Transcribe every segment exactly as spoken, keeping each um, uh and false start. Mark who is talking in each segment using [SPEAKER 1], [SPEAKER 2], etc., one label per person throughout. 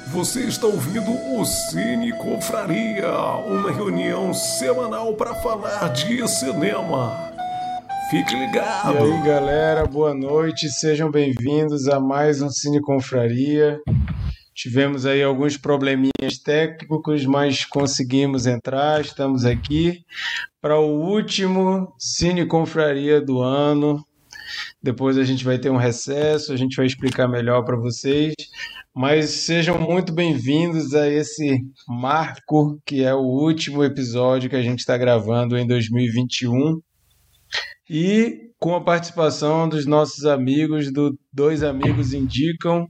[SPEAKER 1] Você está ouvindo o Cine Confraria, uma reunião semanal para falar de cinema. Fique ligado!
[SPEAKER 2] E aí, galera, boa noite, sejam bem-vindos a mais um Cine Confraria. Tivemos aí alguns probleminhas técnicos, mas conseguimos entrar, estamos aqui para o último Cine Confraria do ano. Depois a gente vai ter um recesso, a gente vai explicar melhor para vocês. Mas sejam muito bem-vindos a esse marco, que é o último episódio que a gente está gravando em dois mil e vinte e um. E com a participação dos nossos amigos do Dois Amigos Indicam,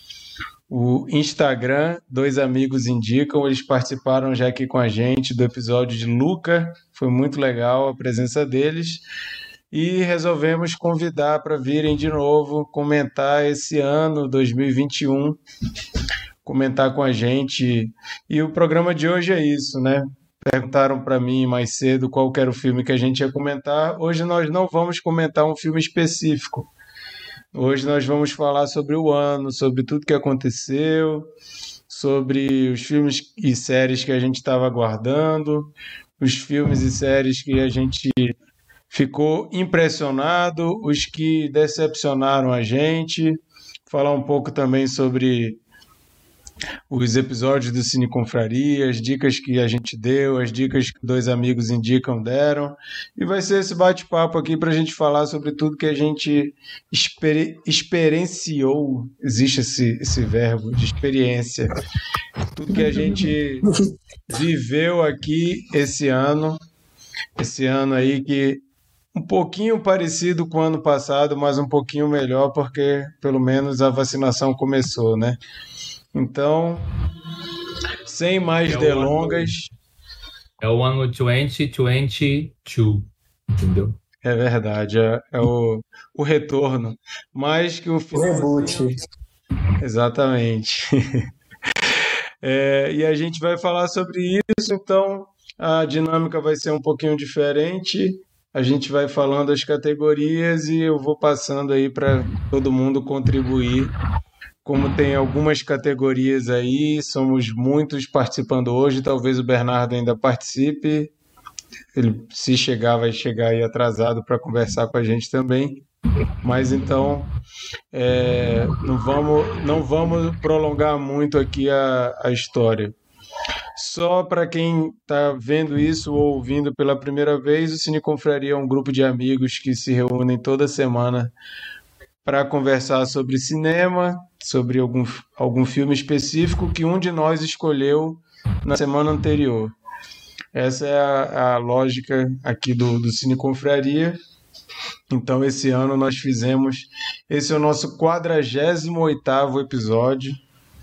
[SPEAKER 2] o Instagram Dois Amigos Indicam. Eles participaram já aqui com a gente do episódio de Luca. Foi muito legal a presença deles. E resolvemos convidar para virem de novo comentar esse ano dois mil e vinte e um, comentar com a gente. E o programa de hoje é isso, né? Perguntaram para mim mais cedo qual era o filme que a gente ia comentar. Hoje nós não vamos comentar um filme específico. Hoje nós vamos falar sobre o ano, sobre tudo que aconteceu, sobre os filmes e séries que a gente estava aguardando, os filmes e séries que a gente ficou impressionado, os que decepcionaram a gente, falar um pouco também sobre os episódios do Cine Confraria, as dicas que a gente deu, as dicas que Dois Amigos Indicam deram, e vai ser esse bate-papo aqui para a gente falar sobre tudo que a gente exper- experienciou, existe esse, esse verbo de experiência, tudo que a gente viveu aqui esse ano, esse ano aí que um pouquinho parecido com o ano passado, mas um pouquinho melhor, porque pelo menos a vacinação começou, né? Então, sem mais
[SPEAKER 3] é
[SPEAKER 2] delongas...
[SPEAKER 3] É o ano dois mil e vinte e dois, entendeu?
[SPEAKER 2] É verdade, é, é o, o retorno. Mais que o final...
[SPEAKER 4] Reboot.
[SPEAKER 2] Exatamente. É, e a gente vai falar sobre isso, então a dinâmica vai ser um pouquinho diferente. A gente vai falando as categorias e eu vou passando aí para todo mundo contribuir. Como tem algumas categorias aí, somos muitos participando hoje, talvez o Bernardo ainda participe. Ele, se chegar, vai chegar aí atrasado para conversar com a gente também. Mas então, é, não vamos, não vamos prolongar muito aqui a, a história. Só para quem está vendo isso ou ouvindo pela primeira vez, o Cine Confraria é um grupo de amigos que se reúnem toda semana para conversar sobre cinema, sobre algum, algum filme específico que um de nós escolheu na semana anterior. Essa é a, a lógica aqui do, do Cine Confraria. Então, esse ano nós fizemos... Esse é o nosso quadragésimo oitavo episódio.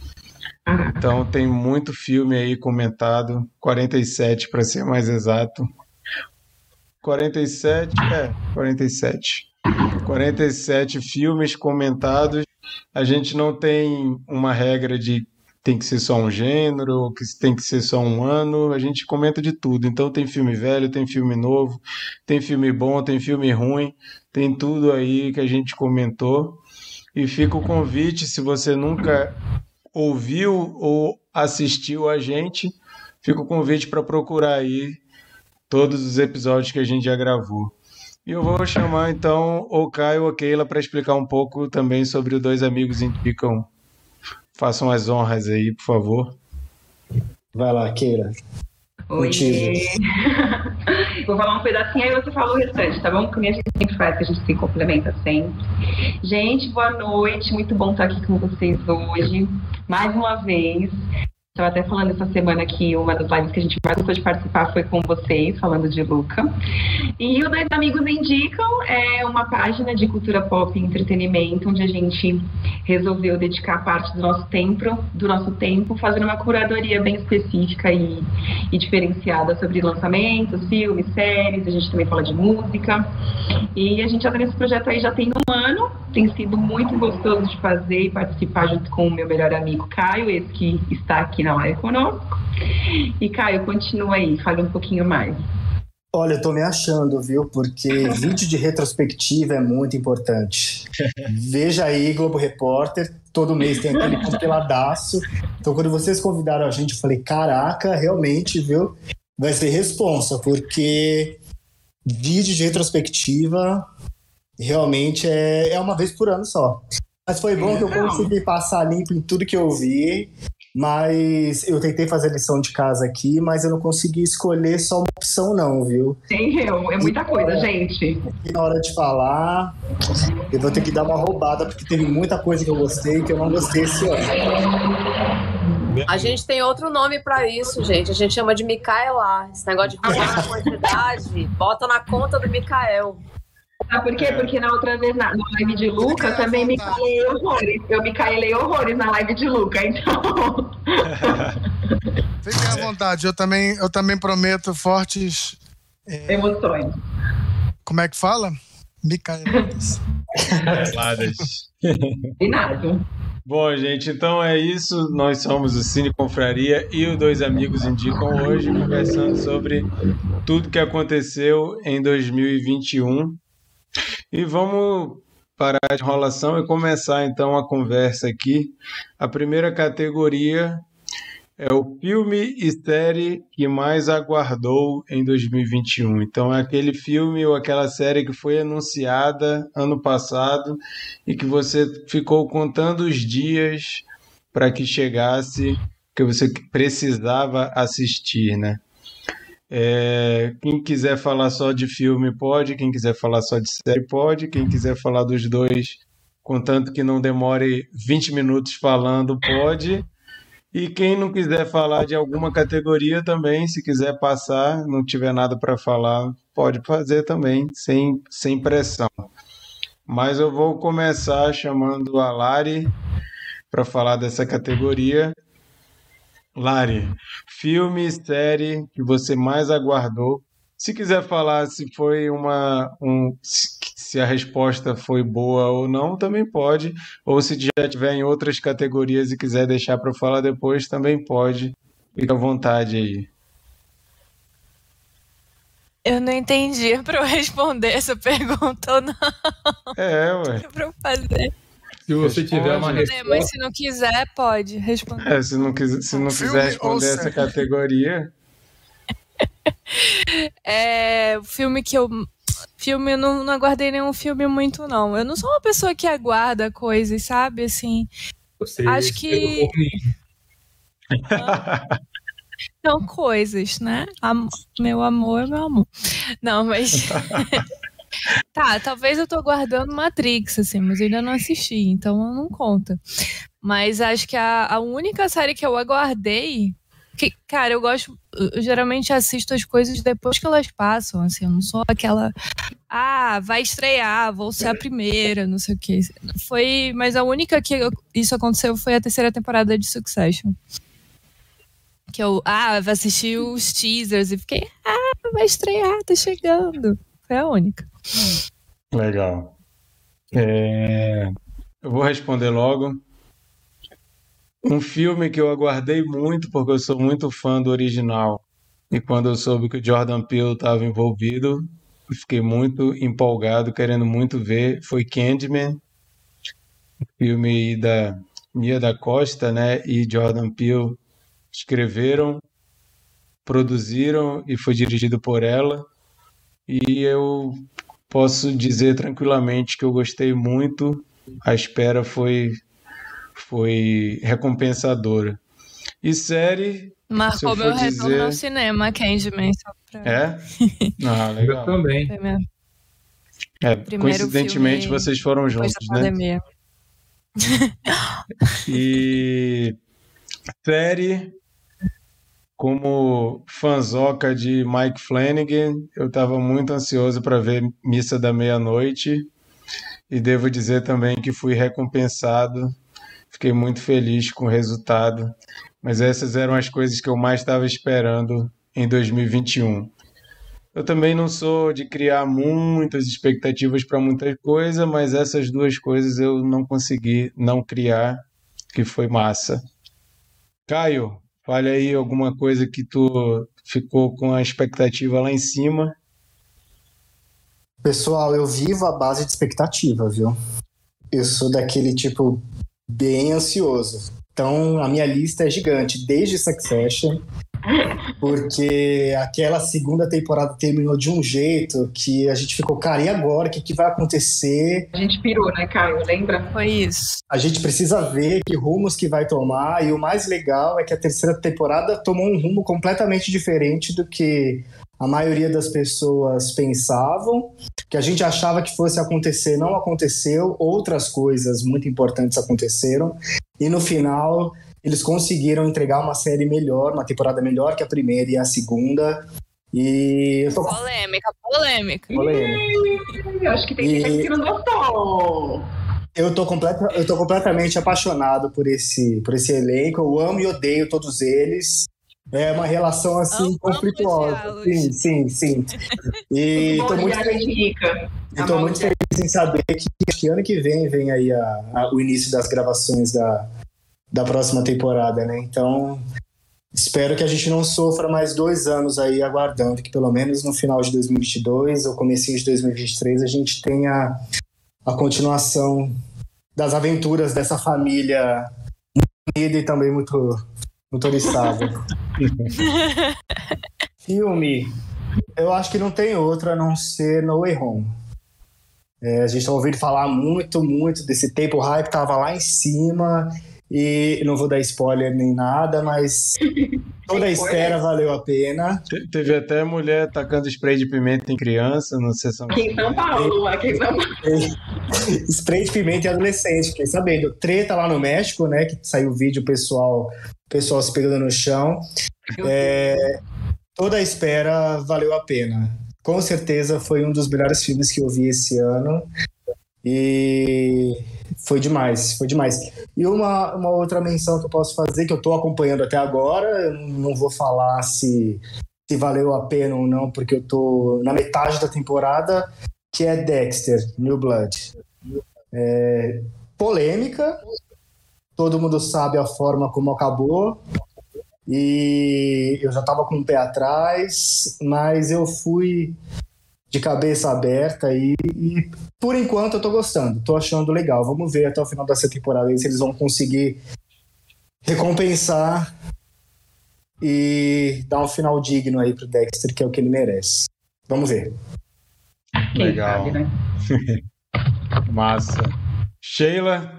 [SPEAKER 2] Então tem muito filme aí comentado, quarenta e sete para ser mais exato. quarenta e sete, é, quarenta e sete. quarenta e sete filmes comentados. A gente não tem uma regra de tem que ser só um gênero, ou que tem que ser só um ano, a gente comenta de tudo. Então tem filme velho, tem filme novo, tem filme bom, tem filme ruim, tem tudo aí que a gente comentou. E fica o convite, se você nunca ouviu ou assistiu a gente, fica o convite para procurar aí todos os episódios que a gente já gravou. E eu vou chamar então o Caio ou a Keila para explicar um pouco também sobre o Dois Amigos Indicam. Façam as honras aí, por favor.
[SPEAKER 4] Vai lá, Keila.
[SPEAKER 5] Oi. Vou falar um pedacinho aí você fala o restante, tá bom? Porque a gente sempre faz, que a gente se complementa sempre. Gente, boa noite, muito bom estar aqui com vocês hoje, mais uma vez. Estava até falando essa semana que uma das lives que a gente mais gostou de participar foi com vocês, falando de Luca. E o Dois Amigos Indicam é uma página de cultura pop e entretenimento, onde a gente resolveu dedicar parte do nosso tempo, do nosso tempo fazendo uma curadoria bem específica e, e diferenciada sobre lançamentos, filmes, séries. A gente também fala de música. E a gente já está nesse projeto aí já tem um ano. Tem sido muito gostoso de fazer e participar junto com o meu melhor amigo Caio, esse que está aqui na live conosco. E Caio, continua aí, fale um pouquinho mais.
[SPEAKER 4] Olha, eu tô me achando, viu? Porque vídeo de retrospectiva é muito importante. Veja aí, Globo Repórter, todo mês tem aquele compiladaço. Então, quando vocês convidaram a gente, eu falei, caraca, realmente, viu? Vai ser responsa, porque vídeo de retrospectiva realmente é, é uma vez por ano só. Mas foi bom que eu consegui passar limpo em tudo que eu vi. Mas eu tentei fazer lição de casa aqui, mas eu não consegui escolher só uma opção não, viu?
[SPEAKER 5] Sim, eu, é muita coisa, gente.
[SPEAKER 4] E na hora de falar, eu vou ter que dar uma roubada, porque teve muita coisa que eu gostei e que eu não gostei esse ano.
[SPEAKER 6] A gente tem outro nome pra isso, gente. A gente chama de Micaela. Esse negócio de falar na quantidade, bota na conta do Micael.
[SPEAKER 5] Sabe por quê? É. Porque na outra vez, na, na live de Luca, também me caelei horrores. Eu me caelei horrores na live de Luca, então...
[SPEAKER 7] Fiquem à vontade, eu também, eu também prometo fortes...
[SPEAKER 5] É... Emoções.
[SPEAKER 7] Como é que fala? Micaeladas.
[SPEAKER 5] Combinado.
[SPEAKER 2] Bom, gente, então é isso. Nós somos o Cine Confraria e o Dois Amigos Indicam hoje, conversando sobre tudo que aconteceu em dois mil e vinte e um. E vamos parar de enrolação e começar então a conversa aqui. A primeira categoria é o filme e série que mais aguardou em dois mil e vinte e um. Então é aquele filme ou aquela série que foi anunciada ano passado e que você ficou contando os dias para que chegasse, que você precisava assistir, né? É, quem quiser falar só de filme pode, quem quiser falar só de série pode, quem quiser falar dos dois, contanto que não demore vinte minutos falando, pode. E quem não quiser falar de alguma categoria também, se quiser passar, não tiver nada para falar, pode fazer também, sem, sem pressão. Mas eu vou começar chamando a Lari para falar dessa categoria. Lari, filme e série que você mais aguardou. Se quiser falar se foi uma um, se a resposta foi boa ou não, também pode. Ou se já tiver em outras categorias e quiser deixar para falar depois, também pode. Fica à vontade aí.
[SPEAKER 8] Eu não entendi para eu responder essa pergunta ou não.
[SPEAKER 2] É, ué.
[SPEAKER 8] Para eu fazer.
[SPEAKER 3] Se você
[SPEAKER 2] Responde.
[SPEAKER 3] tiver uma resposta...
[SPEAKER 8] Mas se não quiser, pode responder.
[SPEAKER 2] É, se não quiser, se não quiser responder essa categoria...
[SPEAKER 8] É, o filme que eu... Filme, eu não, não aguardei nenhum filme muito, não. Eu não sou uma pessoa que aguarda coisas, sabe? Assim,
[SPEAKER 3] Você
[SPEAKER 8] acho que... São coisas, né? Am... Meu amor é meu amor. Não, mas... Tá, talvez eu tô aguardando Matrix, assim, mas eu ainda não assisti, então não conta. Mas acho que a, a única série que eu aguardei... Que, cara, eu gosto... Eu geralmente assisto as coisas depois que elas passam, assim. Eu não sou aquela... Ah, vai estrear, vou ser a primeira, não sei o quê. Foi... Mas a única que eu, isso aconteceu foi a terceira temporada de Succession. Que eu... Ah, vou assistir os teasers e fiquei... Ah, vai estrear, tá chegando. Foi a única.
[SPEAKER 2] Legal. É... Eu vou responder logo. Um filme que eu aguardei muito, porque eu sou muito fã do original. E quando eu soube que o Jordan Peele estava envolvido, fiquei muito empolgado, querendo muito ver, foi Candyman. Filme da Mia da Costa, né, e Jordan Peele escreveram, produziram e foi dirigido por ela. E eu posso dizer tranquilamente que eu gostei muito. A espera foi, foi recompensadora. E série...
[SPEAKER 8] Marcou meu retorno
[SPEAKER 2] dizer...
[SPEAKER 8] ao cinema, Candyman. Só pra...
[SPEAKER 2] É? Ah, legal.
[SPEAKER 3] Eu também.
[SPEAKER 8] Foi meu
[SPEAKER 2] É,
[SPEAKER 8] primeiro
[SPEAKER 2] coincidentemente
[SPEAKER 8] filme
[SPEAKER 2] vocês foram
[SPEAKER 8] depois
[SPEAKER 2] juntos,
[SPEAKER 8] da
[SPEAKER 2] né?
[SPEAKER 8] pandemia.
[SPEAKER 2] E série, como fanzoca de Mike Flanagan, eu estava muito ansioso para ver Missa da Meia-Noite e devo dizer também que fui recompensado. Fiquei muito feliz com o resultado, mas essas eram as coisas que eu mais estava esperando em dois mil e vinte e um. Eu também não sou de criar muitas expectativas para muita coisa, mas essas duas coisas eu não consegui não criar, que foi massa. Caio, fale aí alguma coisa que tu ficou com a expectativa lá em cima
[SPEAKER 4] Pessoal, eu vivo à base de expectativa, viu? Eu sou daquele tipo bem ansioso. Então, a minha lista é gigante, desde Succession, porque aquela segunda temporada terminou de um jeito que a gente ficou, cara, e agora? O que, que vai acontecer?
[SPEAKER 5] A gente pirou, né, Caio? Lembra?
[SPEAKER 8] Foi isso.
[SPEAKER 4] A gente precisa ver que rumos que vai tomar, e o mais legal é que a terceira temporada tomou um rumo completamente diferente do que a maioria das pessoas pensavam, que a gente achava que fosse acontecer, não aconteceu, outras coisas muito importantes aconteceram, e no final eles conseguiram entregar uma série melhor, uma temporada melhor que a primeira e a segunda, e... Eu tô...
[SPEAKER 8] Polêmica, polêmica.
[SPEAKER 4] polêmica.
[SPEAKER 5] Ih, acho que tem gente aqui que não gostou.
[SPEAKER 4] Eu tô, completa, eu tô completamente apaixonado por esse, por esse elenco, eu amo e odeio todos eles. É uma relação assim
[SPEAKER 8] Amo,
[SPEAKER 4] conflituosa.
[SPEAKER 8] amo
[SPEAKER 4] Sim, sim, sim. E tô muito,
[SPEAKER 5] Rica.
[SPEAKER 4] e tô muito feliz em saber que, que ano que vem vem aí a, a, o início das gravações da, da próxima temporada, né? Então, espero que a gente não sofra mais dois anos aí aguardando, que pelo menos no final de dois mil e vinte e dois ou comecinho de dois mil e vinte e três a gente tenha a continuação das aventuras dessa família unida e também muito motoristável. Filme, eu acho que não tem outro a não ser No Way Home. É, a gente tá ouvindo falar muito, muito desse tempo, o hype tava lá em cima e não vou dar spoiler nem nada, mas toda a espera valeu a pena.
[SPEAKER 2] Te- Teve até mulher tacando spray de pimenta em criança no Sessão da
[SPEAKER 5] Aqui em São Paulo, aqui em São Paulo.
[SPEAKER 4] Spray de pimenta em adolescente, fiquei sabendo. Treta lá no México, né, que saiu o vídeo, o pessoal, o pessoal se pegando no chão. É, toda a espera valeu a pena. Com certeza foi um dos melhores filmes que eu vi esse ano. E foi demais, foi demais. E uma, uma outra menção que eu posso fazer, que eu tô acompanhando até agora, eu não vou falar se, se valeu a pena ou não, porque eu tô na metade da temporada, que é Dexter, New Blood. É, polêmica, todo mundo sabe a forma como acabou, e eu já tava com o pé atrás, mas eu fui de cabeça aberta e, e por enquanto eu tô gostando, tô achando legal. Vamos ver até o final dessa temporada aí se eles vão conseguir recompensar e dar um final digno aí pro Dexter, que é o que ele merece. Vamos ver.
[SPEAKER 5] Quem
[SPEAKER 2] Legal.
[SPEAKER 5] sabe, né?
[SPEAKER 2] Massa. Sheila,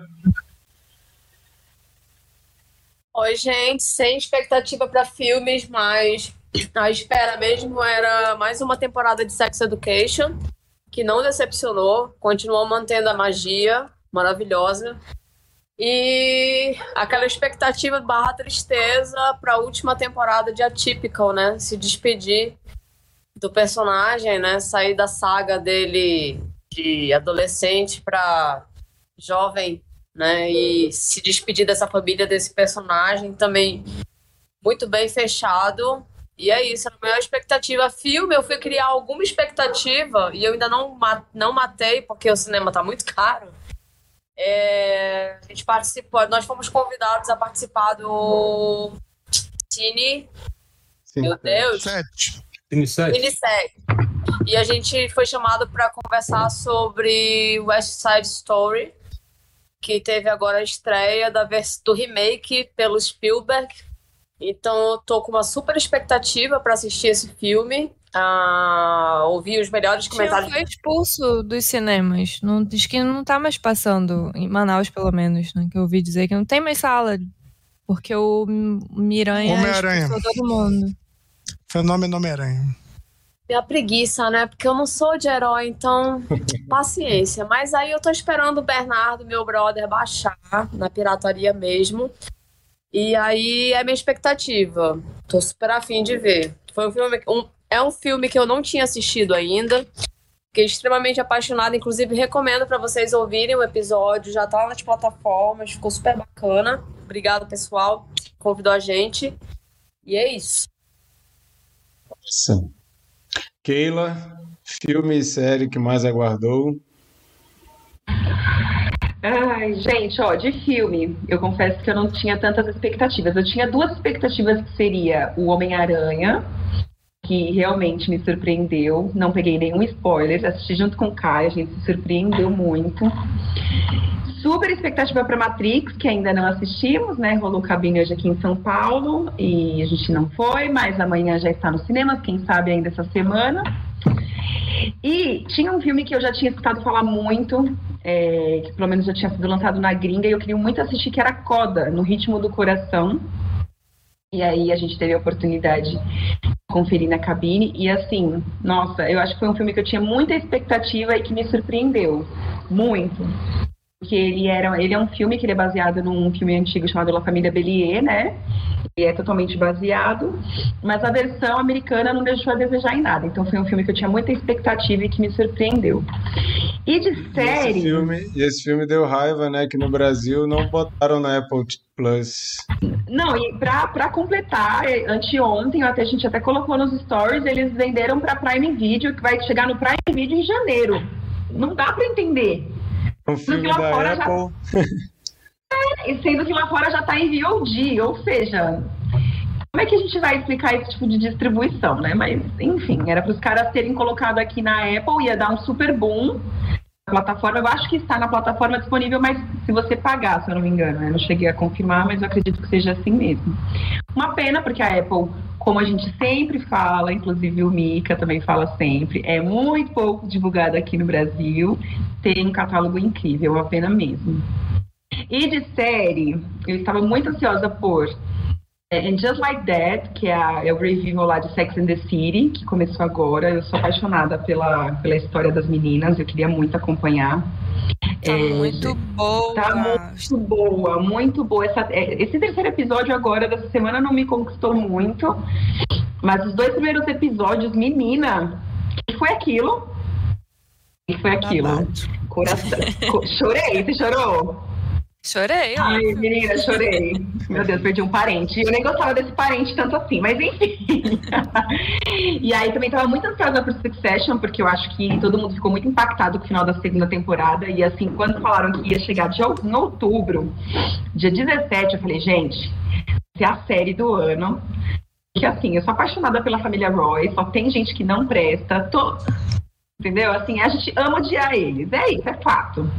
[SPEAKER 6] Oi, gente, sem expectativa para filmes, mas a espera mesmo era mais uma temporada de Sex Education, que não decepcionou, continuou mantendo a magia maravilhosa. E aquela expectativa barra tristeza para a última temporada de Atypical, né? Se despedir do personagem, né? Sair da saga dele de adolescente para jovem, né? E se despedir dessa família, desse personagem também muito bem fechado. E é isso, a maior expectativa. Filme, eu fui criar alguma expectativa e eu ainda não, não matei, porque o cinema tá muito caro. É, a gente participou, nós fomos convidados a participar do Cine,
[SPEAKER 2] Sim.
[SPEAKER 6] meu Deus,
[SPEAKER 7] Sete.
[SPEAKER 3] Iniciante.
[SPEAKER 6] Unisec. E a gente foi chamado para conversar sobre West Side Story, que teve agora a estreia da vers- do remake pelo Spielberg. Então eu tô com uma super expectativa para assistir esse filme, ah, ouvir os melhores
[SPEAKER 8] Tio
[SPEAKER 6] comentários.
[SPEAKER 8] foi expulso dos cinemas. Não, diz que não tá mais passando, em Manaus pelo menos, né? Que eu ouvi dizer que não tem mais sala, porque o Miranha
[SPEAKER 7] Homem-Aranha.
[SPEAKER 8] expulsou todo mundo.
[SPEAKER 7] Fenômeno Homem-Aranha.
[SPEAKER 6] Minha preguiça, né? Porque eu não sou de herói, então paciência. Mas aí eu tô esperando o Bernardo, meu brother, baixar na pirataria mesmo. E aí é minha expectativa. Tô super afim de ver. Foi um filme, um, é um filme que eu não tinha assistido ainda. Fiquei extremamente apaixonada. Inclusive, recomendo para vocês ouvirem o episódio. Já tá lá nas plataformas. Ficou super bacana. Obrigado, pessoal. Convidou a gente. E é isso.
[SPEAKER 2] Sim. Keila, filme e série que mais aguardou?
[SPEAKER 5] Ai, gente, ó, de filme, eu confesso que eu não tinha tantas expectativas. Eu tinha duas expectativas, que seria o Homem-Aranha, que realmente me surpreendeu. Não peguei nenhum spoiler, assisti junto com o Caio, a gente se surpreendeu muito. Super expectativa para Matrix, que ainda não assistimos, né? Rolou cabine hoje aqui em São Paulo e a gente não foi, mas amanhã já está no cinema, quem sabe ainda essa semana. E tinha um filme que eu já tinha escutado falar muito, é, que pelo menos já tinha sido lançado na gringa, e eu queria muito assistir, que era Coda, No Ritmo do Coração. E aí a gente teve a oportunidade de conferir na cabine. E assim, nossa, eu acho que foi um filme que eu tinha muita expectativa e que me surpreendeu muito. Porque ele, era, ele é um filme que ele é baseado num filme antigo chamado La Família Bélier, né? Ele é totalmente baseado, mas a versão americana não deixou a desejar em nada. Então foi um filme que eu tinha muita expectativa e que me surpreendeu. E de série...
[SPEAKER 2] Esse filme, e esse filme deu raiva, né? Que no Brasil não botaram na Apple Plus.
[SPEAKER 5] Não, e pra, pra completar, anteontem, até, a gente até colocou nos stories, eles venderam pra Prime Video, que vai chegar no Prime Video em janeiro. Não dá pra entender.
[SPEAKER 2] Um filme da Apple.
[SPEAKER 5] Já... é, e sendo que lá fora já tá em V O D, ou seja, como é que a gente vai explicar esse tipo de distribuição, né? Mas, enfim, era para os caras terem colocado aqui na Apple, ia dar um super boom. A plataforma, eu acho que está na plataforma disponível, mas se você pagar, se eu não me engano, né? Eu não cheguei a confirmar, mas eu acredito que seja assim mesmo. Uma pena, porque a Apple, como a gente sempre fala, inclusive o Mika também fala sempre, é muito pouco divulgada aqui no Brasil, tem um catálogo incrível, uma pena mesmo. E de série, eu estava muito ansiosa por And Just Like That, que é, a, é o revival lá de Sex and the City, que começou agora. Eu sou apaixonada pela, pela história das meninas, eu queria muito acompanhar.
[SPEAKER 8] Tá é, muito boa.
[SPEAKER 5] Tá muito boa, muito boa. Essa, esse terceiro episódio agora dessa semana não me conquistou muito, mas os dois primeiros episódios, menina, que foi aquilo? Que foi aquilo? Coração. Chorei, você chorou?
[SPEAKER 8] Chorei.
[SPEAKER 5] Ai, menina, chorei. Meu Deus, perdi um parente. Eu nem gostava desse parente tanto assim, mas enfim. E aí também tava muito ansiosa por Succession, porque eu acho que todo mundo ficou muito impactado com o final da segunda temporada. E assim, quando falaram que ia chegar de, em outubro, dia dezessete, eu falei, gente, essa é a série do ano. Que assim, eu sou apaixonada pela família Roy, só tem gente que não presta. Tô... Entendeu? Assim, a gente ama odiar eles. É isso, é fato.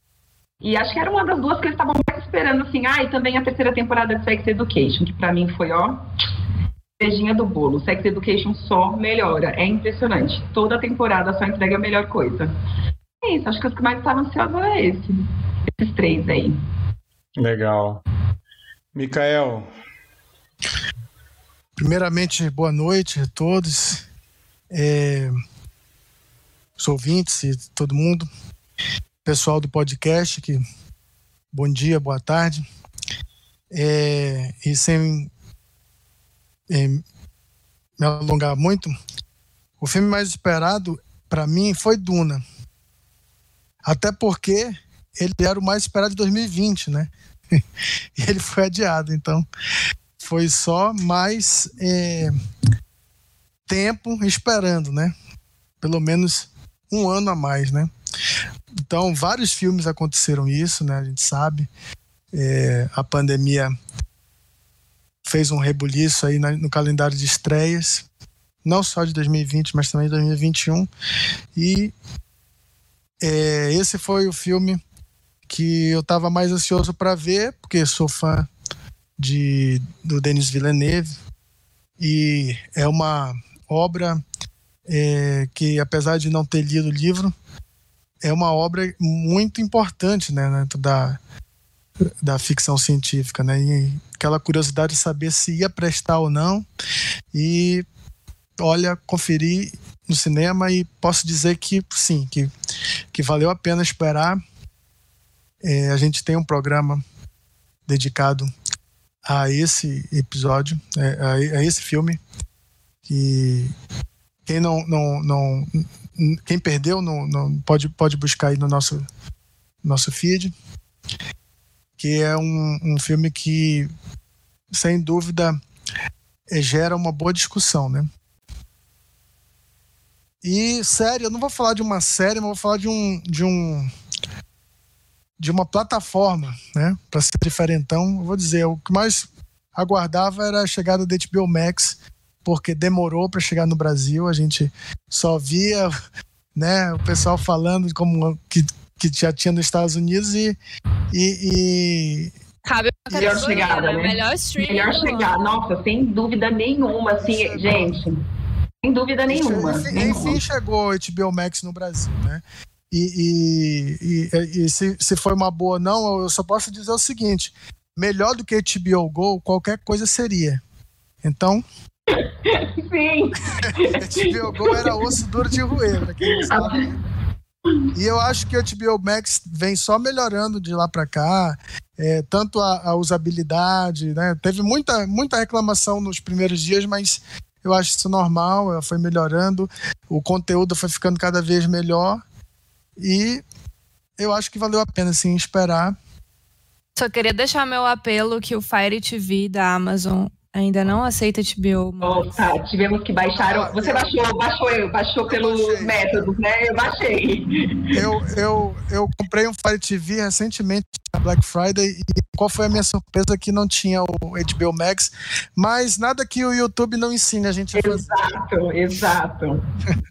[SPEAKER 5] E acho que era uma das duas que eles estavam mais esperando, assim, ah, e também a terceira temporada de Sex Education, que pra mim foi, ó, beijinha do bolo. Sex Education só melhora, é impressionante. Toda temporada só entrega a melhor coisa. É isso, acho que os que mais estavam ansiosos é esse. Esses três aí.
[SPEAKER 2] Legal. Mikael.
[SPEAKER 7] Primeiramente, boa noite a todos. É, os ouvintes e todo mundo. Pessoal do podcast, que bom dia, boa tarde. É, e sem é, me alongar muito, o filme mais esperado para mim foi Duna. Até porque ele era o mais esperado de dois mil e vinte, né? E ele foi adiado, então foi só mais é, tempo esperando, né? Pelo menos um ano a mais, né? Então, vários filmes aconteceram isso, né? A gente sabe. É, a pandemia fez um rebuliço aí no calendário de estreias, não só de dois mil e vinte, mas também de dois mil e vinte e um. E é, esse foi o filme que eu estava mais ansioso para ver, porque sou fã de, do Denis Villeneuve. E é uma obra é, que, apesar de não ter lido o livro, é uma obra muito importante, né, dentro da, da ficção científica, né, e aquela curiosidade de saber se ia prestar ou não, e olha, conferi no cinema e posso dizer que sim, que, que valeu a pena esperar. É, a gente tem um programa dedicado a esse episódio, é, a, a esse filme, que quem não, não, não quem perdeu não, não, pode, pode buscar aí no nosso, nosso feed, que é um, um filme que, sem dúvida, é, gera uma boa discussão, né? E série, eu não vou falar de uma série, mas vou falar de um de um de uma plataforma, né? Para ser diferentão, eu vou dizer, o que mais aguardava era a chegada da H B O Max porque demorou para chegar no Brasil. A gente só via, né, o pessoal falando como que, que já tinha nos Estados Unidos e... e, e...
[SPEAKER 8] Cabe uma
[SPEAKER 5] Melhor
[SPEAKER 8] categoria,
[SPEAKER 5] chegada,
[SPEAKER 8] né?
[SPEAKER 5] né?
[SPEAKER 8] Melhor streaming.
[SPEAKER 5] Melhor
[SPEAKER 8] do
[SPEAKER 5] chegar,
[SPEAKER 8] ano.
[SPEAKER 5] nossa, sem dúvida nenhuma, assim,
[SPEAKER 7] Chegou.
[SPEAKER 5] gente. Sem dúvida nenhuma.
[SPEAKER 7] Enfim,
[SPEAKER 5] nenhuma.
[SPEAKER 7] enfim, chegou o H B O Max no Brasil, né? E, e, e, e se, se foi uma boa ou não, eu só posso dizer o seguinte: melhor do que H B O Go, qualquer coisa seria. Então,
[SPEAKER 5] Sim.
[SPEAKER 7] H B O Go era osso duro de roer, pra quem não sabe. E eu acho que o H B O Max vem só melhorando de lá para cá, é, tanto a, a usabilidade, né? Teve muita, muita reclamação nos primeiros dias, mas eu acho isso normal, ela foi melhorando, o conteúdo foi ficando cada vez melhor e eu acho que valeu a pena, assim, esperar.
[SPEAKER 8] Só queria deixar meu apelo que o Fire T V da Amazon ainda não aceita H B O. Mas...
[SPEAKER 5] Opa, tivemos que baixar. Você baixou, baixou eu, baixou pelos
[SPEAKER 7] baixei.
[SPEAKER 5] métodos, né? Eu baixei.
[SPEAKER 7] Eu, eu, eu comprei um Fire T V recentemente na Black Friday e qual foi a minha surpresa? Que não tinha o H B O Max, mas nada que o YouTube não ensine a gente a fazer.
[SPEAKER 5] Exato, exato.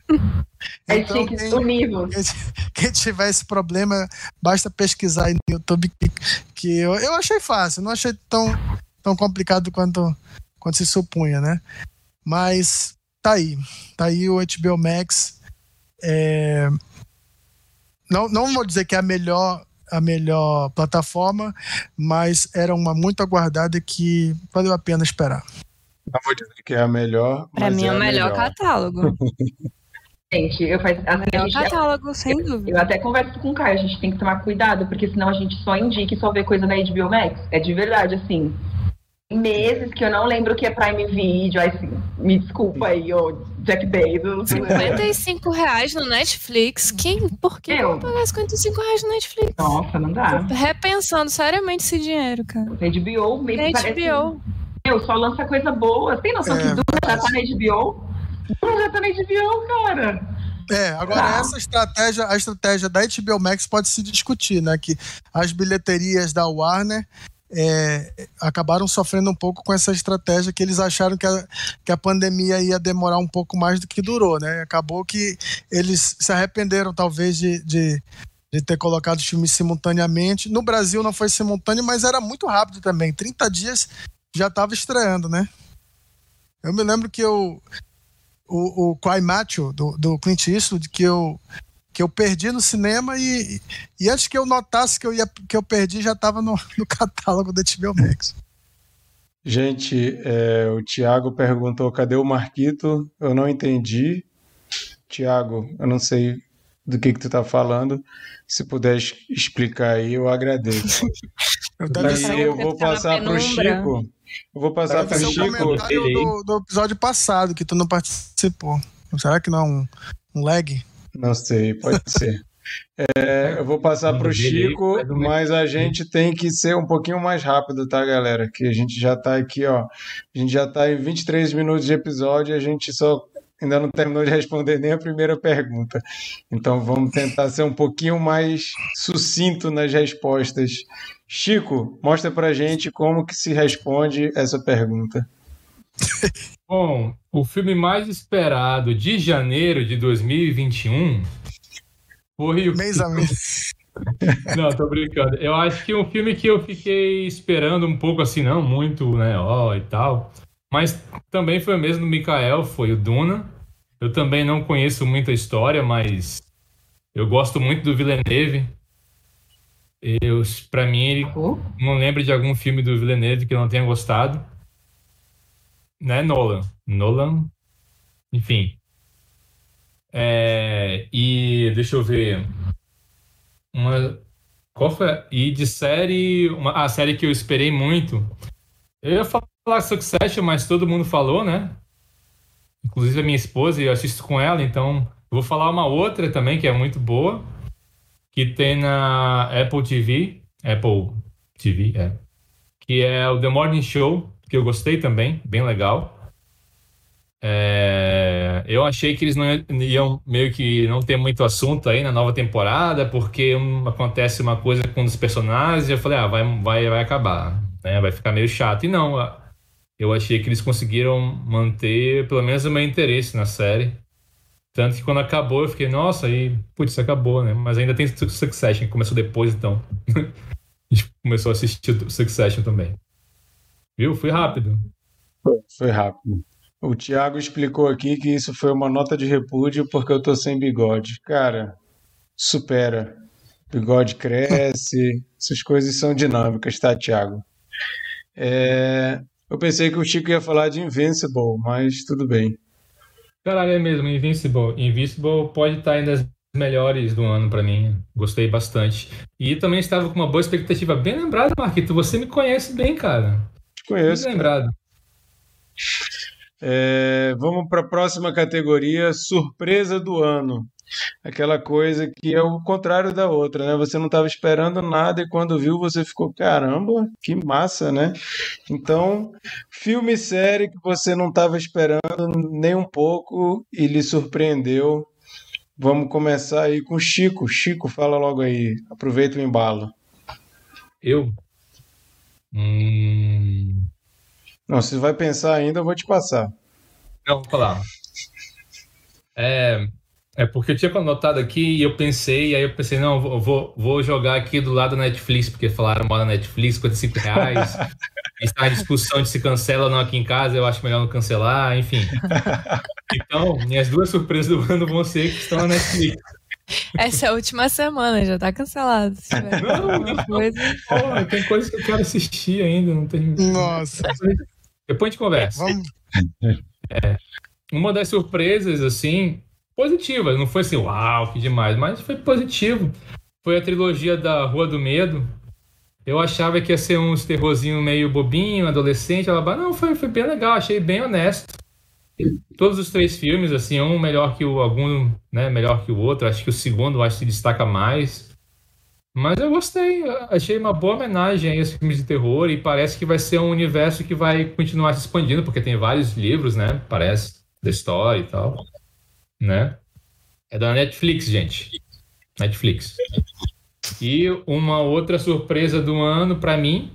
[SPEAKER 5] É
[SPEAKER 7] Então,
[SPEAKER 5] chique,
[SPEAKER 7] quem,
[SPEAKER 5] univos.
[SPEAKER 7] quem, quem tiver esse problema, basta pesquisar aí no YouTube, que, que eu, eu achei fácil, não achei tão, tão complicado quanto, quanto se supunha, né? Mas tá aí, tá aí o H B O Max. É, não, não vou dizer que é a melhor, a melhor plataforma, mas era uma muito aguardada que valeu a pena esperar.
[SPEAKER 2] Não vou dizer que é a melhor,
[SPEAKER 8] Pra
[SPEAKER 2] mas
[SPEAKER 8] mim é
[SPEAKER 2] é
[SPEAKER 8] o
[SPEAKER 2] a
[SPEAKER 8] melhor
[SPEAKER 2] melhor.
[SPEAKER 8] catálogo.
[SPEAKER 5] Gente, eu faz, assim, a
[SPEAKER 8] Melhor
[SPEAKER 5] gente,
[SPEAKER 8] catálogo, sem
[SPEAKER 5] eu
[SPEAKER 8] dúvida.
[SPEAKER 5] até converso com o Caio, a gente tem que tomar cuidado, porque senão a gente só indica e só vê coisa na H B O Max. É de verdade, assim. Tem meses que eu não lembro o que é Prime Video, aí, assim, me desculpa aí, ô Jack Bezos.
[SPEAKER 8] cinquenta e cinco reais no Netflix. Quem, por que eu vou pagar cinquenta e cinco reais no Netflix?
[SPEAKER 5] Nossa, não dá.
[SPEAKER 8] Tô repensando seriamente esse dinheiro, cara.
[SPEAKER 5] H B O, meio que parece...
[SPEAKER 8] H B O.
[SPEAKER 5] Meu, só lança coisa boa. Tem noção
[SPEAKER 7] É,
[SPEAKER 5] que Duna já
[SPEAKER 7] verdade.
[SPEAKER 5] tá na H B O? Duna já tá na H B O, cara.
[SPEAKER 7] É, agora
[SPEAKER 5] Tá.
[SPEAKER 7] essa estratégia, a estratégia da H B O Max pode se discutir, né? Que as bilheterias da Warner é, acabaram sofrendo um pouco com essa estratégia que eles acharam que a, que a pandemia ia demorar um pouco mais do que durou, né? Acabou que eles se arrependeram, talvez, de, de, de ter colocado os filmes simultaneamente. No Brasil não foi simultâneo, mas era muito rápido também. trinta dias já estava estreando, né? Eu me lembro que eu... O, o Cry Macho, do, do Clint Eastwood, que eu, que eu perdi no cinema e, e antes que eu notasse que eu, ia, que eu perdi, já estava no, no catálogo da H B O Max.
[SPEAKER 2] Gente, é, o Thiago perguntou cadê o Marquito? Eu não entendi. Thiago, eu não sei do que que tu tá falando. Se puder es- explicar aí, eu agradeço.
[SPEAKER 7] Deve
[SPEAKER 2] E
[SPEAKER 7] ser,
[SPEAKER 2] eu vou passar pro Chico. Eu vou passar
[SPEAKER 7] deve
[SPEAKER 2] pro
[SPEAKER 7] ser um
[SPEAKER 2] Chico.
[SPEAKER 7] comentário do, do episódio passado que tu não participou. Será que não é um, um lag?
[SPEAKER 2] Não sei, pode ser. É, eu vou passar pro Chico, mas a gente tem que ser um pouquinho mais rápido, tá, galera? Que a gente já tá aqui, ó. A gente já tá em vinte e três minutos de episódio e a gente só ainda não terminou de responder nem a primeira pergunta. Então vamos tentar ser um pouquinho mais sucinto nas respostas. Chico, mostra pra gente como que se responde essa pergunta.
[SPEAKER 3] Bom, o filme mais esperado de janeiro de dois mil e vinte e um foi o...
[SPEAKER 7] Mês a mês.
[SPEAKER 3] Não, tô brincando. Eu acho que um filme que eu fiquei esperando um pouco assim, não muito, né, ó, e tal. Mas também foi o mesmo do Mikael, foi o Duna. Eu também não conheço muita história, mas eu gosto muito do Villeneuve. Eu, pra mim, ele não lembro de algum filme do Villeneuve que eu não tenha gostado. Né, Nolan? Nolan? Enfim. É, e deixa eu ver. Uma, qual foi? E de série, uma, a série que eu esperei muito. Eu ia falar Succession, mas todo mundo falou, né? Inclusive a minha esposa, e eu assisto com ela, então eu vou falar uma outra também que é muito boa, que tem na Apple T V, Apple T V, é, que é o The Morning Show, que eu gostei também, bem legal. É, eu achei que eles não iam meio que não ter muito assunto aí na nova temporada, porque um, acontece uma coisa com um dos personagens, e eu falei, ah, vai, vai, vai acabar, né? Vai ficar meio chato. E não, eu achei que eles conseguiram manter pelo menos o meu interesse na série. Tanto que quando acabou eu fiquei, nossa, aí, putz, acabou, né? Mas ainda tem Succession, que começou depois, então. A gente começou a assistir o Succession também. Viu? Fui rápido.
[SPEAKER 2] Foi, foi rápido. O Thiago explicou aqui que isso foi uma nota de repúdio porque eu tô sem bigode. Cara, supera. Bigode cresce, essas coisas são dinâmicas, tá, Thiago? É... Eu pensei que o Chico ia falar de Invincible, mas tudo bem.
[SPEAKER 3] Caralho, é mesmo, Invincible. Invincible pode estar entre as melhores do ano pra mim. Gostei bastante. E também estava com uma boa expectativa. Bem lembrado, Marquito. Você me conhece bem, cara.
[SPEAKER 2] Te conheço.
[SPEAKER 3] Bem lembrado.
[SPEAKER 2] É, vamos para a próxima categoria, surpresa do ano. Aquela coisa que é o contrário da outra, né? Você não estava esperando nada e quando viu você ficou, caramba, que massa, né? Então, filme e série que você não estava esperando nem um pouco e lhe surpreendeu. Vamos começar aí com o Chico. Chico, fala logo aí. Aproveita o embalo.
[SPEAKER 3] Eu? Hum...
[SPEAKER 2] Não, se vai pensar ainda, eu vou te passar.
[SPEAKER 3] Não, vou falar. É... É porque eu tinha anotado aqui e eu pensei, e aí eu pensei, não, eu vou, vou jogar aqui do lado da Netflix, porque falaram mal da Netflix, cinquenta e cinco reais. Está em discussão de se cancela ou não aqui em casa, eu acho melhor não cancelar, enfim. Então, minhas duas surpresas do ano vão ser que estão na Netflix.
[SPEAKER 8] Essa é a última semana, já tá cancelado. Se tiver
[SPEAKER 3] não,
[SPEAKER 8] alguma coisa.
[SPEAKER 3] Porra, tem coisas que eu quero assistir ainda, não tem.
[SPEAKER 7] Nossa.
[SPEAKER 3] Depois a gente conversa.
[SPEAKER 7] Vamos.
[SPEAKER 3] É, uma das surpresas, assim, positiva, não foi assim, uau, que demais, mas foi positivo. Foi a trilogia da Rua do Medo. Eu achava que ia ser uns terrorzinho meio bobinho, adolescente, ela, não, foi, foi bem legal, achei bem honesto. Todos os três filmes, assim, um melhor que o algum, né, melhor que o outro. Acho que o segundo acho que se destaca mais. Mas eu gostei, achei uma boa homenagem a esses filmes de terror e parece que vai ser um universo que vai continuar se expandindo, porque tem vários livros, né, parece, da história e tal, né? É da Netflix, gente. Netflix. E uma outra surpresa do ano pra mim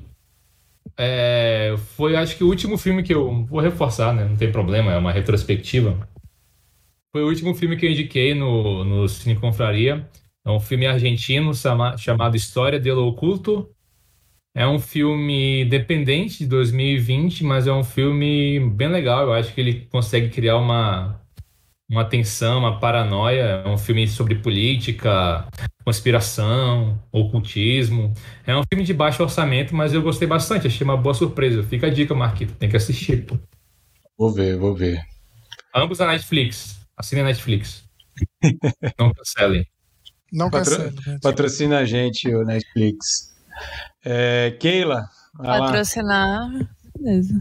[SPEAKER 3] é, foi, acho que o último filme que eu vou reforçar, né? Não tem problema, é uma retrospectiva. Foi o último filme que eu indiquei no, no Cine Confraria. É um filme argentino chama, chamado História del Oculto. É um filme independente de dois mil e vinte, mas é um filme bem legal. Eu acho que ele consegue criar uma, uma tensão, uma paranoia. É um filme sobre política, conspiração, ocultismo. É um filme de baixo orçamento, mas eu gostei bastante. Achei uma boa surpresa. Fica a dica, Marquito. Tem que assistir, pô.
[SPEAKER 2] Vou ver, vou ver.
[SPEAKER 3] Ambos na Netflix. Assine a Netflix. Não cancelem.
[SPEAKER 7] Não
[SPEAKER 2] Patro...
[SPEAKER 7] cancela.
[SPEAKER 2] Patrocina a gente, o Netflix. É, Keila.
[SPEAKER 8] Patrocinar. Beleza.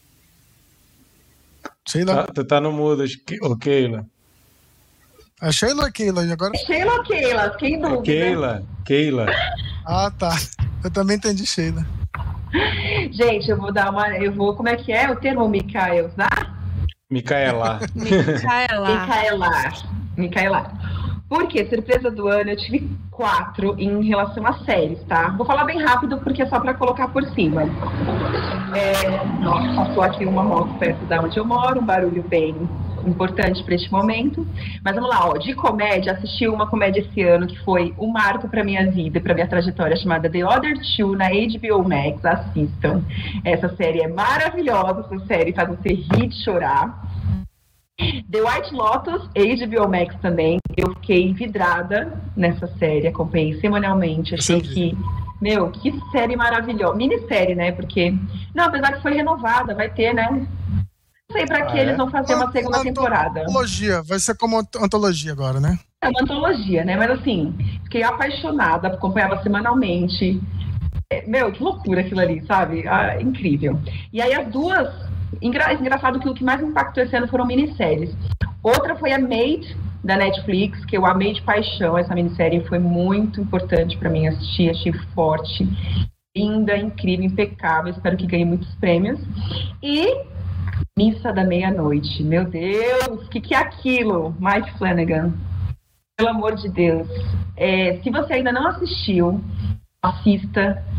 [SPEAKER 7] Sheila.
[SPEAKER 2] Tá, tu tá no mudo, ô Keila.
[SPEAKER 7] A Sheila ou Keila? E agora?
[SPEAKER 5] Sheila ou Keila? Fiquei em dúvida.
[SPEAKER 2] Keila, Keila.
[SPEAKER 7] Ah, tá. Eu também entendi Sheila.
[SPEAKER 5] Gente, eu vou dar uma. Eu vou. Como é que é o termo Micael, tá?
[SPEAKER 2] Micaela.
[SPEAKER 8] Micaela.
[SPEAKER 5] Micaela. Micaela. Porque surpresa do ano eu tive quatro em relação a séries, tá? Vou falar bem rápido porque é só para colocar por cima. É, nossa, passou aqui uma moto perto da onde eu moro, um barulho bem importante para este momento. Mas vamos lá, ó, de comédia, assisti uma comédia esse ano que foi um marco para minha vida e para minha trajetória, chamada The Other Two na H B O Max. Assistam. Essa série é maravilhosa, essa série faz você rir de chorar. The White Lotus, H B O Max também. Eu fiquei vidrada nessa série, acompanhei semanalmente. Achei que, meu, que série maravilhosa. Minissérie, né? Porque, não, apesar que foi renovada, vai ter, né? Não sei pra que ah, eles vão fazer uma segunda temporada.
[SPEAKER 7] Antologia, vai ser como antologia agora, né?
[SPEAKER 5] É uma antologia, né? Mas assim, fiquei apaixonada, acompanhava semanalmente. Meu, que loucura aquilo ali, sabe? Ah, incrível. E aí as duas. Engra... Engraçado que o que mais me impactou esse ano foram minisséries. Outra foi a Maid, da Netflix, que eu amei de paixão. Essa minissérie foi muito importante para mim assistir, achei forte, linda, incrível, impecável. Espero que ganhe muitos prêmios. E Missa da Meia-Noite. Meu Deus, o que, que é aquilo? Mike Flanagan. Pelo amor de Deus. É, se você ainda não assistiu, assista.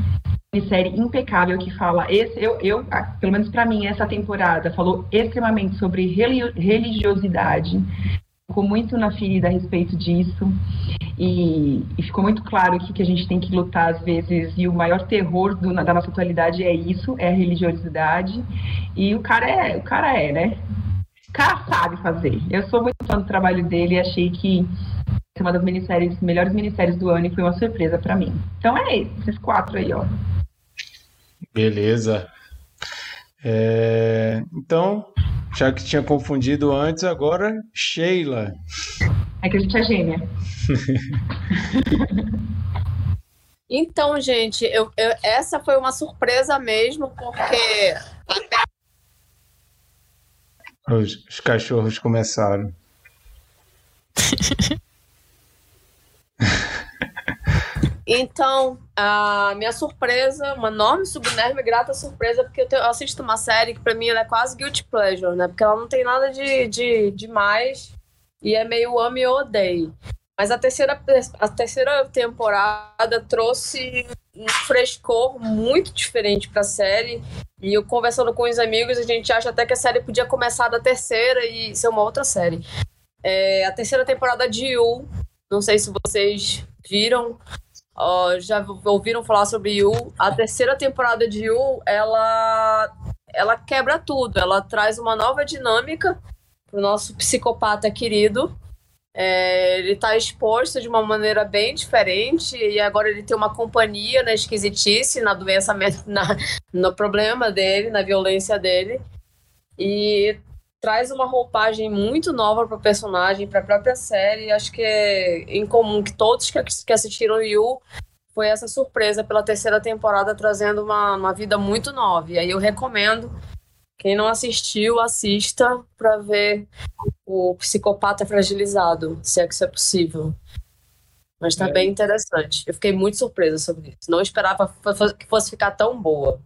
[SPEAKER 5] minissérie impecável que fala, esse, eu, eu, pelo menos para mim, essa temporada falou extremamente sobre religiosidade, ficou muito na ferida a respeito disso, e, e ficou muito claro que, que a gente tem que lutar às vezes, e o maior terror do, da nossa atualidade é isso, é a religiosidade, e o cara é, o cara é, né? O cara sabe fazer. Eu sou muito fã do trabalho dele e achei que é uma das minisséries, melhores minisséries do ano, e foi uma surpresa para mim. Então é isso, esses quatro aí, ó.
[SPEAKER 2] Beleza. É, então, já que tinha confundido antes, agora Sheila.
[SPEAKER 5] É que a gente é gêmea.
[SPEAKER 6] Então, gente, eu, eu, essa foi uma surpresa mesmo, porque
[SPEAKER 2] os, os cachorros começaram.
[SPEAKER 6] Então, a minha surpresa, uma enorme, subnerve, grata surpresa, porque eu, te, eu assisto uma série que pra mim ela é quase guilty pleasure, né? Porque ela não tem nada de, de, de mais e é meio ame ou odeie. Mas a terceira, a terceira temporada trouxe um frescor muito diferente pra série. E eu conversando com os amigos, a gente acha até que a série podia começar da terceira e ser uma outra série. É, a terceira temporada de You, não sei se vocês viram, uh, já ouviram falar sobre You. A terceira temporada de You, ela, ela quebra tudo, ela traz uma nova dinâmica pro nosso psicopata querido. É, ele está exposto de uma maneira bem diferente e agora ele tem uma companhia na esquisitice, na doença, na, no problema dele, na violência dele, e traz uma roupagem muito nova para o personagem, para a própria série. Acho que é incomum que todos que assistiram You foi essa surpresa pela terceira temporada, trazendo uma, uma vida muito nova. E aí eu recomendo, quem não assistiu, assista para ver o psicopata fragilizado, se é que isso é possível. Mas tá é. bem interessante. Eu fiquei muito surpresa sobre isso. Não esperava que fosse ficar tão boa.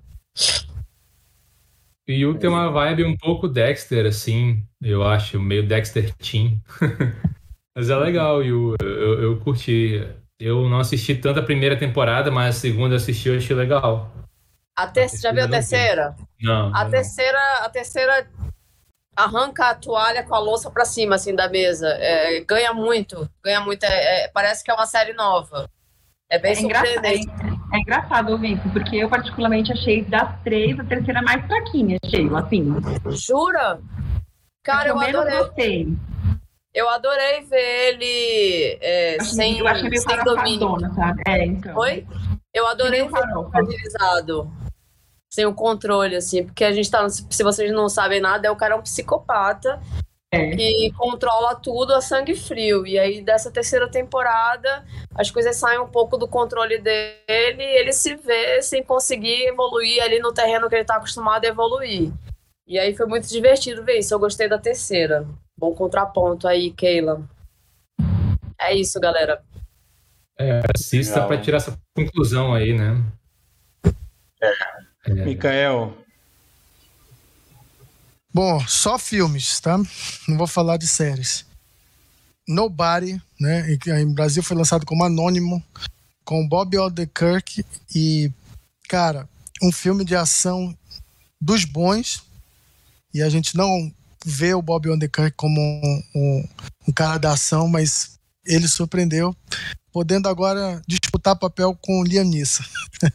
[SPEAKER 3] O Yu tem uma vibe um pouco Dexter, assim, eu acho, meio Dexter Teen. Mas é legal, Yu, eu, eu, eu curti. Eu não assisti tanto a primeira temporada, mas a segunda assisti, eu achei legal.
[SPEAKER 6] A ter... a Já viu a terceira?
[SPEAKER 3] Não.
[SPEAKER 6] A
[SPEAKER 3] não.
[SPEAKER 6] terceira, a terceira arranca a toalha com a louça pra cima, assim, da mesa. É, ganha muito, ganha muito. É, é, parece que é uma série nova. É bem
[SPEAKER 5] é
[SPEAKER 6] surpreendente.
[SPEAKER 5] Engraçado, é, é engraçado ouvir isso, porque eu particularmente achei das três, a terceira mais fraquinha, Sheila, assim.
[SPEAKER 6] Jura? Cara, eu, eu adorei.
[SPEAKER 5] Gostei.
[SPEAKER 6] Eu adorei ver ele é,
[SPEAKER 5] eu
[SPEAKER 6] sem,
[SPEAKER 5] eu achei meio
[SPEAKER 6] sem domínio.
[SPEAKER 5] Sabe? É, então.
[SPEAKER 6] Oi? Eu adorei ver ele fragilizado. Sem o controle, assim, porque a gente tá, se vocês não sabem nada, é o cara é um psicopata é. que controla tudo a sangue frio. E aí, dessa terceira temporada, as coisas saem um pouco do controle dele e ele se vê sem conseguir evoluir ali no terreno que ele tá acostumado a evoluir. E aí foi muito divertido ver isso. Eu gostei da terceira. Bom contraponto aí, Keila. É isso, galera.
[SPEAKER 3] É, assista Legal. Pra tirar essa conclusão aí, né?
[SPEAKER 2] É. É. Micael.
[SPEAKER 7] Bom, só filmes, tá? Não vou falar de séries. Nobody, né? Em Brasil foi lançado como Anônimo, com Bob Odenkirk e, cara, um filme de ação dos bons. E a gente não vê o Bob Odenkirk como um, um, um cara da ação, mas ele surpreendeu, podendo agora disputar papel com Liam Neeson.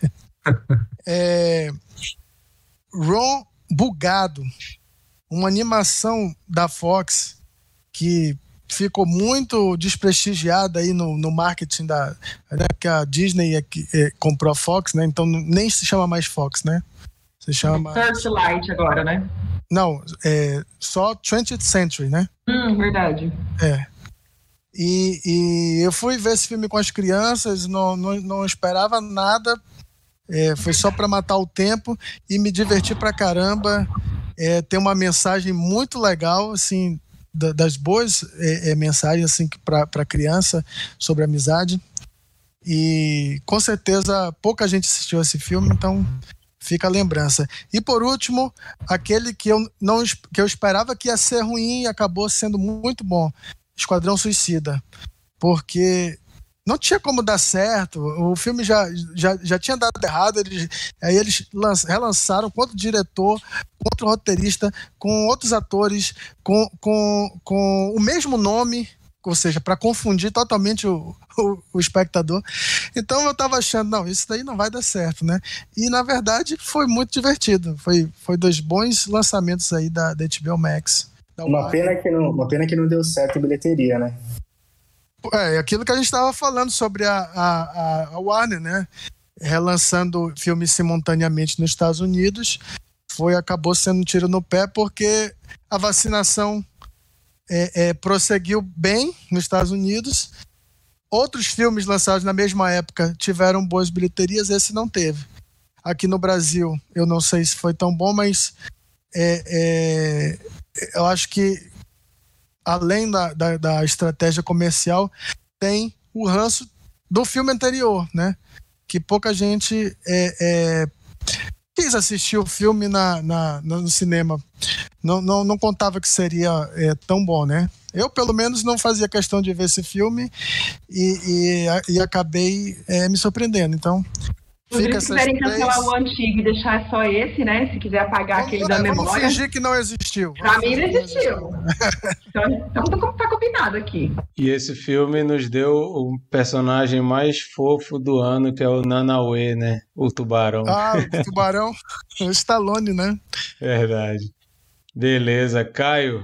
[SPEAKER 7] É, Ron Bugado, uma animação da Fox que ficou muito desprestigiada aí no, no marketing da, né, que a Disney é, é, comprou a Fox, né? Então nem se chama mais Fox, né? Se chama
[SPEAKER 5] Searchlight agora, né?
[SPEAKER 7] Não, é só twentieth Century, né?
[SPEAKER 5] Hum, verdade.
[SPEAKER 7] É. E, e eu fui ver esse filme com as crianças, não, não, não esperava nada. É, foi só para matar o tempo e me divertir pra caramba. É, tem uma mensagem muito legal, assim, da, das boas é, é, mensagens assim, para criança sobre amizade. E com certeza pouca gente assistiu esse filme, então fica a lembrança. E por último, aquele que eu, não, que eu esperava que ia ser ruim e acabou sendo muito bom, Esquadrão Suicida. Porque não tinha como dar certo, o filme já, já, já tinha dado errado, eles, aí eles lanç, relançaram com outro diretor, com outro roteirista, com outros atores, com, com, com o mesmo nome, ou seja, para confundir totalmente o, o, o espectador. Então eu estava achando, não, isso daí não vai dar certo, né? E na verdade foi muito divertido, foi, foi dos bons lançamentos aí da, da H B O Max.
[SPEAKER 4] Uma pena, que não, uma pena que não deu certo em bilheteria, né?
[SPEAKER 7] É, aquilo que a gente estava falando sobre a, a, a Warner, né? Relançando filmes simultaneamente nos Estados Unidos, foi, acabou sendo um tiro no pé, porque a vacinação é, é, prosseguiu bem nos Estados Unidos. Outros filmes lançados na mesma época tiveram boas bilheterias, esse não teve. Aqui no Brasil, eu não sei se foi tão bom, mas é, é, eu acho que além da, da, da estratégia comercial, tem o ranço do filme anterior, né? Que pouca gente é, é, quis assistir o filme na, na, no cinema. Não, não, não contava que seria é, tão bom, né? Eu, pelo menos, não fazia questão de ver esse filme e, e, e acabei é, me surpreendendo. Então,
[SPEAKER 5] se quiserem cancelar o antigo e deixar só esse, né? Se quiser apagar
[SPEAKER 7] vamos,
[SPEAKER 5] aquele da
[SPEAKER 7] vamos
[SPEAKER 5] memória.
[SPEAKER 7] Vamos fingir que não existiu.
[SPEAKER 5] Pra mim, não existiu. Então, tá, tá combinado aqui.
[SPEAKER 2] E esse filme nos deu o personagem mais fofo do ano, que é o Nanaue, né? O tubarão.
[SPEAKER 7] Ah, o tubarão. O Stallone, né?
[SPEAKER 2] Verdade. Beleza. Caio?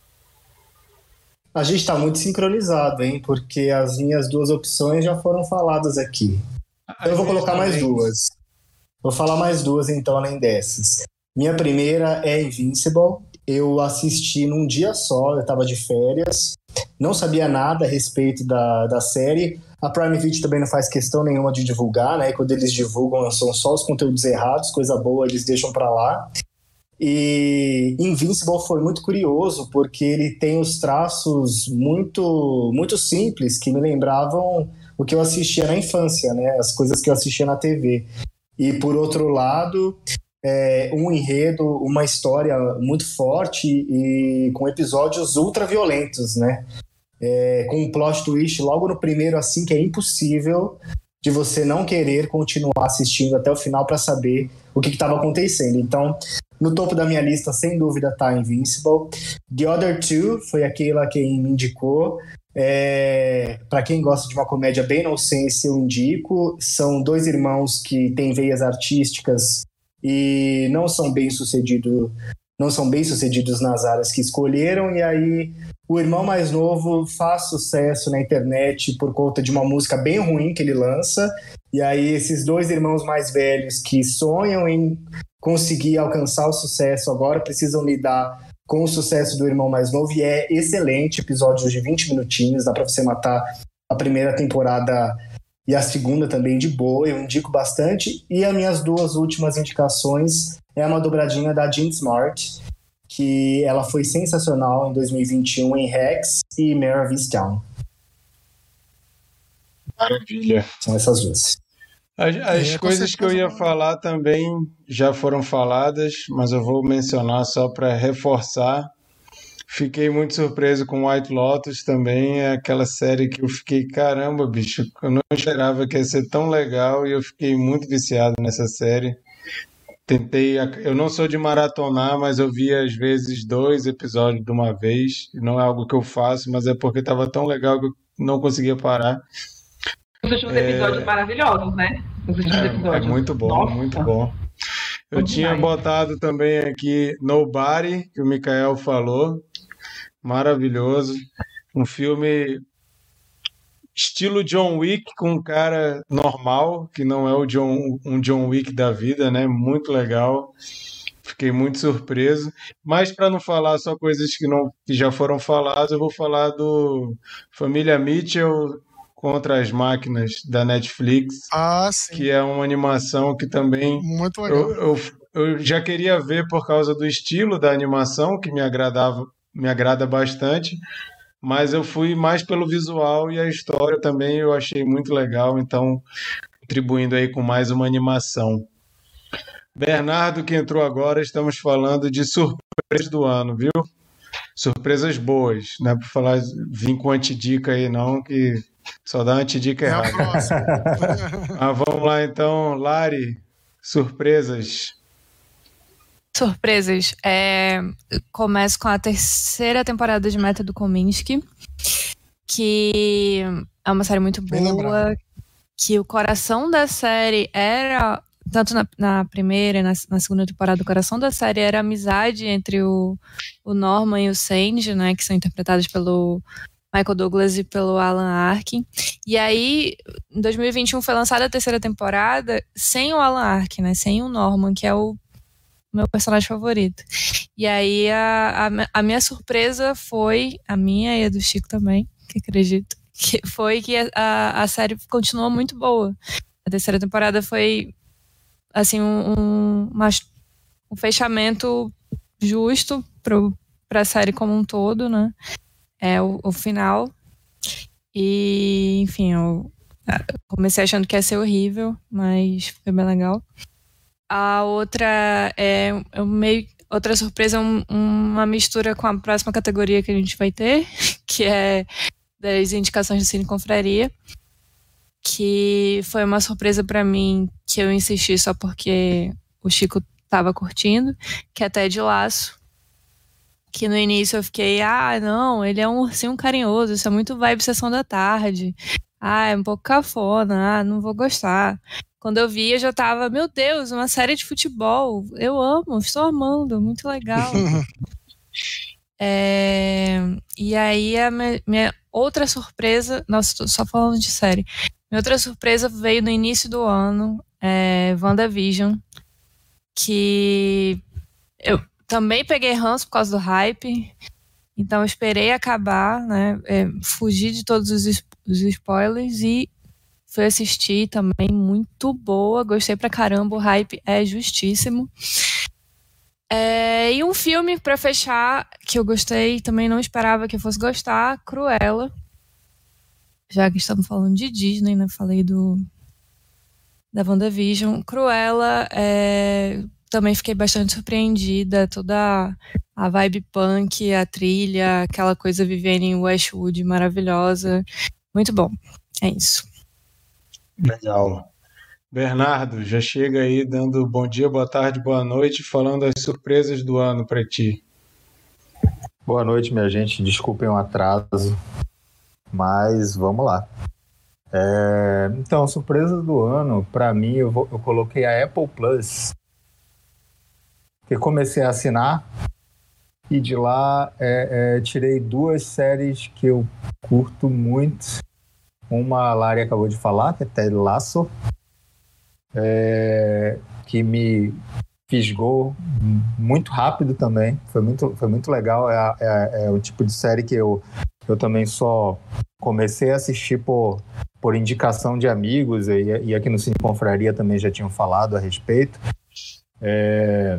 [SPEAKER 4] A gente tá muito sincronizado, hein? Porque as minhas duas opções já foram faladas aqui. Então eu vou colocar mais duas. Vou falar mais duas, então, além dessas. Minha primeira é Invincible. Eu assisti num dia só, eu tava de férias. Não sabia nada a respeito da, da série. A Prime Video também não faz questão nenhuma de divulgar, né? Quando eles divulgam, são só os conteúdos errados, coisa boa, eles deixam pra lá. E Invincible foi muito curioso, porque ele tem os traços muito, muito simples, que me lembravam o que eu assistia na infância, né? As coisas que eu assistia na T V. E, por outro lado, é, um enredo, uma história muito forte e com episódios ultra violentos, né? É, com um plot twist logo no primeiro, assim, que é impossível de você não querer continuar assistindo até o final para saber o que estava acontecendo. Então, no topo da minha lista, sem dúvida, tá Invincible. The Other Two foi aquela quem me indicou. É, para quem gosta de uma comédia bem nonsense, eu indico. São dois irmãos que têm veias artísticas e não são bem sucedidos, não são bem sucedidos nas áreas que escolheram, e aí o irmão mais novo faz sucesso na internet por conta de uma música bem ruim que ele lança, e aí esses dois irmãos mais velhos que sonham em conseguir alcançar o sucesso agora precisam lidar com o sucesso do irmão mais novo, e é excelente, episódios de vinte minutinhos, dá pra você matar a primeira temporada e a segunda também de boa, eu indico bastante. E as minhas duas últimas indicações é uma dobradinha da Jean Smart, que ela foi sensacional em dois mil e vinte e um em Rex e Mare of Easttown.
[SPEAKER 2] Maravilha.
[SPEAKER 4] São essas duas.
[SPEAKER 2] As, as
[SPEAKER 7] É,
[SPEAKER 2] coisas que eu ia falar também já foram faladas, mas eu vou mencionar só para reforçar. Fiquei muito surpreso com White Lotus também, é aquela série que eu fiquei, caramba, bicho, eu não esperava que ia ser tão legal e eu fiquei muito viciado nessa série. Tentei, eu não sou de maratonar, mas eu vi às vezes dois episódios de uma vez, não é algo que eu faço, mas é porque estava tão legal que eu não conseguia parar.
[SPEAKER 5] Os últimos é... episódios maravilhosos, né? Os últimos
[SPEAKER 2] é,
[SPEAKER 5] episódios.
[SPEAKER 2] É muito bom, Nossa. muito bom. Eu Muito tinha demais. botado também aqui Nobody, que o Mikael falou. Maravilhoso. Um filme estilo John Wick, com um cara normal, que não é o John, um John Wick da vida, né? Muito legal. Fiquei muito surpreso. Mas para não falar só coisas que, não, que já foram faladas, eu vou falar do Família Mitchell contra as Máquinas da Netflix,
[SPEAKER 7] ah, sim.
[SPEAKER 2] que é uma animação que também
[SPEAKER 7] muito legal.
[SPEAKER 2] Eu, eu, eu já queria ver por causa do estilo da animação, que me agradava, me agrada bastante, mas eu fui mais pelo visual, e a história também eu achei muito legal, então contribuindo aí com mais uma animação. Bernardo, que entrou agora, estamos falando de surpresas do ano, viu? Surpresas boas, não é para falar, vir com antidica aí não, que Só dá uma dica
[SPEAKER 7] É a
[SPEAKER 2] errada.
[SPEAKER 7] próxima.
[SPEAKER 2] Mas vamos lá então, Lari, surpresas.
[SPEAKER 8] Surpresas. É, começo com a terceira temporada de Método Kominsky, que é uma série muito
[SPEAKER 7] Bem
[SPEAKER 8] boa,
[SPEAKER 7] lembrado.
[SPEAKER 8] que o coração da série era, tanto na, na primeira e na, na segunda temporada, o coração da série era a amizade entre o, o Norman e o Sanji, né, que são interpretados pelo Michael Douglas e pelo Alan Arkin. E aí, em dois mil e vinte e um foi lançada a terceira temporada sem o Alan Arkin, né, sem o Norman, que é o meu personagem favorito. E aí a, a, a minha surpresa foi, a minha e a do Chico também, que acredito, que foi que a, a série continuou muito boa. A terceira temporada foi assim um, um, uma, um fechamento justo para a série como um todo, né? É o, o final. E, enfim, eu comecei achando que ia ser horrível, mas foi bem legal. A outra é, é meio, outra surpresa é um, uma mistura com a próxima categoria que a gente vai ter, que é das indicações do Cine Confraria, que foi uma surpresa pra mim, que eu insisti só porque o Chico tava curtindo, que é Ted Lasso, que no início eu fiquei, ah, não, ele é um ursinho carinhoso, isso é muito vibe Sessão da Tarde, ah, é um pouco cafona, ah, não vou gostar. Quando eu vi, eu já tava, meu Deus, uma série de futebol. Eu amo, estou amando, muito legal. é, e aí, a minha, minha outra surpresa... Nossa, tô só falando de série. Minha outra surpresa veio no início do ano, é WandaVision, que eu também peguei ranço por causa do hype, então eu esperei acabar, né, é, fugir de todos os, os spoilers e fui assistir também, muito boa, gostei pra caramba, o hype é justíssimo. É, e um filme pra fechar, que eu gostei, também não esperava que eu fosse gostar, Cruella. Já que estamos falando de Disney, né, falei do da WandaVision. Cruella, é, também fiquei bastante surpreendida, toda a vibe punk, a trilha, aquela coisa vivendo em Westwood maravilhosa. Muito bom, é isso.
[SPEAKER 2] Legal. Bernardo, já chega aí dando bom dia, boa tarde, boa noite, falando as surpresas do ano para ti.
[SPEAKER 9] Boa noite, minha gente. Desculpem o atraso, mas vamos lá. É, então, surpresa do ano, para mim, eu, vou, eu coloquei a Apple Plus, que comecei a assinar, e de lá é, é, tirei duas séries que eu curto muito. Uma a Lari acabou de falar, que é Ted Lasso, é, que me fisgou muito rápido também. Foi muito, foi muito legal. É, é, é o tipo de série que eu, eu também só comecei a assistir por, por indicação de amigos, e, e aqui no Cine Confraria também já tinham falado a respeito. É,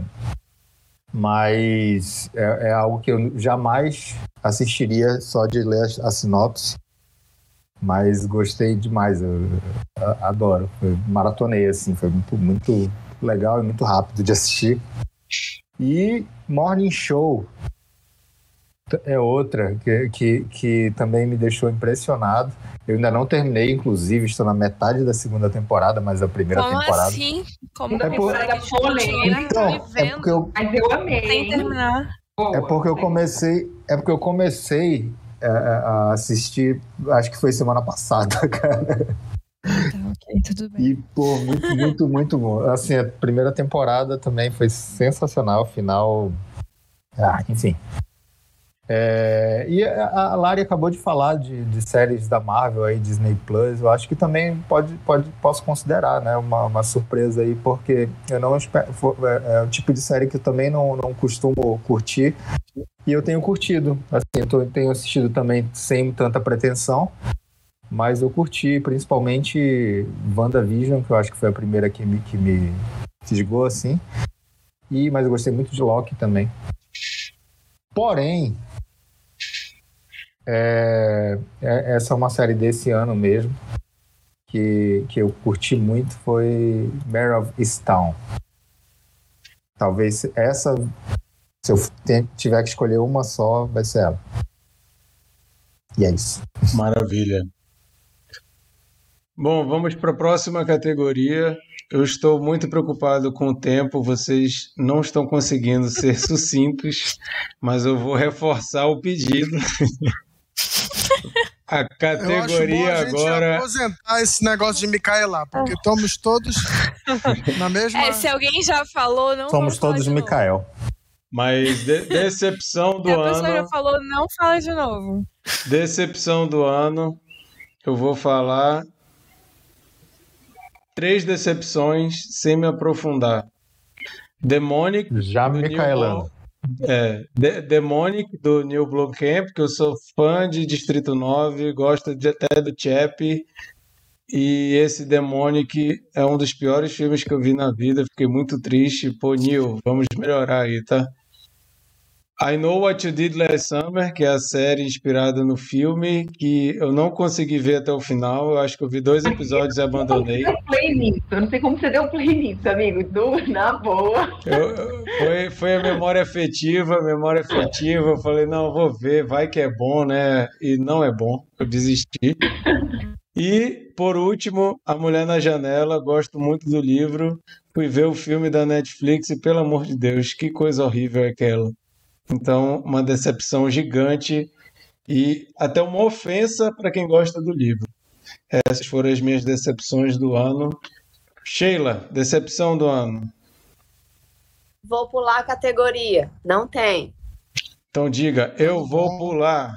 [SPEAKER 9] mas é, é algo que eu jamais assistiria só de ler a, a sinopse. Mas gostei demais, eu, eu adoro. Eu maratonei, assim, foi muito, muito legal e muito rápido de assistir. E Morning Show é outra que, que, que também me deixou impressionado. Eu ainda não terminei, inclusive, estou na metade da segunda temporada, mas a primeira
[SPEAKER 8] Como
[SPEAKER 9] temporada...
[SPEAKER 8] assim? Como
[SPEAKER 9] é por... Então, é porque eu...
[SPEAKER 5] Mas eu amei.
[SPEAKER 8] Sem terminar.
[SPEAKER 9] É porque eu comecei... É porque eu comecei... a assistir, acho que foi semana passada, cara.
[SPEAKER 8] Tá, ok, tudo bem.
[SPEAKER 9] E, pô, muito, muito, muito bom. Assim, a primeira temporada também foi sensacional, o final... Ah, enfim. É, e a, a Lari acabou de falar de, de séries da Marvel aí, Disney Plus, eu acho que também pode, pode, posso considerar, né, uma, uma surpresa aí, porque eu não espero, é, é o tipo de série que eu também não, não costumo curtir, e eu tenho curtido, assim, eu tô, tenho assistido também sem tanta pretensão, mas eu curti, principalmente WandaVision, que eu acho que foi a primeira que me, que me fisgou, assim, e, mas eu gostei muito de Loki também. Porém, É, é, essa é uma série desse ano mesmo que, que eu curti muito, foi Mare of Easttown. Talvez essa, se eu tiver que escolher uma só, vai ser ela. E é isso.
[SPEAKER 2] Maravilha. Bom, vamos para a próxima categoria. Eu estou muito preocupado com o tempo, vocês não estão conseguindo ser sucintos, mas eu vou reforçar o pedido. A categoria
[SPEAKER 7] eu acho bom a
[SPEAKER 2] agora.
[SPEAKER 7] gente aposentar esse negócio de Micaela, porque estamos todos na mesma.
[SPEAKER 8] É, se alguém já falou, não
[SPEAKER 9] Somos
[SPEAKER 8] vamos falar
[SPEAKER 9] todos
[SPEAKER 8] de novo.
[SPEAKER 9] Mikael.
[SPEAKER 2] Mas de- decepção do
[SPEAKER 8] Se a pessoa
[SPEAKER 2] ano.
[SPEAKER 8] já falou, não fala de novo.
[SPEAKER 2] Decepção do ano. Eu vou falar três decepções sem me aprofundar. Demonic.
[SPEAKER 9] Já
[SPEAKER 2] do Neil
[SPEAKER 9] Micaelando.
[SPEAKER 2] Blom- É, De- Demonic do Neil Blomkamp, que eu sou fã de Distrito nove, gosto de, até do Chap. E esse Demonic é um dos piores filmes que eu vi na vida. Fiquei muito triste. Pô, Neil, vamos melhorar aí, tá? I Know What You Did Last Summer, que é a série inspirada no filme, que eu não consegui ver até o final. Eu acho que eu vi dois episódios e abandonei.
[SPEAKER 5] Eu play nisso. Eu não sei como você deu play nisso, amigo. Do, na boa.
[SPEAKER 2] Eu- eu- foi, foi a memória afetiva, a memória afetiva. Eu falei, não, vou ver, vai que é bom, né? E não é bom, eu desisti. E, por último, A Mulher na Janela. Gosto muito do livro. Fui ver o filme da Netflix e, pelo amor de Deus, que coisa horrível é aquela. Então, uma decepção gigante e até uma ofensa para quem gosta do livro. Essas foram as minhas decepções do ano. Sheila, decepção do ano.
[SPEAKER 6] Vou pular a categoria. Não tem.
[SPEAKER 2] Então diga, eu vou pular.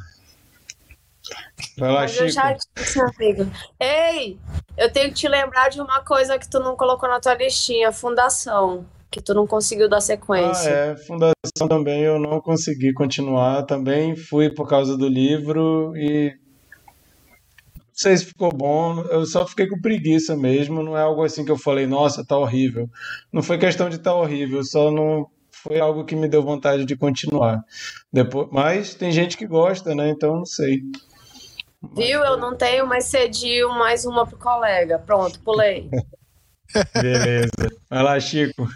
[SPEAKER 2] Vai lá,
[SPEAKER 6] Mas eu
[SPEAKER 2] Chico.
[SPEAKER 6] já disse, amigo. Ei, eu tenho que te lembrar de uma coisa que tu não colocou na tua listinha. Fundação. Que tu não conseguiu dar
[SPEAKER 2] Ah,
[SPEAKER 6] sequência.
[SPEAKER 2] é, Fundação também eu não consegui continuar. Também fui por causa do livro e não sei se ficou bom. Eu só fiquei com preguiça mesmo. Não é algo assim que eu falei, nossa, tá horrível. Não foi questão de estar horrível, só não foi algo que me deu vontade de continuar. Depois, mas tem gente que gosta, né? Então não sei.
[SPEAKER 6] Viu? Eu não tenho, mas cedi mais uma pro colega. Pronto, pulei.
[SPEAKER 2] Beleza. Vai lá, Chico.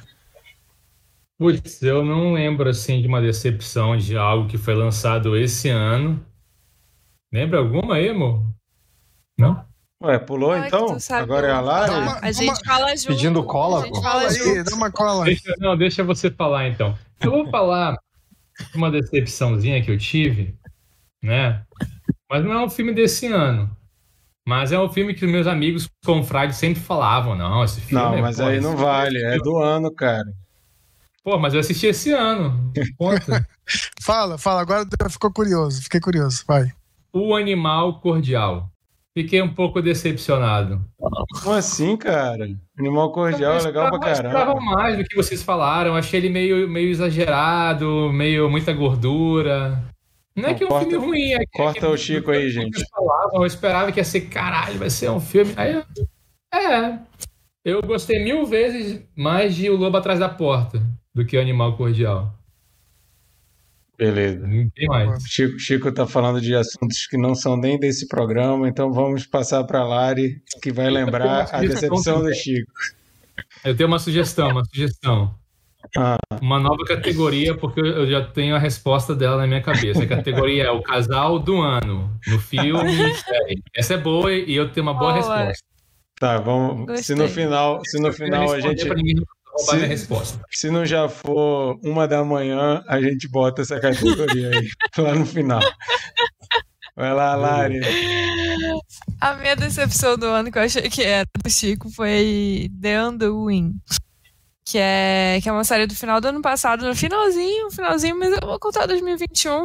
[SPEAKER 3] Putz, eu não lembro assim de uma decepção de algo que foi lançado esse ano. Lembra alguma aí, amor? Não?
[SPEAKER 2] Ué, pulou
[SPEAKER 8] Ai, que
[SPEAKER 2] então?
[SPEAKER 8] tu sabe
[SPEAKER 2] Agora é a
[SPEAKER 8] onde.
[SPEAKER 2] Lari?
[SPEAKER 7] Dá uma-
[SPEAKER 8] A gente fala junto.
[SPEAKER 9] Pedindo cola,
[SPEAKER 8] A gente
[SPEAKER 9] pô.
[SPEAKER 8] fala
[SPEAKER 7] Fala aí,
[SPEAKER 8] junto.
[SPEAKER 7] dá uma cola.
[SPEAKER 3] Deixa, não, deixa você falar então. Eu vou falar de uma decepçãozinha que eu tive, né? Mas não é um filme desse ano. Mas é um filme que os meus amigos confrades sempre falavam. Não, esse filme
[SPEAKER 2] Não,
[SPEAKER 3] é,
[SPEAKER 2] mas
[SPEAKER 3] pô,
[SPEAKER 2] aí
[SPEAKER 3] esse
[SPEAKER 2] não
[SPEAKER 3] filme
[SPEAKER 2] vale.
[SPEAKER 3] é
[SPEAKER 2] É do ano, cara.
[SPEAKER 3] Pô, mas eu assisti esse ano. Conta.
[SPEAKER 7] Fala, fala, agora ficou curioso, fiquei curioso, vai.
[SPEAKER 3] O Animal Cordial. Fiquei um pouco decepcionado.
[SPEAKER 2] Como assim, cara? Animal Cordial é legal pra
[SPEAKER 3] Eu esperava
[SPEAKER 2] caramba.
[SPEAKER 3] mais do que vocês falaram. Achei ele meio, meio exagerado, meio muita gordura. Não é
[SPEAKER 2] Não,
[SPEAKER 3] que é um
[SPEAKER 2] corta-
[SPEAKER 3] filme ruim. É que,
[SPEAKER 2] corta
[SPEAKER 3] é que,
[SPEAKER 2] o Chico aí,
[SPEAKER 3] que
[SPEAKER 2] gente.
[SPEAKER 3] vocês falavam, eu esperava que ia ser, caralho, vai ser um filme. Aí, eu- é. Eu gostei mil vezes mais de O Lobo Atrás da Porta do que o Animal Cordial.
[SPEAKER 2] Beleza.
[SPEAKER 3] Não tem mais.
[SPEAKER 2] Chico, Chico tá falando de assuntos que não são nem desse programa, então vamos passar para Lari, que vai lembrar a decepção do Chico.
[SPEAKER 3] Eu tenho uma sugestão, uma sugestão.
[SPEAKER 2] Ah.
[SPEAKER 3] Uma nova categoria, porque eu já tenho a resposta dela na minha cabeça. A categoria é o casal do ano, no filme e série. Essa é boa e eu tenho uma boa
[SPEAKER 8] Boa.
[SPEAKER 3] resposta.
[SPEAKER 2] Tá, vamos.
[SPEAKER 8] Gostei.
[SPEAKER 2] Se no final, se no
[SPEAKER 3] Eu quero
[SPEAKER 2] final a
[SPEAKER 3] responder
[SPEAKER 2] gente,
[SPEAKER 3] pra ninguém roubar
[SPEAKER 2] se-
[SPEAKER 3] minha resposta.
[SPEAKER 2] se não já for uma da manhã, a gente bota essa categoria aí lá no final. Vai lá, Lari.
[SPEAKER 8] A minha decepção do ano que eu achei que era do Chico foi The Undoing. Que é, que é uma série do final do ano passado, no finalzinho, finalzinho, mas eu vou contar dois mil e vinte e um.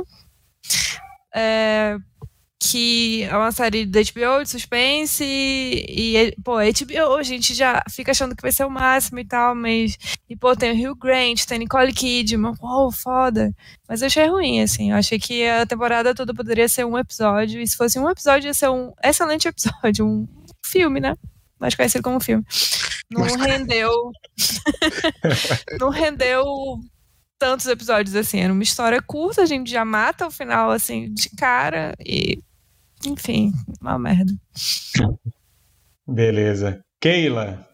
[SPEAKER 8] É, que é uma série da H B O de suspense e, e, pô, a H B O, a gente já fica achando que vai ser o máximo e tal, mas e, pô, tem o Hugh Grant, tem Nicole Kidman, uau, foda. Mas eu achei ruim, assim, eu achei que a temporada toda poderia ser um episódio, e se fosse um episódio ia ser um excelente episódio, um filme, né? Mais conhecido como filme. Não rendeu. Não rendeu tantos episódios assim. Era uma história curta, a gente já mata o final assim de cara e. Enfim, uma merda.
[SPEAKER 2] Beleza. Keila.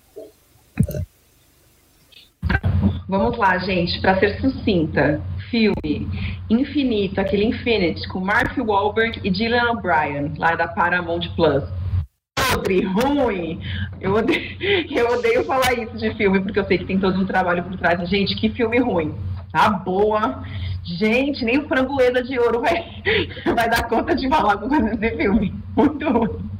[SPEAKER 5] Vamos lá, gente, para ser sucinta. Filme Infinito, aquele Infinity, com Mark Wahlberg e Gillian O'Brien, lá da Paramount Plus. podre, ruim. Eu odeio, eu odeio falar isso de filme, porque eu sei que tem todo um trabalho por trás. Gente, que filme ruim. Tá boa. Gente, nem o Framboesa de Ouro vai, vai dar conta de falar com coisa desse filme. Muito ruim.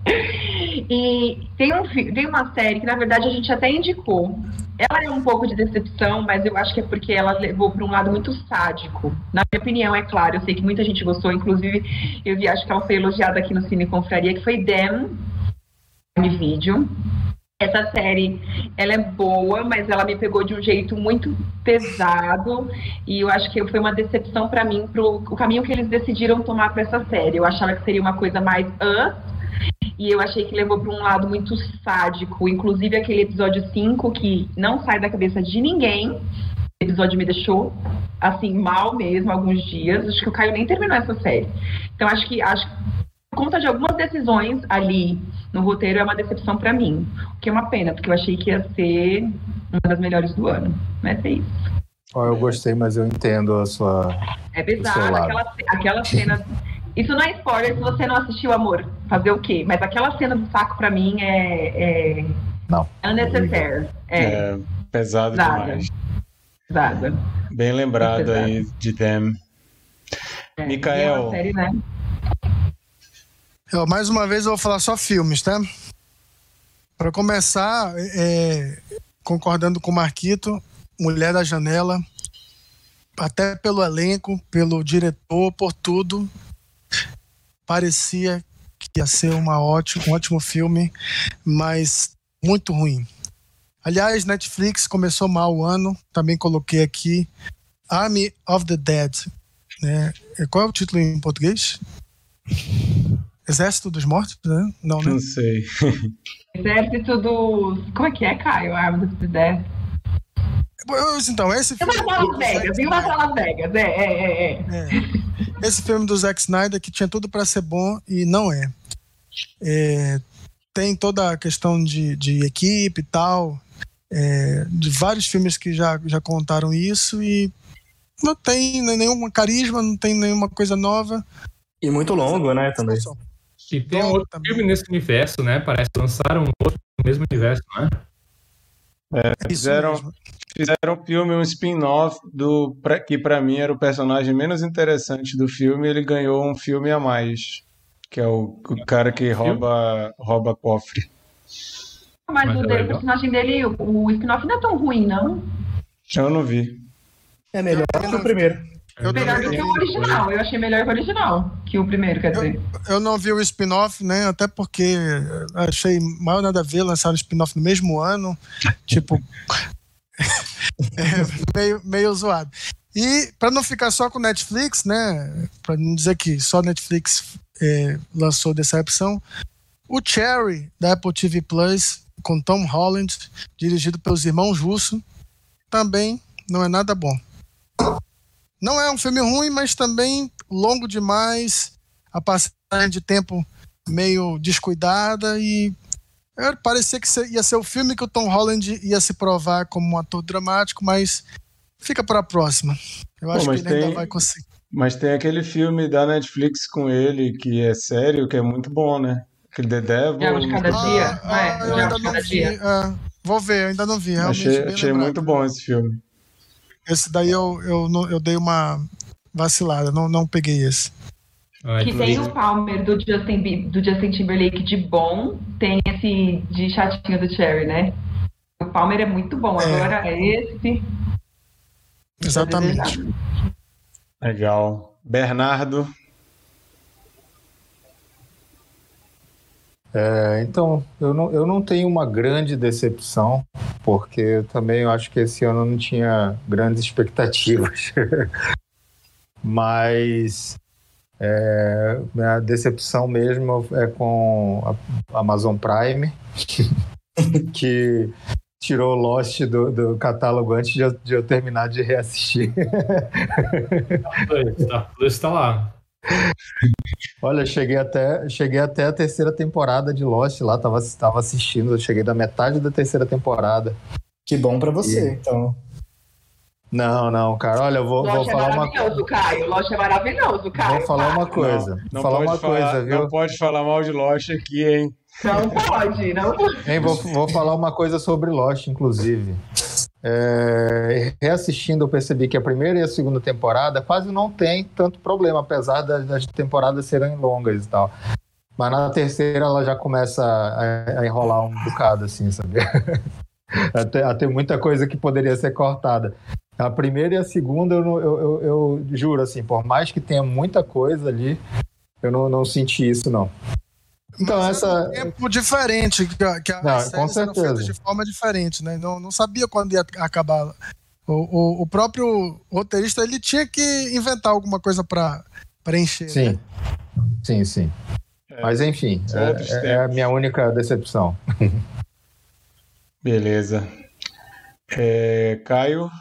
[SPEAKER 5] E tem, um, tem uma série que, na verdade, a gente até indicou. Ela é um pouco de decepção, mas eu acho que é porque ela levou para um lado muito sádico. Na minha opinião, é claro, eu sei que muita gente gostou, inclusive eu vi, acho que ela foi elogiada aqui no Cine Confraria, que foi Them, Video. Essa série, ela é boa, mas ela me pegou de um jeito muito pesado e eu acho que foi uma decepção para mim, pro o caminho que eles decidiram tomar para essa série. Eu achava que seria uma coisa mais Us, e eu achei que levou para um lado muito sádico, inclusive aquele episódio cinco que não sai da cabeça de ninguém. O episódio me deixou, assim, mal mesmo alguns dias. Acho que o Caio nem terminou essa série. Então, acho que, acho que por conta de algumas decisões ali no roteiro, é uma decepção para mim. O que é uma pena, porque eu achei que ia ser uma das melhores do ano. Mas é isso.
[SPEAKER 9] Oh, eu gostei, mas eu entendo a sua...
[SPEAKER 5] É pesado, aquela, aquela cena... Isso não é spoiler se você não assistiu, amor. Fazer o quê? Mas aquela cena do saco, pra mim, é... é...
[SPEAKER 9] Não.
[SPEAKER 5] Unnecessary. É,
[SPEAKER 2] É pesado
[SPEAKER 5] pesada.
[SPEAKER 2] demais.
[SPEAKER 5] Pesada.
[SPEAKER 2] Bem lembrado
[SPEAKER 5] Pesado.
[SPEAKER 2] aí de Them.
[SPEAKER 5] É,
[SPEAKER 2] Micael.
[SPEAKER 5] e é uma série, né?
[SPEAKER 7] Eu, mais uma vez eu vou falar só filmes, tá? Para começar, é, concordando com o Marquito, Mulher da Janela, até pelo elenco, pelo diretor, por tudo, parecia que ia ser uma ótimo, um ótimo filme, mas muito ruim. Aliás, Netflix começou mal o ano, também coloquei aqui, Army of the Dead. Né? Qual é o título em português? Exército dos Mortos, né? Não, né?
[SPEAKER 2] Não sei.
[SPEAKER 5] Exército dos... Como é que é, Caio? Arma dos Dead.
[SPEAKER 7] Então, esse filme...
[SPEAKER 5] Viu Las Vegas, viu Las Vegas, é, é, é, é.
[SPEAKER 7] é. Esse filme do Zack Snyder que tinha tudo para ser bom e não é. é. Tem toda a questão de, de equipe e tal, é, de vários filmes que já, já contaram isso e não tem nenhum carisma, não tem nenhuma coisa nova.
[SPEAKER 4] E muito longo, né, também.
[SPEAKER 3] E tem um outro também. Filme nesse universo, né? Parece que lançaram um outro no mesmo universo, não é?
[SPEAKER 2] É, fizeram, fizeram um filme, um spin-off do que pra mim era o personagem menos interessante do filme. Ele ganhou um filme a mais, que é o, o cara que rouba, rouba cofre.
[SPEAKER 5] Mas, Mas o, dele, o personagem dele, o, o spin-off não é tão ruim, não?
[SPEAKER 2] Eu não vi.
[SPEAKER 4] É melhor que o primeiro.
[SPEAKER 5] Eu melhor do que o original. Eu achei melhor que o original, que o primeiro, quer dizer.
[SPEAKER 7] Eu, eu não vi o spin-off, né? Até porque achei mal nada a ver lançar o spin-off no mesmo ano. Tipo, é, meio, meio zoado. E para não ficar só com Netflix, né? Para não dizer que só Netflix é, lançou decepção, o Cherry da Apple T V Plus com Tom Holland, dirigido pelos irmãos Russo, também não é nada bom. Não é um filme ruim, mas também longo demais, a passagem de tempo meio descuidada e parecia que ia ser o filme que o Tom Holland ia se provar como um ator dramático, mas fica para a próxima. Eu acho Pô, que ele tem, ainda vai conseguir.
[SPEAKER 2] Mas tem aquele filme da Netflix com ele que é sério, que é muito bom, né? Aquele The Devil.
[SPEAKER 5] Diabo de cada dia.
[SPEAKER 7] Ah, ah, é, eu ainda não vi. Ah, vou ver, eu ainda não vi.
[SPEAKER 2] Achei, achei muito bom esse filme.
[SPEAKER 7] Esse daí eu, eu, eu dei uma vacilada, não, não peguei esse.
[SPEAKER 5] Que tem o Palmer do Justin, do Justin Timberlake de bom, tem esse de chatinho do Cherry, né? O Palmer é muito bom, é. Agora esse...
[SPEAKER 7] Exatamente.
[SPEAKER 2] Legal. Bernardo?
[SPEAKER 9] É, então, eu não, eu não tenho uma grande decepção, porque eu também eu acho que esse ano não tinha grandes expectativas. Mas é, a decepção mesmo é com a Amazon Prime, que tirou Lost do, do catálogo antes de eu, de eu terminar de reassistir.
[SPEAKER 3] Está lá.
[SPEAKER 9] Olha, cheguei até, cheguei até a terceira temporada de Lost lá, tava, tava assistindo, eu cheguei da metade da terceira temporada.
[SPEAKER 4] Que bom pra você, e... então.
[SPEAKER 9] Não, não, cara. Olha, eu vou, vou
[SPEAKER 5] Lost é
[SPEAKER 9] falar uma
[SPEAKER 5] maravilhoso, Caio. Lost é maravilhoso, Caio.
[SPEAKER 9] Vou falar uma
[SPEAKER 5] Para.
[SPEAKER 9] coisa.
[SPEAKER 2] Não, não
[SPEAKER 9] Vou falar
[SPEAKER 2] pode
[SPEAKER 9] uma
[SPEAKER 2] falar,
[SPEAKER 9] coisa, viu?
[SPEAKER 2] não pode falar mal de Lost aqui, hein?
[SPEAKER 5] Não pode, não pode.
[SPEAKER 9] Hein, vou, vou falar uma coisa sobre Lost, inclusive. É, reassistindo, eu percebi que a primeira e a segunda temporada quase não tem tanto problema, apesar das, das temporadas serem longas e tal. Mas na terceira ela já começa a, a enrolar um bocado, assim, sabe? Até, até muita coisa que poderia ser cortada. A primeira e a segunda, eu, eu, eu, eu juro, assim, por mais que tenha muita coisa ali, eu não, não senti isso, não. Então,
[SPEAKER 7] Mas
[SPEAKER 9] essa.
[SPEAKER 7] era um tempo diferente, que, a- que
[SPEAKER 9] Não,
[SPEAKER 7] as
[SPEAKER 9] com
[SPEAKER 7] séries eram
[SPEAKER 9] certeza.
[SPEAKER 7] feitas de forma diferente, né? Não, não sabia quando ia acabar. O, o, o próprio roteirista, ele tinha que inventar alguma coisa para preencher,
[SPEAKER 9] Sim,
[SPEAKER 7] né?
[SPEAKER 9] sim, sim. Mas, enfim,
[SPEAKER 2] São outros
[SPEAKER 9] é, é a
[SPEAKER 2] tempos.
[SPEAKER 9] minha única decepção.
[SPEAKER 2] Beleza. É, Caio?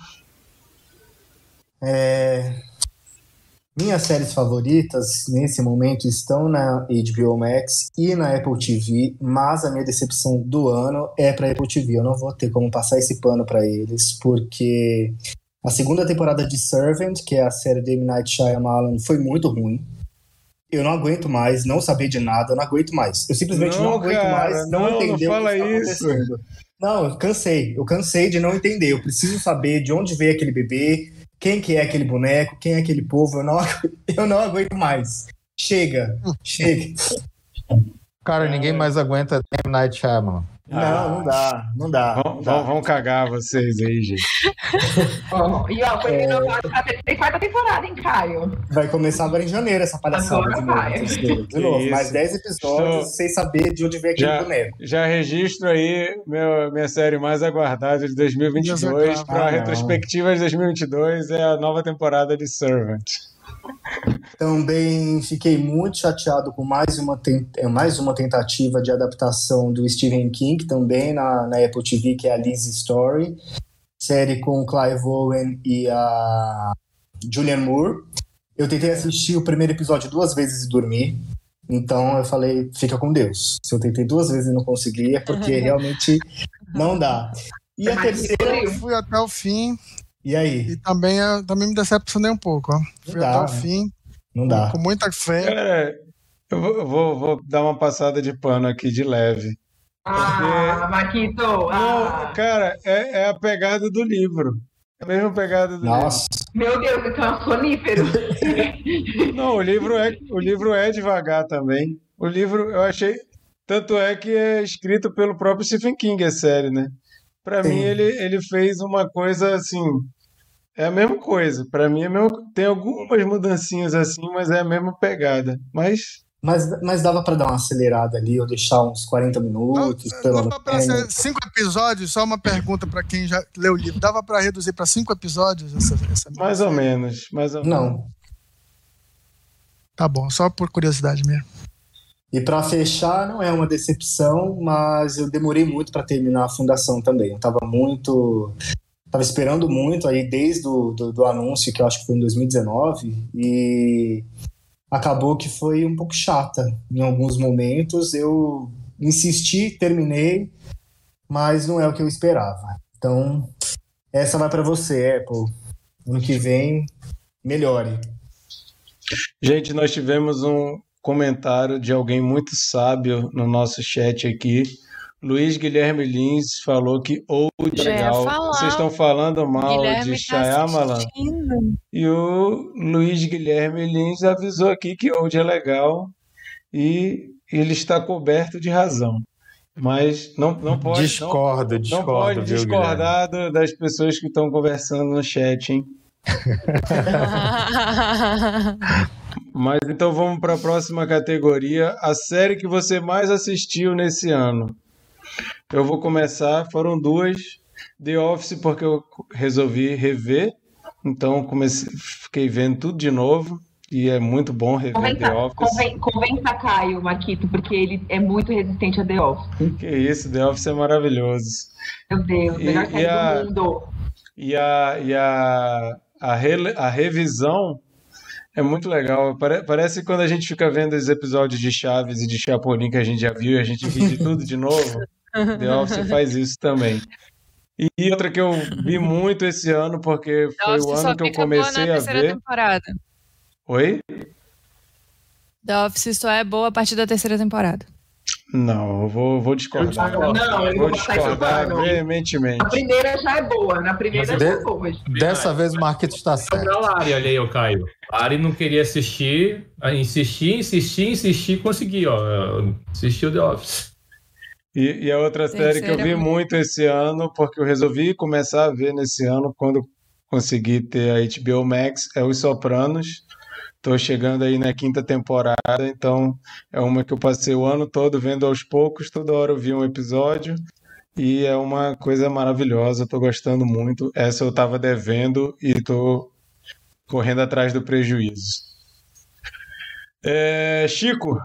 [SPEAKER 4] É, minhas séries favoritas nesse momento estão na H B O Max e na Apple T V, mas a minha decepção do ano é para Apple T V. Eu não vou ter como passar esse pano para eles, porque a segunda temporada de Servant, que é a série de M. Night Shyamalan, foi muito ruim. Eu não aguento mais não saber de nada, eu não aguento mais. Eu simplesmente não,
[SPEAKER 2] Não,
[SPEAKER 4] aguento
[SPEAKER 2] cara,
[SPEAKER 4] mais não,
[SPEAKER 2] não, não
[SPEAKER 4] entender
[SPEAKER 2] fala
[SPEAKER 4] o que está
[SPEAKER 2] isso.
[SPEAKER 4] acontecendo. Não, eu cansei. Eu cansei de não entender. Eu preciso saber de onde veio aquele bebê, quem que é aquele boneco, quem é aquele povo. Eu não, eu não aguento mais. Chega, chega.
[SPEAKER 9] Cara, ninguém mais aguenta M. Night Shyamalan.
[SPEAKER 4] Não, não dá, não dá.
[SPEAKER 2] Vão,
[SPEAKER 4] não
[SPEAKER 2] vão,
[SPEAKER 4] dá.
[SPEAKER 2] vão cagar vocês aí, gente.
[SPEAKER 5] Ó, e ó,
[SPEAKER 4] É.
[SPEAKER 5] foi renovado pra terceira e quarta temporada, hein, Caio?
[SPEAKER 4] Vai começar agora em janeiro essa palhaçada
[SPEAKER 5] Agora
[SPEAKER 4] de novo.
[SPEAKER 5] vai.
[SPEAKER 4] terceiro, De
[SPEAKER 2] Que
[SPEAKER 4] novo,
[SPEAKER 2] isso.
[SPEAKER 4] mais dez episódios
[SPEAKER 2] Estou-
[SPEAKER 4] sem saber de onde veio aquele
[SPEAKER 2] Já,
[SPEAKER 4] boneco.
[SPEAKER 2] já registro aí meu, minha série mais aguardada de dois mil e vinte e dois para a
[SPEAKER 4] Ah, não.
[SPEAKER 2] retrospectiva de dois mil e vinte e dois, é a nova temporada de Servant.
[SPEAKER 4] Também fiquei muito chateado com mais uma, ten- é, mais uma tentativa de adaptação do Stephen King, também na, na Apple T V, que é a Lizzie Story, série com o Clive Owen e a Julianne Moore. Eu tentei assistir o primeiro episódio duas vezes e dormi, então eu falei, fica com Deus. Se eu tentei duas vezes e não consegui, é porque realmente não dá. E a
[SPEAKER 5] Mas
[SPEAKER 4] terceira...
[SPEAKER 7] Eu fui até o fim
[SPEAKER 4] E aí?
[SPEAKER 7] e também, eu, também me decepcionei um pouco, ó. Fui
[SPEAKER 4] dá,
[SPEAKER 7] até o
[SPEAKER 4] né?
[SPEAKER 7] fim,
[SPEAKER 4] Não dá.
[SPEAKER 7] com muita fé.
[SPEAKER 2] Cara, eu vou, eu vou, vou dar uma passada de pano aqui de leve.
[SPEAKER 5] Ah, Marquito!
[SPEAKER 2] Não,
[SPEAKER 5] Ah.
[SPEAKER 2] cara, é, é a pegada do livro. É a mesma pegada do
[SPEAKER 4] Nossa,
[SPEAKER 5] Meu Deus, então é um sonífero.
[SPEAKER 2] livro. Não, o livro é, o livro é devagar também. O livro, eu achei. Tanto é que é escrito pelo próprio Stephen King, a série, né? Pra
[SPEAKER 4] Sim.
[SPEAKER 2] mim, ele, ele fez uma coisa assim. É a mesma coisa. Pra mim, é a mesma, tem algumas mudancinhas assim, mas é a mesma pegada. Mas.
[SPEAKER 4] mas, mas dava pra dar uma acelerada ali, ou deixar uns quarenta minutos,
[SPEAKER 7] Não,
[SPEAKER 4] pelo
[SPEAKER 7] dava para
[SPEAKER 4] menos.
[SPEAKER 7] ser cinco episódios, só uma pergunta para quem já leu o livro. Dava para reduzir para cinco episódios essa, essa
[SPEAKER 2] Mais ou menos. Mais ou menos.
[SPEAKER 4] Não.
[SPEAKER 7] Tá bom, só por curiosidade mesmo.
[SPEAKER 4] E pra fechar, não é uma decepção, mas eu demorei muito pra terminar a fundação também. Eu tava muito. Tava esperando muito aí desde o do, do anúncio, que eu acho que foi em dois mil e dezenove, e acabou que foi um pouco chata em alguns momentos. Eu insisti, terminei, mas não é o que eu esperava. Então, essa vai pra você, Apple. Ano que vem, melhore.
[SPEAKER 2] Gente, nós tivemos um comentário de alguém muito sábio no nosso chat aqui. Luiz Guilherme Lins falou que Old é
[SPEAKER 8] Já ia
[SPEAKER 2] legal.
[SPEAKER 8] falar.
[SPEAKER 2] Vocês estão falando mal
[SPEAKER 8] Guilherme
[SPEAKER 2] de
[SPEAKER 8] tá
[SPEAKER 2] Shyamalan?
[SPEAKER 8] assistindo.
[SPEAKER 2] E o Luiz Guilherme Lins avisou aqui que Old é legal e ele está coberto de razão. Mas não, não pode,
[SPEAKER 9] Discordo,
[SPEAKER 2] não,
[SPEAKER 9] discordo,
[SPEAKER 2] não pode
[SPEAKER 9] viu,
[SPEAKER 2] discordar do- das pessoas que estão conversando no chat, hein? Mas então vamos para a próxima categoria, a série que você mais assistiu nesse ano. Eu vou começar, foram duas, The Office porque eu resolvi rever, então comecei, fiquei vendo tudo de novo e é muito bom rever The
[SPEAKER 5] Convença,
[SPEAKER 2] Office.
[SPEAKER 5] conven, convença Caio, Marquito, porque ele é muito resistente a The Office.
[SPEAKER 2] Que isso, The Office é maravilhoso.
[SPEAKER 5] Meu Deus,
[SPEAKER 2] E-
[SPEAKER 5] melhor
[SPEAKER 2] e
[SPEAKER 5] série
[SPEAKER 2] a-
[SPEAKER 5] do mundo.
[SPEAKER 2] E a, e a, a, rele- a revisão é muito legal. Pare- Parece quando a gente fica vendo os episódios de Chaves e de Chapolin que a gente já viu e a gente ri de tudo de novo. The Office faz isso também. E outra que eu vi muito esse ano, porque
[SPEAKER 8] The
[SPEAKER 2] foi
[SPEAKER 8] Office
[SPEAKER 2] o
[SPEAKER 8] só
[SPEAKER 2] ano que eu
[SPEAKER 8] fica boa na
[SPEAKER 2] comecei a
[SPEAKER 8] terceira
[SPEAKER 2] ver.
[SPEAKER 8] temporada.
[SPEAKER 2] Oi?
[SPEAKER 8] The Office só é boa a partir da terceira temporada.
[SPEAKER 2] Não, eu vou, vou discordar.
[SPEAKER 5] Não, eu
[SPEAKER 2] Vou
[SPEAKER 5] vou botar isso
[SPEAKER 2] discordar
[SPEAKER 5] fora, não.
[SPEAKER 2] veementemente.
[SPEAKER 5] A primeira já é boa, na primeira
[SPEAKER 9] Mas
[SPEAKER 5] já é
[SPEAKER 9] de-
[SPEAKER 5] boa.
[SPEAKER 9] Dessa vez o Marquito está certo.
[SPEAKER 3] Pra Lari, olha aí, o Caio. A Lari não queria assistir, aí insistir, insistir, insistir, consegui, ó. Assistiu The Office.
[SPEAKER 2] E, e a outra série que eu vi
[SPEAKER 8] Terceira.
[SPEAKER 2] muito esse ano, porque eu resolvi começar a ver nesse ano, quando consegui ter a H B O Max, é Os Sopranos. Tô chegando aí na quinta temporada, então é uma que eu passei o ano todo vendo aos poucos, toda hora eu vi um episódio, e é uma coisa maravilhosa, tô gostando muito. Essa eu tava devendo e tô correndo atrás do prejuízo. É, Chico,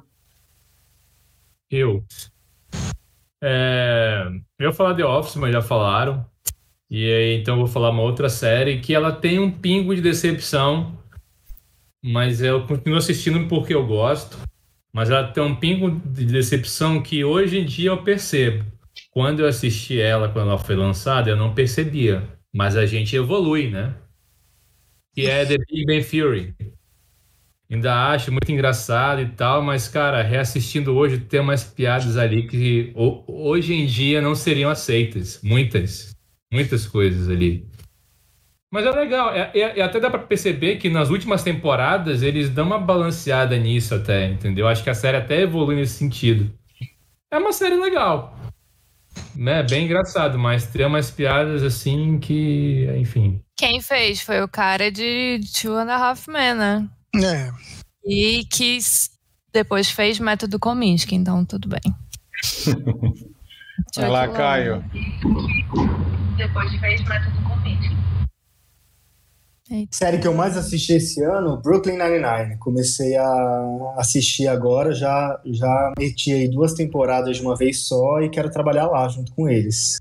[SPEAKER 3] Eu. É, eu ia falar The Office, mas já falaram. E aí, então eu vou falar uma outra série que ela tem um pingo de decepção, mas eu continuo assistindo porque eu gosto. Mas ela tem um pingo de decepção que hoje em dia eu percebo. Quando eu assisti ela, quando ela foi lançada, eu não percebia. Mas a gente evolui, né? Que é The Big Bang Theory. Ainda acho muito engraçado e tal, mas, cara, reassistindo hoje, tem umas piadas ali que ho- hoje em dia não seriam aceitas. Muitas. Muitas coisas ali. Mas é legal. É, é- é até dá pra perceber que nas últimas temporadas eles dão uma balanceada nisso até, entendeu? Acho que a série até evolui nesse sentido. É uma série legal. Né? Bem engraçado, mas tem umas piadas assim que, enfim.
[SPEAKER 8] Quem fez foi o cara de Two and a Half Men, né?
[SPEAKER 7] É,
[SPEAKER 8] E que s- depois fez Método Kominsky, então tudo bem.
[SPEAKER 2] vai lá, Caio.
[SPEAKER 5] Depois fez Método Kominsky.
[SPEAKER 4] Série que eu mais assisti esse ano, Brooklyn Nine-Nine. Comecei a assistir agora, já, já meti aí duas temporadas de uma vez só e quero trabalhar lá junto com eles.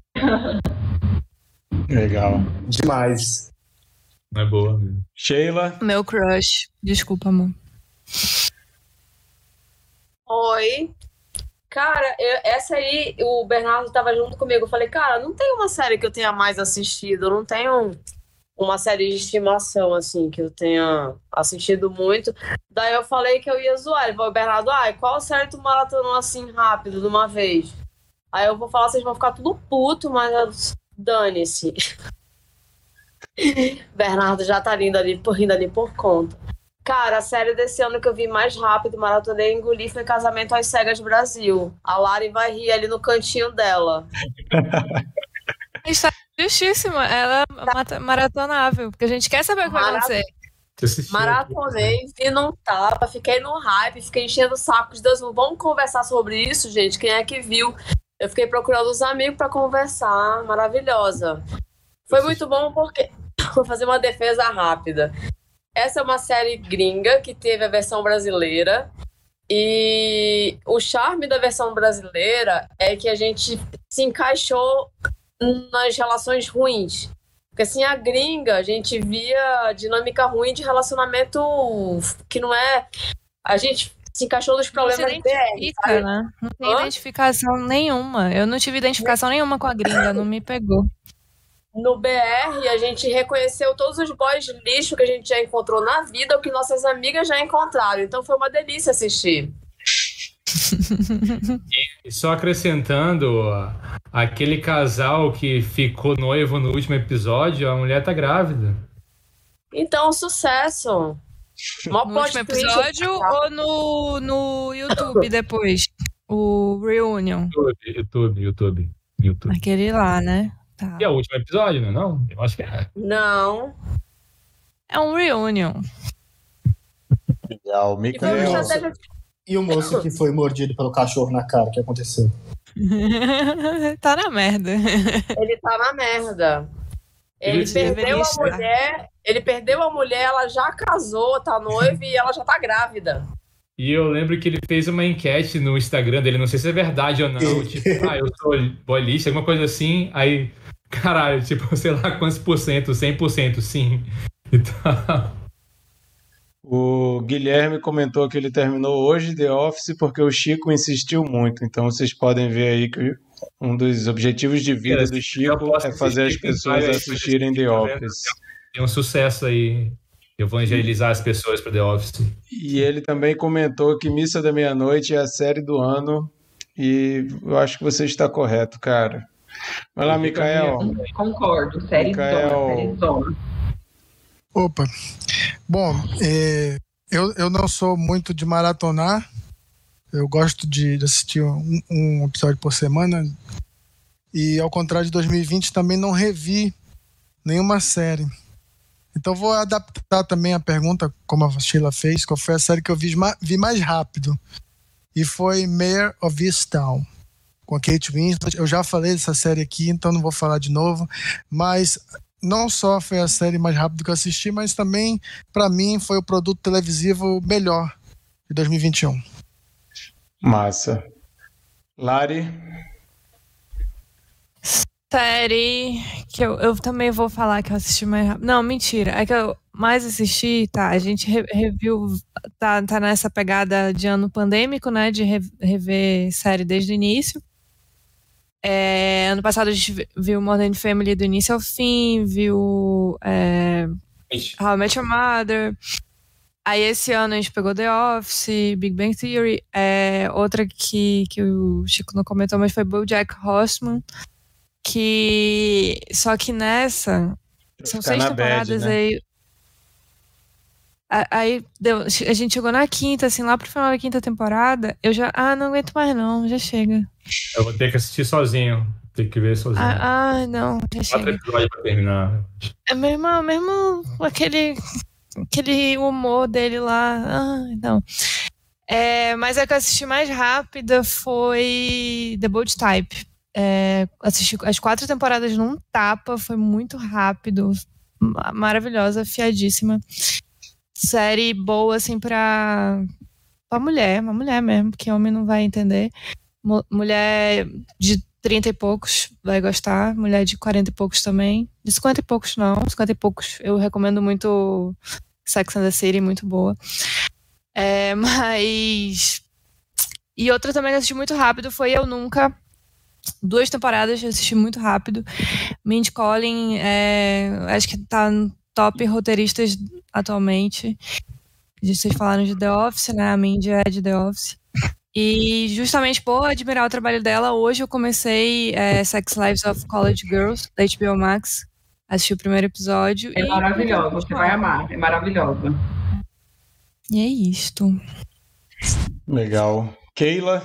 [SPEAKER 2] Legal.
[SPEAKER 4] Demais.
[SPEAKER 3] Não é boa mesmo.
[SPEAKER 2] Sheila,
[SPEAKER 8] Meu crush. Desculpa, amor.
[SPEAKER 6] Oi. Cara, eu- essa aí, o Bernardo tava junto comigo. Eu falei, cara, não tem uma série que eu tenha mais assistido. Eu não tenho uma série de estimação, assim, que eu tenha assistido muito. Daí eu falei que eu ia zoar. Ele falou, Bernardo, ai, qual série tu maratonou assim rápido, de uma vez? Aí eu vou falar, vocês vão ficar tudo puto, mas dane-se. Bernardo já tá rindo ali, por- rindo ali por conta. Cara, a série desse ano que eu vi mais rápido, maratonei e engoli, foi Casamento às Cegas Brasil. A Lari vai rir ali no cantinho dela.
[SPEAKER 8] Está justíssima. Ela é mata- maratonável, porque a gente quer saber o que vai
[SPEAKER 6] Mara-
[SPEAKER 8] acontecer.
[SPEAKER 3] Você assistiu?
[SPEAKER 6] Maratonei, vi num tapa, fiquei no hype, fiquei enchendo o saco de Deus. Vamos conversar sobre isso, gente? Quem é que viu? Eu fiquei procurando os amigos pra conversar. Maravilhosa. Foi muito bom porque vou fazer uma defesa rápida. Essa é uma série gringa que teve a versão brasileira. E o charme da versão brasileira é que a gente se encaixou nas relações ruins. Porque assim, a gringa, a gente via dinâmica ruim de relacionamento que não é. A gente se encaixou nos
[SPEAKER 8] Não se
[SPEAKER 6] problemas B R,
[SPEAKER 8] identifica,
[SPEAKER 6] sabe?
[SPEAKER 8] né? Não tem
[SPEAKER 6] Hã?
[SPEAKER 8] identificação nenhuma. Eu não tive identificação nenhuma com a gringa, não me pegou.
[SPEAKER 6] No B R, a gente reconheceu todos os boys de lixo que a gente já encontrou na vida ou que nossas amigas já encontraram. Então foi uma delícia assistir.
[SPEAKER 3] E só acrescentando, ó, aquele casal que ficou noivo no último episódio, a mulher tá grávida.
[SPEAKER 6] Então, sucesso. Mó
[SPEAKER 8] No
[SPEAKER 6] plot
[SPEAKER 8] último
[SPEAKER 6] twist.
[SPEAKER 8] episódio ou no, no YouTube depois? O Reunion.
[SPEAKER 3] YouTube, YouTube, YouTube. YouTube.
[SPEAKER 8] Aquele lá, né? Tá.
[SPEAKER 3] E é o último episódio, não é não? Eu acho que é.
[SPEAKER 6] Não.
[SPEAKER 8] É um Reunion.
[SPEAKER 9] Legal,
[SPEAKER 6] E
[SPEAKER 9] Mica.
[SPEAKER 6] foi uma
[SPEAKER 4] Legal.
[SPEAKER 6] estratégia.
[SPEAKER 4] E o moço que foi mordido pelo cachorro na cara, o que aconteceu?
[SPEAKER 8] Tá na merda.
[SPEAKER 6] Ele tá na merda. Ele
[SPEAKER 3] Ele
[SPEAKER 6] perdeu
[SPEAKER 8] deveria
[SPEAKER 6] a
[SPEAKER 8] estar.
[SPEAKER 6] mulher. Ele perdeu a mulher, ela já casou, tá noiva e ela já tá grávida.
[SPEAKER 3] E eu lembro que ele fez uma enquete no Instagram dele, não sei se é verdade ou não, tipo, ah, eu sou boliche, alguma coisa assim, aí, caralho, tipo, sei lá quantos por cento, cem por cento, sim. Então,
[SPEAKER 2] O Guilherme comentou que ele terminou hoje The Office porque o Chico insistiu muito. Então vocês podem ver aí que Um dos objetivos de vida do Chico é fazer as pessoas assistirem The Office.
[SPEAKER 3] Tem um sucesso aí, evangelizar as pessoas para The Office.
[SPEAKER 2] E ele também comentou que Missa da Meia-Noite é a série do ano, e eu acho que você está correto, cara. Vai lá, Mikael.
[SPEAKER 5] Concordo, série
[SPEAKER 2] Mikael.
[SPEAKER 5] zona, série zona.
[SPEAKER 7] Opa. Bom, é, eu, eu não sou muito de maratonar. Eu gosto de, de assistir um, um episódio por semana. E ao contrário de dois mil e vinte, também não revi nenhuma série. Então vou adaptar também a pergunta, como a Sheila fez, qual foi a série que eu vi, vi mais rápido. E foi Mare of Easttown, com a Kate Winslet. Eu já falei dessa série aqui, então não vou falar de novo. Mas não só foi a série mais rápida que eu assisti, mas também, para mim, foi o produto televisivo melhor de dois mil e vinte e um.
[SPEAKER 2] Massa. Lari?
[SPEAKER 8] Série que eu, eu também vou falar que eu assisti mais rápido. Não, mentira. É que eu mais assisti, tá? A gente re, reviu, tá, tá nessa pegada de ano pandêmico, né? De re, rever série desde o início. É, ano passado a gente viu Modern Family do início ao fim, viu é, How I Met Your Mother. Aí esse ano a gente pegou The Office, Big Bang Theory. É, outra que, que o Chico não comentou, mas foi BoJack Horseman. Que só que nessa são seis temporadas, né? aí aí deu, a gente chegou na quinta, assim, lá pro final da quinta temporada, eu já, ah, não aguento mais não, já chega.
[SPEAKER 3] Eu vou ter que assistir sozinho, ter que ver sozinho.
[SPEAKER 8] Ah, ah não, já
[SPEAKER 3] Quatro
[SPEAKER 8] chega.
[SPEAKER 3] episódios pra terminar.
[SPEAKER 8] É mesmo, mesmo aquele aquele humor dele lá, ah, não. É, mas a que eu assisti mais rápida foi The Bold Type. É, assisti as quatro temporadas num tapa, foi muito rápido, maravilhosa, afiadíssima. Série boa, assim, pra, pra mulher, uma mulher mesmo, porque homem não vai entender. Mulher de trinta e poucos vai gostar, mulher de quarenta e poucos também. De cinquenta e poucos não, cinquenta e poucos eu recomendo muito Sex and the City, muito boa. É, mas... E outra também que eu assisti muito rápido foi Eu Nunca. Duas temporadas, eu assisti muito rápido. Mindy Kaling, é, acho que tá no top roteiristas atualmente. Vocês falaram de The Office, né? A Mindy é de The Office. E justamente por admirar o trabalho dela, hoje eu comecei é, Sex Lives of College Girls, da H B O Max. Assisti o primeiro episódio.
[SPEAKER 5] É maravilhosa, você vai amar, é maravilhosa.
[SPEAKER 8] E é isto.
[SPEAKER 2] Legal. Keila?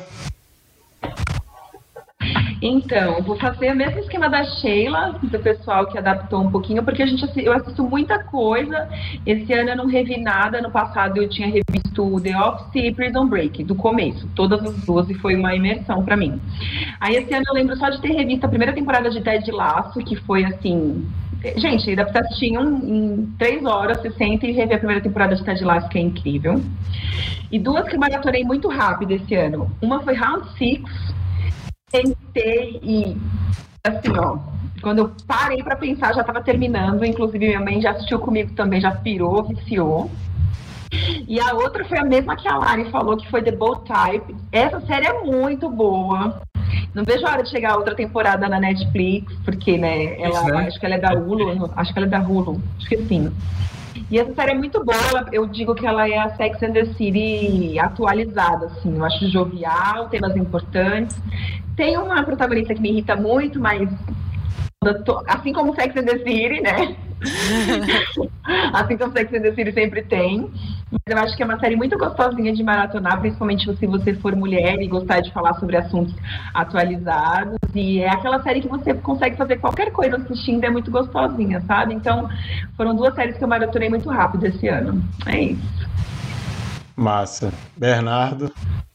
[SPEAKER 5] Então, vou fazer o mesmo esquema da Sheila, do pessoal que adaptou um pouquinho, porque a gente, eu assisto muita coisa. Esse ano eu não revi nada, no passado eu tinha revisto The Office e Prison Break, do começo, todas as duas, e foi uma imersão pra mim. Aí esse ano eu lembro só de ter revisto a primeira temporada de Ted Lasso, que foi assim... Gente, dá pra assistir em, um, em três horas, você senta e rever a primeira temporada de Ted Lasso, que é incrível. E duas que eu maratonei muito rápido esse ano. Uma foi Round Six. Tentei e, assim, ó, quando eu parei pra pensar, já tava terminando. Inclusive, minha mãe já assistiu comigo também, já pirou, viciou. E a outra foi a mesma que a Lari falou, que foi The Bold Type. Essa série é muito boa. Não vejo a hora de chegar a outra temporada na Netflix, porque, né, ela, Isso, né? acho que ela é da Hulu, acho que ela é da Hulu, acho que sim. E essa série é muito boa, eu digo que ela é a Sex and the City atualizada, assim, eu acho jovial, temas importantes. Tem uma protagonista que me irrita muito, mas assim como Sex and the City, né? Assim como Sex and the City sempre tem. Mas eu acho que é uma série muito gostosinha de maratonar, principalmente se você for mulher e gostar de falar sobre assuntos atualizados. E é aquela série que você consegue fazer qualquer coisa assistindo, é muito gostosinha, sabe? Então, foram duas séries que eu maratonei muito rápido esse ano. É isso.
[SPEAKER 2] Massa. Bernardo?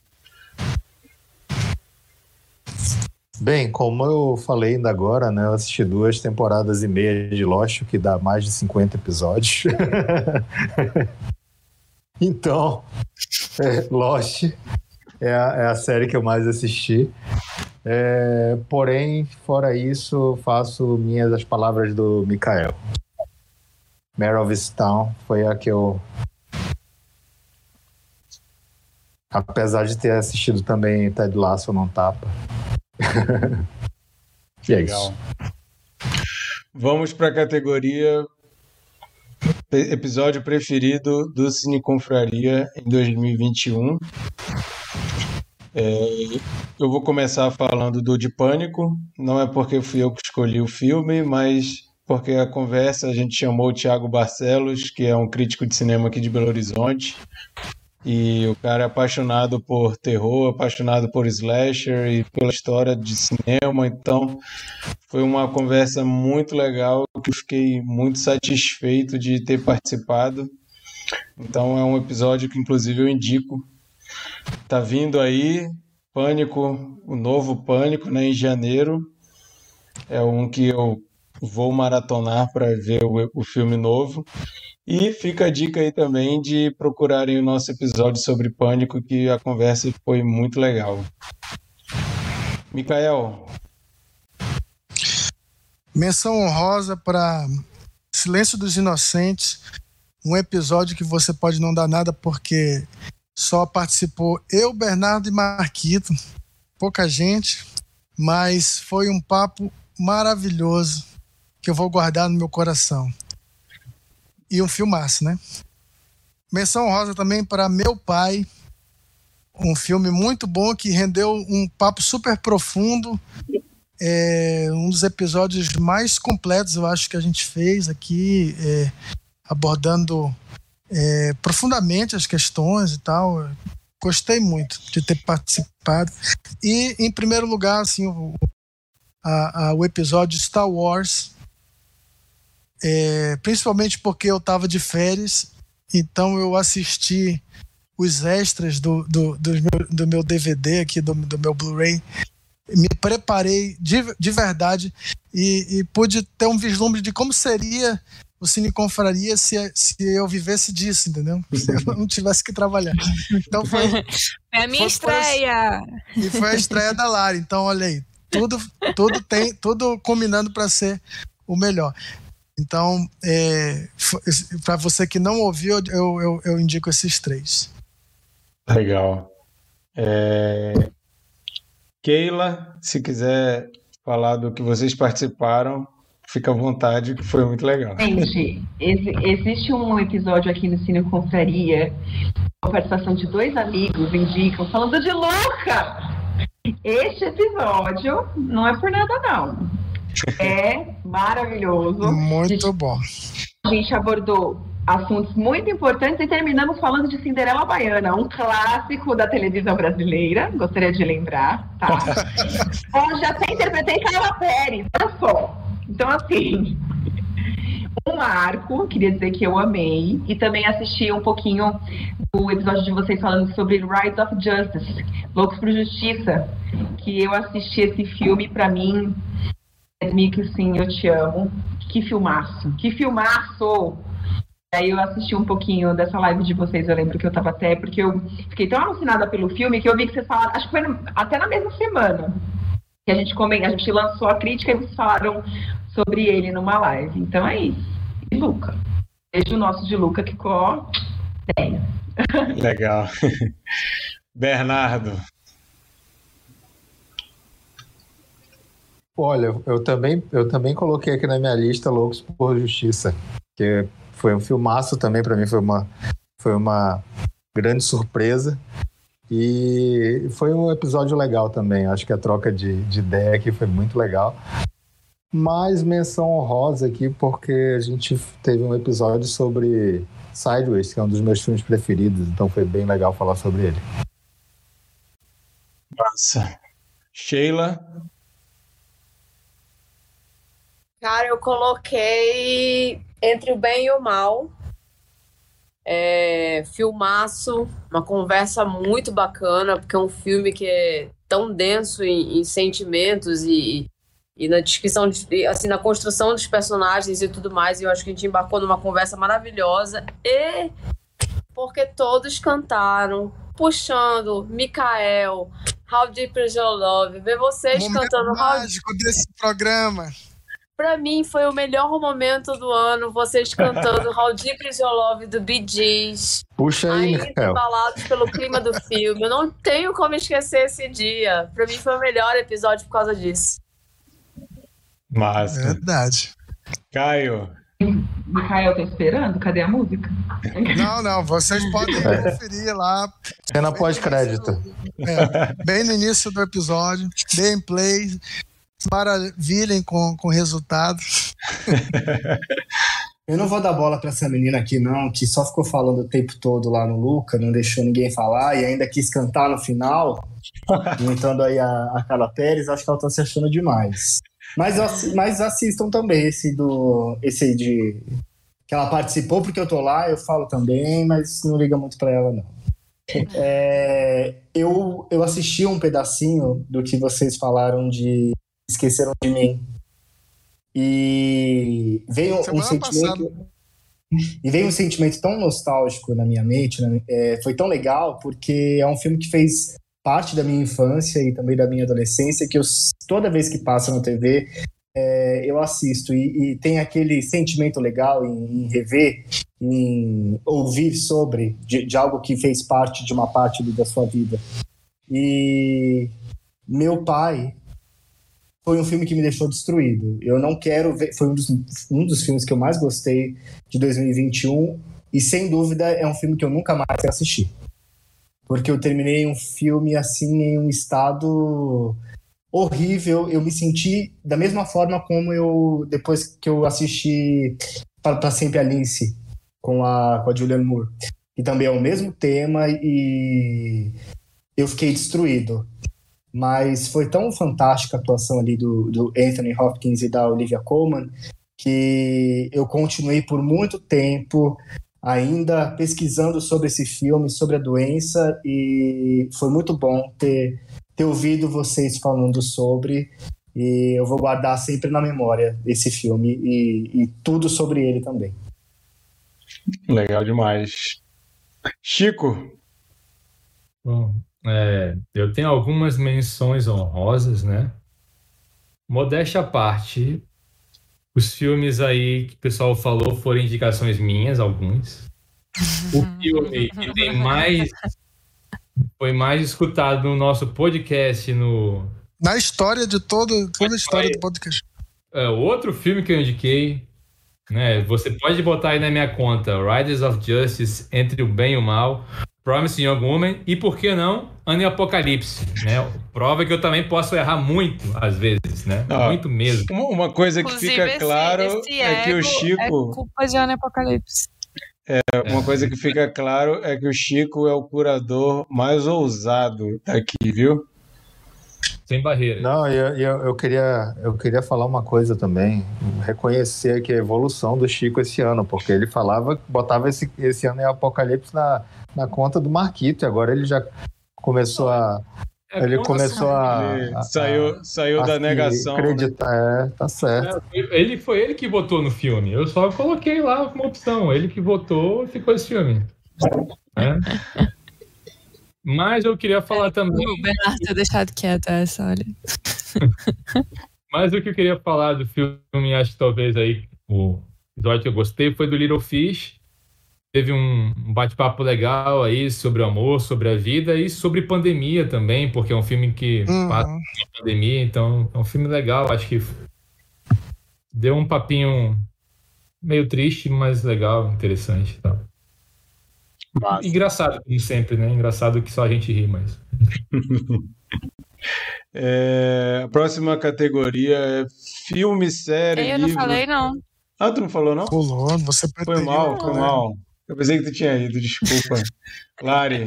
[SPEAKER 9] Bem, como eu falei ainda agora, né, eu assisti duas temporadas e meia de Lost, que dá mais de cinquenta episódios. Então, é, Lost é a, é a série que eu mais assisti. É, porém, fora isso, faço minhas as palavras do Mikael. Mare of Easttown foi a que eu... Apesar de ter assistido também Ted Lasso Não Tapa. E é
[SPEAKER 2] Legal.
[SPEAKER 9] isso.
[SPEAKER 2] Vamos para a categoria episódio preferido do Cine Confraria em dois mil e vinte e um. É, eu vou começar falando do De Pânico. Não é porque fui eu que escolhi o filme, mas porque a conversa a gente chamou o Thiago Barcelos, que é um crítico de cinema aqui de Belo Horizonte. E o cara é apaixonado por terror, apaixonado por slasher e pela história de cinema. Então, foi uma conversa muito legal, que eu fiquei muito satisfeito de ter participado. Então, é um episódio que, inclusive, eu indico. Tá vindo aí, Pânico, o novo Pânico, né, em janeiro. É um que eu vou maratonar para ver o, o filme novo. E fica a dica aí também de procurarem o nosso episódio sobre Pânico, que a conversa foi muito legal. Micael.
[SPEAKER 7] Menção honrosa para Silêncio dos Inocentes, um episódio que você pode não dar nada porque só participou eu, Bernardo e Marquito, pouca gente, mas foi um papo maravilhoso que eu vou guardar no meu coração. E um filmaço, né? Menção honrosa também para Meu Pai, um filme muito bom que rendeu um papo super profundo, é um dos episódios mais completos, eu acho, que a gente fez aqui, é, abordando é, profundamente as questões e tal. Gostei muito de ter participado. E, em primeiro lugar, assim, o, a, a, o episódio Star Wars, É, principalmente porque eu estava de férias, então eu assisti os extras do, do, do, meu, do meu D V D aqui, do, do meu Blu-ray, me preparei de, de verdade e, e pude ter um vislumbre de como seria o Cine Confraria se, se eu vivesse disso, entendeu? Se eu não tivesse que trabalhar. Então foi,
[SPEAKER 8] é a minha
[SPEAKER 7] foi,
[SPEAKER 8] estreia!
[SPEAKER 7] Foi, e foi a estreia da Lari, então olha aí, tudo, tudo, tem, tudo combinando para ser o melhor. Então, é, para você que não ouviu, eu, eu, eu indico esses três.
[SPEAKER 2] Legal. É... Keila, se quiser falar do que vocês participaram, fica à vontade, que foi muito legal.
[SPEAKER 5] Gente, ex- existe um episódio aqui no Cine Confraria, a participação de dois amigos indicam, falando de Luca! Este episódio não é por nada, não. É maravilhoso.
[SPEAKER 7] Muito
[SPEAKER 5] a gente,
[SPEAKER 7] bom.
[SPEAKER 5] A gente abordou assuntos muito importantes e terminamos falando de Cinderela Baiana, um clássico da televisão brasileira, gostaria de lembrar, tá? Onde até interpretei Carla Pérez, olha só. Então, assim, um marco, queria dizer que eu amei, e também assisti um pouquinho do episódio de vocês falando sobre Rise of Justice, Loucos por Justiça, que eu assisti esse filme, pra mim, Mico, sim, eu te amo. Que filmaço, que filmaço! Aí eu assisti um pouquinho dessa live de vocês, eu lembro que eu tava até, porque eu fiquei tão alucinada pelo filme que eu vi que vocês falaram, acho que foi no, até na mesma semana que a gente, come, a gente lançou a crítica e vocês falaram sobre ele numa live. Então é isso. E Luca. Beijo nosso de Luca que ficou dez.
[SPEAKER 2] Legal. Bernardo.
[SPEAKER 9] Olha, eu também, eu também coloquei aqui na minha lista Loucos por Justiça, que foi um filmaço também, para mim foi uma, foi uma grande surpresa e foi um episódio legal também, acho que a troca de, de ideia aqui foi muito legal. Mas menção honrosa aqui porque a gente teve um episódio sobre Sideways, que é um dos meus filmes preferidos, então foi bem legal falar sobre ele.
[SPEAKER 2] Nossa. Sheila?
[SPEAKER 6] Cara, eu coloquei Entre o Bem e o Mal. É, filmaço, uma conversa muito bacana, porque é um filme que é tão denso em, em sentimentos e, e na descrição, de, assim, na construção dos personagens e tudo mais. E eu acho que a gente embarcou numa conversa maravilhosa. E porque todos cantaram, puxando Micael, How Deep Is Your Love, ver vocês
[SPEAKER 7] Momento
[SPEAKER 6] cantando How
[SPEAKER 7] mágico desse programa.
[SPEAKER 6] Pra mim, foi o melhor momento do ano, vocês cantando How Deep Is Your Love, do Bee Gees.
[SPEAKER 9] Puxa aí,
[SPEAKER 6] ainda
[SPEAKER 9] Micael.
[SPEAKER 6] embalados pelo clima do filme. Eu não tenho como esquecer esse dia. Pra mim, foi o melhor episódio por causa disso.
[SPEAKER 2] Massa.
[SPEAKER 7] Verdade.
[SPEAKER 2] Caio.
[SPEAKER 5] Micael tá esperando? Cadê a música?
[SPEAKER 7] Não, não, vocês podem conferir lá.
[SPEAKER 9] Cena pós-crédito.
[SPEAKER 7] É, bem no início do episódio. Deem play. Se maravilhem com, com o resultado.
[SPEAKER 4] Eu não vou dar bola pra essa menina aqui, não, que só ficou falando o tempo todo lá no Luca, não deixou ninguém falar e ainda quis cantar no final, imitando aí a, a Carla Pérez. Acho que ela tá se achando demais. Mas, mas assistam também esse do esse aí de que ela participou, porque eu tô lá, eu falo também, mas não liga muito pra ela, não. É, eu, eu assisti um pedacinho do que vocês falaram de Esqueceram de Mim. E veio um sentimento e veio um sentimento tão nostálgico na minha mente, né? É, foi tão legal, porque é um filme que fez parte da minha infância e também da minha adolescência, que eu, toda vez que passa na T V, é, eu assisto e, e tem aquele sentimento legal em, em rever, em ouvir sobre de, de algo que fez parte de uma parte da sua vida. E meu pai foi um filme que me deixou destruído. Eu não quero ver... Foi um dos, um dos filmes que eu mais gostei de dois mil e vinte e um. E, sem dúvida, é um filme que eu nunca mais quero assistir. Porque eu terminei um filme, assim, em um estado horrível. Eu me senti da mesma forma como eu... Depois que eu assisti Para Sempre Alice, com a, com a Julianne Moore. Que também é o mesmo tema e eu fiquei destruído. Mas foi tão fantástica a atuação ali do, do Anthony Hopkins e da Olivia Colman que eu continuei por muito tempo ainda pesquisando sobre esse filme, sobre a doença, e foi muito bom ter, ter ouvido vocês falando sobre, e eu vou guardar sempre na memória esse filme e, e tudo sobre ele também.
[SPEAKER 2] Legal demais. Chico?
[SPEAKER 3] Bom, É, eu tenho algumas menções honrosas, né? Modéstia à parte, os filmes aí que o pessoal falou foram indicações minhas, alguns. O filme que tem mais, foi mais escutado no nosso podcast, no...
[SPEAKER 7] Na história de todo, toda a história do podcast.
[SPEAKER 3] É, outro filme que eu indiquei, né? Você pode botar aí na minha conta, Riders of Justice, Entre o Bem e o Mal, Promising Young Woman e, por que não, Ano Apocalipse, né? Prova que eu também posso errar muito, às vezes, né?
[SPEAKER 2] Ah,
[SPEAKER 3] muito mesmo.
[SPEAKER 2] Uma, uma coisa que
[SPEAKER 8] Inclusive,
[SPEAKER 2] fica
[SPEAKER 8] esse-
[SPEAKER 2] claro
[SPEAKER 8] esse
[SPEAKER 2] é que o
[SPEAKER 8] ego
[SPEAKER 2] Chico...
[SPEAKER 8] É culpa de Ano Apocalipse.
[SPEAKER 2] Uma coisa que fica claro é que o Chico é o curador mais ousado daqui, viu?
[SPEAKER 3] Sem barreira.
[SPEAKER 9] Não, eu, eu, eu, queria, eu queria falar uma coisa também, reconhecer aqui a evolução do Chico esse ano, porque ele falava, botava esse, esse ano em Apocalipse na, na conta do Marquito, e agora ele já começou a...
[SPEAKER 3] É,
[SPEAKER 9] ele
[SPEAKER 3] como
[SPEAKER 9] começou a,
[SPEAKER 2] Ele
[SPEAKER 9] a-
[SPEAKER 2] saiu saiu
[SPEAKER 9] a
[SPEAKER 2] da
[SPEAKER 9] se
[SPEAKER 2] negação. Né?
[SPEAKER 9] acreditar, é, tá certo.
[SPEAKER 3] É, ele foi ele que votou no filme. Eu só coloquei lá uma opção. Ele que votou e ficou esse filme. Né? Mas eu queria falar também.
[SPEAKER 8] O Bernardo ter deixado quieto essa, olha.
[SPEAKER 3] Mas o que eu queria falar do filme, acho que talvez aí o episódio que eu gostei foi do Little Fish. Teve um bate-papo legal aí sobre o amor, sobre a vida e sobre pandemia também, porque é um filme que
[SPEAKER 7] Uhum.
[SPEAKER 3] passa pela pandemia, então é um filme legal. Acho que deu um papinho meio triste, mas legal, interessante. Tá? Engraçado, como sempre, né? Engraçado que só a gente ri, mas...
[SPEAKER 2] É, a próxima categoria é filme, série,
[SPEAKER 8] Eu não
[SPEAKER 2] livro.
[SPEAKER 8] falei, não.
[SPEAKER 2] Ah, tu não falou, não?
[SPEAKER 7] Pulou, você
[SPEAKER 2] Foi
[SPEAKER 7] preteriu,
[SPEAKER 2] mal, foi
[SPEAKER 7] né?
[SPEAKER 2] mal. Eu pensei que tu tinha ido, desculpa. Lari,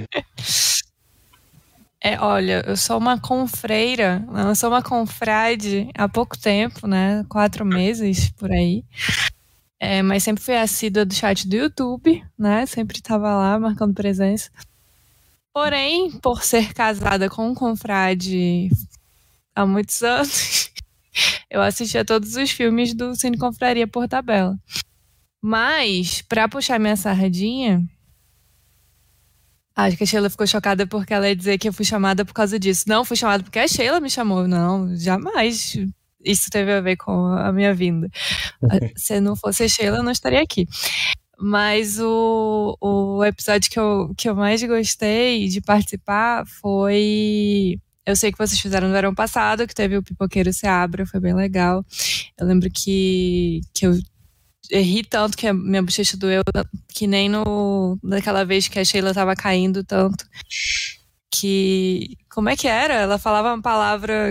[SPEAKER 8] É, olha, eu sou uma confreira, eu sou uma confrade há pouco tempo, né? Quatro meses por aí. É, mas sempre fui assídua do chat do YouTube, né? Sempre estava lá marcando presença. Porém, por ser casada com um confrade há muitos anos, eu assistia todos os filmes do Cine Confraria por tabela. Mas, pra puxar minha sardinha, acho que a Sheila ficou chocada porque ela ia dizer que eu fui chamada por causa disso. Não, fui chamada porque a Sheila me chamou. Não, jamais isso teve a ver com a minha vinda. Se não fosse a Sheila, eu não estaria aqui. Mas o, o episódio que eu, que eu mais gostei de participar foi eu sei que vocês fizeram no verão passado, que teve o Pipoqueiro Se Abra, foi bem legal. Eu lembro que, que eu ri tanto que a minha bochecha doeu, que nem no, naquela vez que a Sheila tava caindo tanto. Que... Como é que era? Ela falava uma palavra...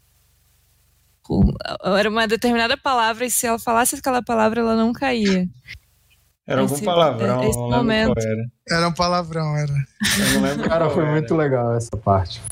[SPEAKER 8] Era uma determinada palavra e se ela falasse aquela palavra, ela não caía.
[SPEAKER 2] Era algum
[SPEAKER 8] Esse-
[SPEAKER 2] palavrão,
[SPEAKER 8] esse
[SPEAKER 2] não lembro
[SPEAKER 8] momento.
[SPEAKER 2] qual era.
[SPEAKER 7] Era um palavrão, era.
[SPEAKER 2] Eu não lembro
[SPEAKER 9] Cara,
[SPEAKER 2] qual
[SPEAKER 9] foi
[SPEAKER 2] era.
[SPEAKER 9] muito legal essa parte.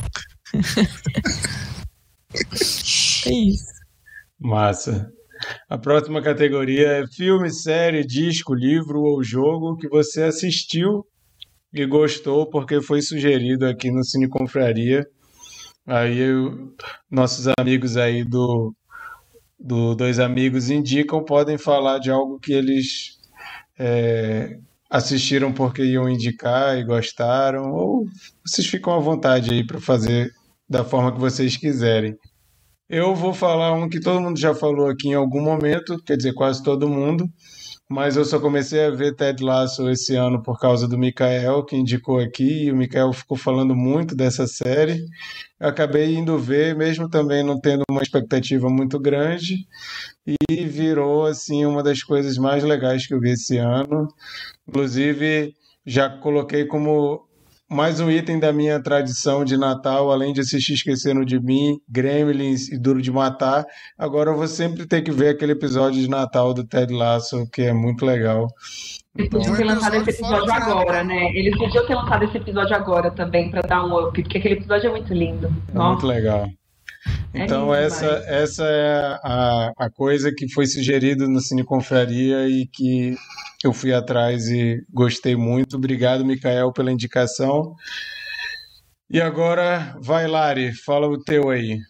[SPEAKER 8] É isso.
[SPEAKER 2] Massa. A próxima categoria é filme, série, disco, livro ou jogo que você assistiu e gostou porque foi sugerido aqui no Cine Confraria. Aí eu- nossos amigos aí do, do Dois Amigos Indicam podem falar de algo que eles é, assistiram porque iam indicar e gostaram, ou vocês ficam à vontade aí para fazer da forma que vocês quiserem. Eu vou falar um que todo mundo já falou aqui em algum momento, quer dizer, quase todo mundo, mas eu só comecei a ver Ted Lasso esse ano por causa do Mikael, que indicou aqui, e o Mikael ficou falando muito dessa série. Eu acabei indo ver, mesmo também não tendo uma expectativa muito grande, e virou assim uma das coisas mais legais que eu vi esse ano. Inclusive, já coloquei como mais um item da minha tradição de Natal, além de assistir Esquecendo de Mim, Gremlins e Duro de Matar. Agora eu vou sempre ter que ver aquele episódio de Natal do Ted Lasso, que é muito legal.
[SPEAKER 5] Eles
[SPEAKER 2] Então,
[SPEAKER 5] podiam ter lançado esse
[SPEAKER 7] episódio fora
[SPEAKER 5] episódio
[SPEAKER 7] de época.
[SPEAKER 5] agora, né? Eles podiam ter lançado esse episódio agora também, pra dar um up, porque aquele episódio é muito lindo.
[SPEAKER 2] é muito
[SPEAKER 5] Nossa,
[SPEAKER 2] legal.
[SPEAKER 5] é
[SPEAKER 2] Então,
[SPEAKER 5] lindo
[SPEAKER 2] essa,
[SPEAKER 5] demais.
[SPEAKER 2] essa é a, a coisa que foi sugerido no Cine Confraria e que eu fui atrás e gostei muito. Obrigado, Mikael, pela indicação. E agora, vai, Lari, fala o teu aí.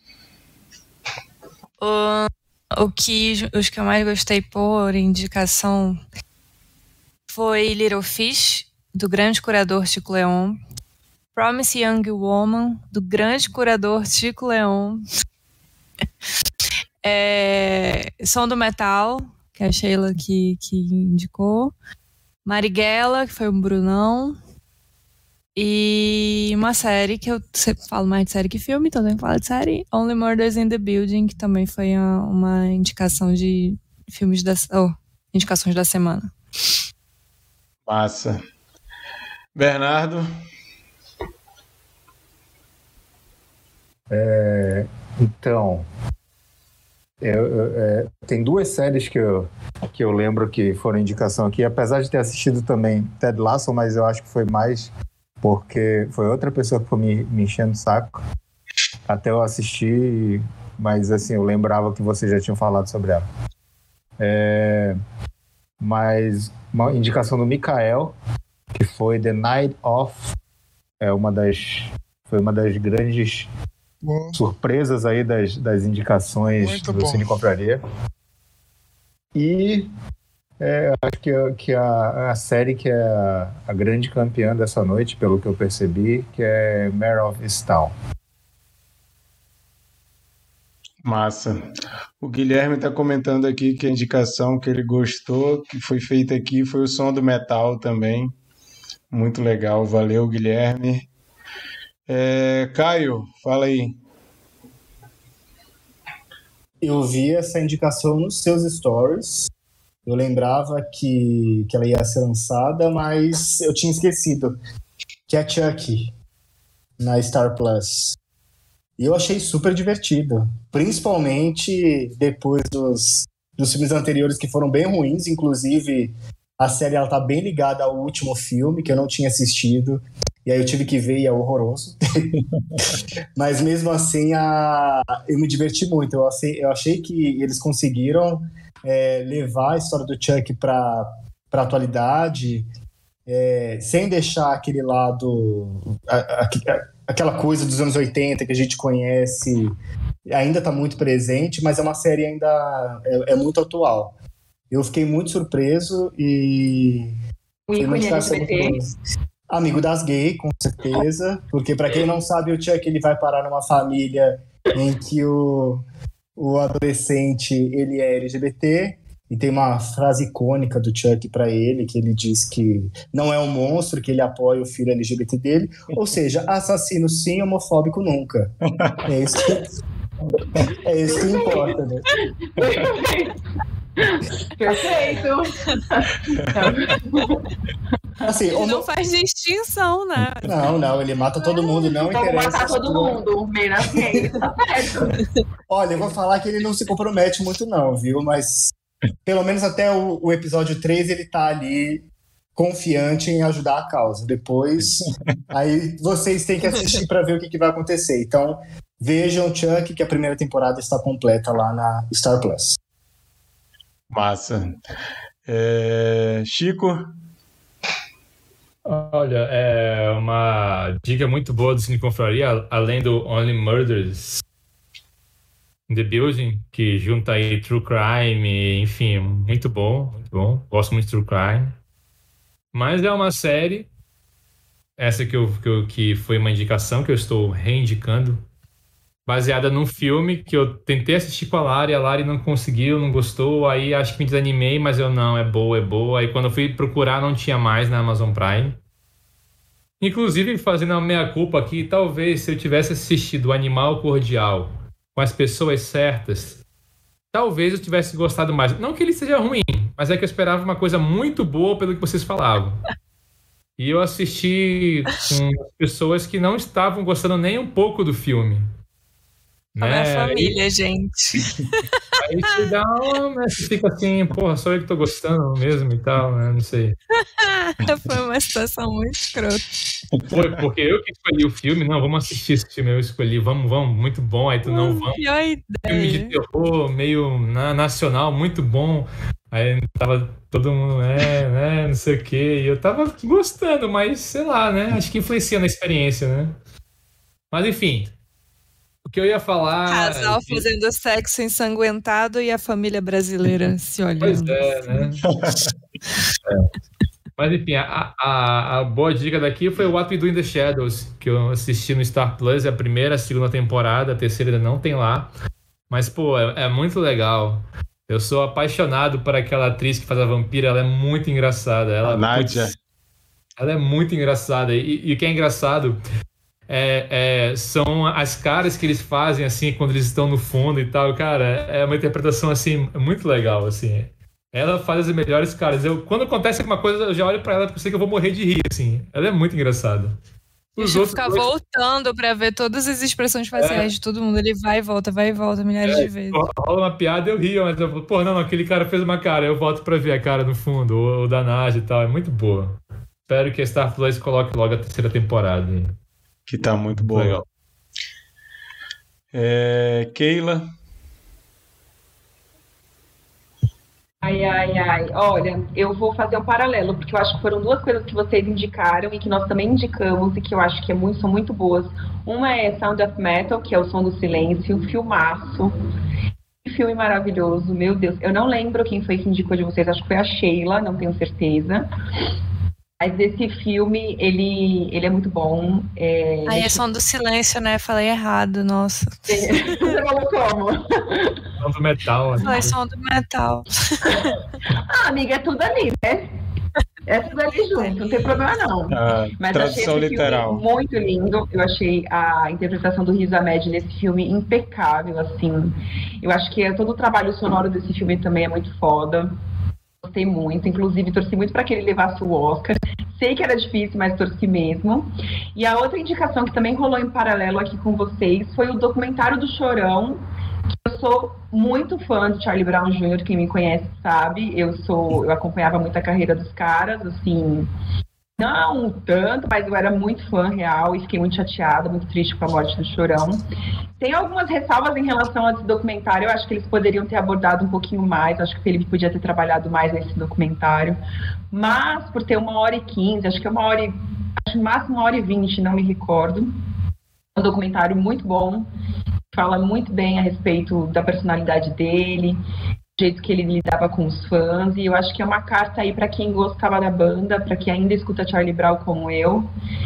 [SPEAKER 8] O, o que, os que eu mais gostei por indicação foi Little Fish, do grande curador Chico Leon. Promise Young Woman, do grande curador Chico Leon. É, Som do Metal, que é a Sheila que, que indicou. Marighella, que foi um Brunão. E uma série que eu sempre falo mais de série que filme, então também falo de série. Only Murders in the Building, que também foi a- uma indicação de filmes da... Oh, indicações da semana.
[SPEAKER 2] Massa. Bernardo?
[SPEAKER 9] Então, eu- eu- é, tem duas séries que eu, que eu lembro que foram indicação aqui, apesar de ter assistido também Ted Lasso, mas eu acho que foi mais porque foi outra pessoa que foi me, me enchendo o saco até eu assistir, mas assim, eu lembrava que vocês já tinham falado sobre ela. É, mas uma indicação do Mikael, que foi The Night Of, é uma das, foi uma das grandes
[SPEAKER 7] Bom,
[SPEAKER 9] surpresas aí das, das indicações
[SPEAKER 7] Muito
[SPEAKER 9] do
[SPEAKER 7] bom.
[SPEAKER 9] Cine Compraria. E é, acho que, que a, a série que é a, a grande campeã dessa noite, pelo que eu percebi, que é Mare of Easttown.
[SPEAKER 2] Massa. O Guilherme está comentando aqui que a indicação que ele gostou, que foi feita aqui, foi o Som do Metal também. Muito legal. Valeu, Guilherme. É, Caio, fala aí.
[SPEAKER 4] Eu vi essa indicação nos seus stories. Eu lembrava que, que ela ia ser lançada, mas eu tinha esquecido. Que é Chucky, na Star Plus. E eu achei super divertido. Principalmente depois dos, dos filmes anteriores que foram bem ruins. Inclusive, a série ela tá bem ligada ao último filme, que eu não tinha assistido. E aí eu tive que ver e é horroroso. Mas mesmo assim, a... eu me diverti muito. Eu achei, eu achei que eles conseguiram é, levar a história do Chuck para a atualidade, é, sem deixar aquele lado, a, a, aquela coisa dos anos oitenta que a gente conhece, ainda está muito presente, mas é uma série ainda é, é muito atual. Eu fiquei muito surpreso e...
[SPEAKER 5] O ícone L G B T.
[SPEAKER 4] Amigo das gays, com certeza, porque para quem não sabe, o Chuck ele vai parar numa família em que o, o adolescente ele é L G B T E tem uma frase icônica do Chuck para ele, que ele diz que não é um monstro, que ele apoia o filho L G B T dele. Ou seja, assassino sim, homofóbico nunca. É isso que, é isso que importa, né?
[SPEAKER 5] Perfeito.
[SPEAKER 4] Assim,
[SPEAKER 8] Ele
[SPEAKER 4] homo...
[SPEAKER 8] não faz distinção, né?
[SPEAKER 4] Não, não, ele mata todo mundo, não
[SPEAKER 5] Vamos
[SPEAKER 4] interessa.
[SPEAKER 5] matar todo mundo, meio na ciência, tá certo.
[SPEAKER 4] Olha, eu vou falar que ele não se compromete muito não, viu? Mas pelo menos até o, o episódio três ele tá ali confiante em ajudar a causa. Depois, aí vocês têm que assistir para ver o que, que vai acontecer. Então, vejam Chuck, que a primeira temporada está completa lá na Star Plus.
[SPEAKER 2] Massa. É... Chico?
[SPEAKER 3] Olha, é uma dica muito boa do Cine Confraria, além do Only Murders in the Building, que junta aí True Crime, enfim, muito bom, muito bom. Gosto muito de True Crime. Mas é uma série, essa que, eu, que, eu, que foi uma indicação que eu estou reindicando, baseada num filme que eu tentei assistir com a Lari, a Lari não conseguiu, não gostou, aí acho que me desanimei, mas eu não, é boa, é boa. Aí quando eu fui procurar não tinha mais na Amazon Prime. Inclusive, fazendo a meia-culpa aqui, talvez se eu tivesse assistido Animal Cordial com as pessoas certas, talvez eu tivesse gostado mais. Não que ele seja ruim, mas é que eu esperava uma coisa muito boa pelo que vocês falavam. E eu assisti com pessoas que não estavam gostando nem um pouco do filme.
[SPEAKER 8] Né? É a família,
[SPEAKER 3] aí,
[SPEAKER 8] gente.
[SPEAKER 3] Aí você dá uma, né? Você fica assim, porra, só eu que tô gostando mesmo e tal, né? Não sei.
[SPEAKER 8] Foi uma situação muito escrota.
[SPEAKER 3] Foi porque eu que escolhi o filme, não, vamos assistir esse filme, eu escolhi, vamos, vamos, muito bom, aí tu não, vamos.
[SPEAKER 8] Pior ideia.
[SPEAKER 3] Filme de terror, meio na, nacional, muito bom. Aí tava todo mundo, é, né, não sei o quê, e eu tava gostando, mas sei lá, né? Acho que influencia na experiência, né? Mas enfim. O que eu ia falar...
[SPEAKER 8] Casal fazendo sexo ensanguentado e a família brasileira se olhando.
[SPEAKER 3] Pois é, né? É. Mas enfim, a, a, a boa dica daqui foi o What We Do in the Shadows, que eu assisti no Star Plus, é a primeira, a segunda temporada, a terceira ainda não tem lá. Mas, pô, é, é muito legal. Eu sou apaixonado por aquela atriz que faz a vampira, ela é muito engraçada. Ela,
[SPEAKER 2] a Nádia.
[SPEAKER 3] Putz, ela é muito engraçada. E, e o que é engraçado... É, é, são as caras que eles fazem assim quando eles estão no fundo e tal, cara, é uma interpretação assim muito legal, assim. Ela faz as melhores caras. Eu, quando acontece alguma coisa, eu já olho pra ela porque eu sei que eu vou morrer de rir, assim. Ela é muito engraçada.
[SPEAKER 8] Os Deixa eu ficar dois... voltando pra ver todas as expressões faciais é. de todo mundo. Ele vai e volta, vai e volta milhares é, de vezes.
[SPEAKER 3] Rola uma piada, eu rio, mas eu falo, pô, não, não, aquele cara fez uma cara, eu volto pra ver a cara no fundo, o, o da Nádia e tal, é muito boa. Espero que a Star Plus coloque logo a terceira temporada. Hein?
[SPEAKER 2] Que tá muito boa. Legal. É, Keila?
[SPEAKER 5] Ai, ai, ai. Olha, eu vou fazer um paralelo, porque eu acho que foram duas coisas que vocês indicaram e que nós também indicamos e que eu acho que é muito, são muito boas. Uma é Sound of Metal, que é o som do silêncio, filmaço. Filme maravilhoso, meu Deus. Eu não lembro quem foi que indicou de vocês, acho que foi a Sheila, não tenho certeza. Mas esse filme, ele, ele é muito bom. É...
[SPEAKER 8] Aí é som do silêncio, né? Falei errado, nossa.
[SPEAKER 5] Você falou como?
[SPEAKER 3] Som do metal. Né?
[SPEAKER 8] Falei som do metal.
[SPEAKER 5] Ah, amiga, é tudo ali, né? É tudo ali junto, não tem problema não.
[SPEAKER 2] Ah,
[SPEAKER 5] Mas
[SPEAKER 2] tradução
[SPEAKER 5] achei esse
[SPEAKER 2] literal.
[SPEAKER 5] filme muito lindo. Eu achei a interpretação do Riz Ahmed nesse filme impecável, assim. Eu acho que todo o trabalho sonoro desse filme também é muito foda. Gostei muito, inclusive torci muito para que ele levasse o Oscar. Sei que era difícil, mas torci mesmo. E a outra indicação que também rolou em paralelo aqui com vocês foi o documentário do Chorão. Que eu sou muito fã do Charlie Brown Júnior, quem me conhece sabe. Eu sou, eu acompanhava muito a carreira dos caras, assim, não tanto, mas eu era muito fã real e fiquei muito chateada, muito triste com a morte do Chorão. Tem algumas ressalvas em relação a esse documentário, eu acho que eles poderiam ter abordado um pouquinho mais, acho que o Felipe podia ter trabalhado mais nesse documentário, mas por ter uma hora e quinze, acho que é uma hora e, acho que máximo uma hora e vinte, não me recordo, é um documentário muito bom, fala muito bem a respeito da personalidade dele, do jeito que ele lidava com os fãs, e eu acho que é uma carta aí para quem gostava da banda, para quem ainda escuta Charlie Brown como eu,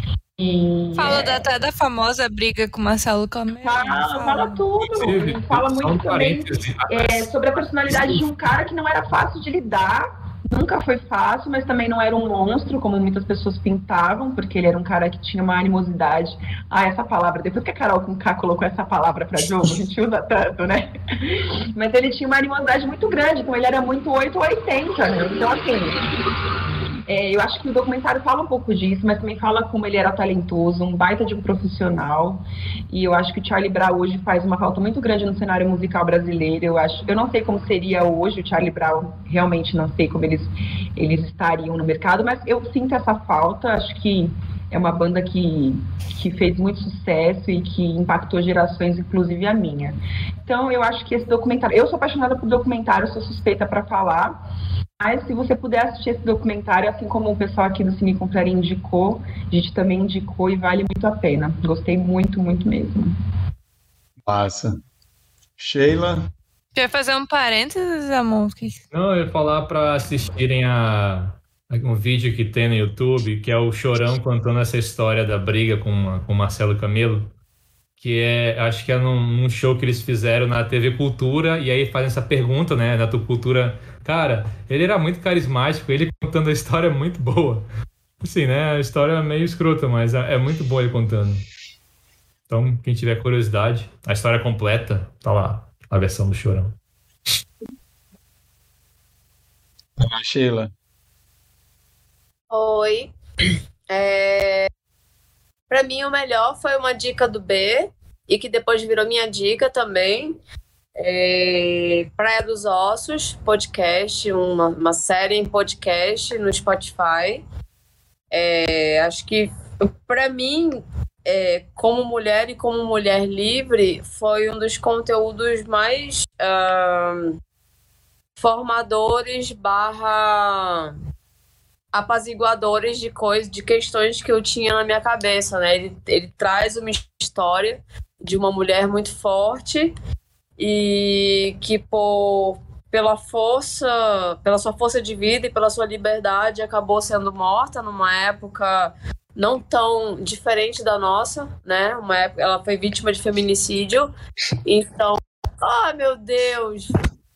[SPEAKER 8] Fala
[SPEAKER 5] é,
[SPEAKER 8] da, da famosa briga com Marcelo Camelo.
[SPEAKER 5] Fala, fala tudo. Ele fala muito também é, sobre a personalidade de um cara que não era fácil de lidar. Nunca foi fácil, mas também não era um monstro, como muitas pessoas pintavam, porque ele era um cara que tinha uma animosidade. Ah, essa palavra, depois que a Carol com K colocou essa palavra pra jogo, a gente usa tanto, né? Mas ele tinha uma animosidade muito grande, então ele era muito oito ou oitenta, né? Então, assim, é, eu acho que o documentário fala um pouco disso, mas também fala como ele era talentoso, um baita de um profissional. E eu acho que o Charlie Brown hoje faz uma falta muito grande no cenário musical brasileiro. Eu acho, eu não sei como seria hoje o Charlie Brown, realmente não sei como eles, eles estariam no mercado, mas eu sinto essa falta. Acho que é uma banda que, que fez muito sucesso e que impactou gerações, inclusive a minha. Então, eu acho que esse documentário... Eu sou apaixonada por documentário, sou suspeita para falar, mas se você puder assistir esse documentário, assim como o pessoal aqui do Cine Confraria indicou, a gente também indicou e vale muito a pena. Gostei muito, muito mesmo.
[SPEAKER 2] Massa. Sheila?
[SPEAKER 8] Quer fazer um parênteses, amor?
[SPEAKER 3] Não, eu ia falar para assistirem a... um vídeo que tem no YouTube, que é o Chorão contando essa história da briga com, com o Marcelo Camelo, que é, acho que é num, num show que eles fizeram na T V Cultura, e aí fazem essa pergunta, né, na tua cultura. Cara, ele era muito carismático, ele contando a história é muito boa. Assim, né, a história é meio escrota, mas é, é muito boa ele contando. Então, quem tiver curiosidade, a história completa, tá lá, a versão do Chorão.
[SPEAKER 2] Ah, Sheila.
[SPEAKER 6] Oi. É... Para mim, o melhor foi uma dica do B, e que depois virou minha dica também. É... Praia dos Ossos, podcast, uma, uma série em podcast no Spotify. É... Acho que, para mim, é... como mulher e como mulher livre, foi um dos conteúdos mais uh... formadores barra... apaziguadores de coisas, de questões que eu tinha na minha cabeça, né? Ele, ele traz uma história de uma mulher muito forte e que por, pela força, pela sua força de vida e pela sua liberdade acabou sendo morta numa época não tão diferente da nossa, né? Uma época, ela foi vítima de feminicídio. Então, oh meu Deus!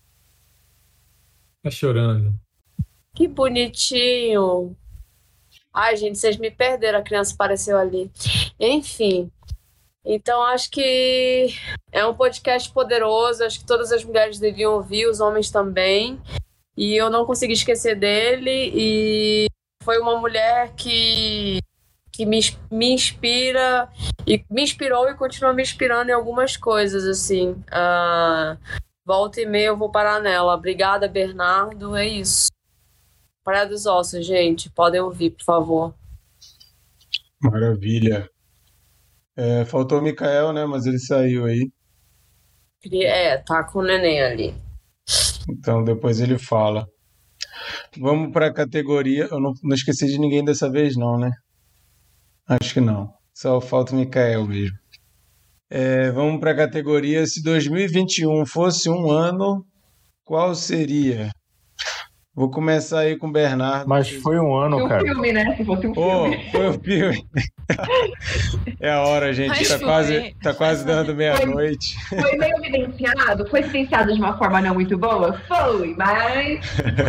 [SPEAKER 3] Tá chorando.
[SPEAKER 6] Que bonitinho. Ai, gente, vocês me perderam, a criança apareceu ali. Enfim. Então, acho que é um podcast poderoso, acho que todas as mulheres deviam ouvir, os homens também. E eu não consegui esquecer dele. E foi uma mulher que, que me, me inspira, e me inspirou e continua me inspirando em algumas coisas, assim. Uh, volta e meia eu vou parar nela. Obrigada, Bernardo. É isso. Praia dos Ossos, gente. Podem ouvir, por favor.
[SPEAKER 2] Maravilha. É, faltou o Mikael, né? Mas ele saiu aí.
[SPEAKER 6] É, tá com o neném ali.
[SPEAKER 2] Então depois ele fala. Vamos para a categoria. Eu não, não esqueci de ninguém dessa vez, não, né? Acho que não. Só falta o Mikael mesmo. É, vamos para a categoria. Se dois mil e vinte e um fosse um ano, qual seria? Vou começar aí com o Bernardo.
[SPEAKER 9] Mas foi um ano,
[SPEAKER 5] Foi
[SPEAKER 9] cara.
[SPEAKER 5] um filme, né? Se fosse um
[SPEAKER 2] Oh,
[SPEAKER 5] filme.
[SPEAKER 2] foi um filme. É a hora, gente.
[SPEAKER 8] Mas
[SPEAKER 2] Tá
[SPEAKER 8] foi.
[SPEAKER 2] quase, tá quase dando meia-noite.
[SPEAKER 5] Foi meio evidenciado? Foi evidenciado de uma forma não muito boa? Foi, mas...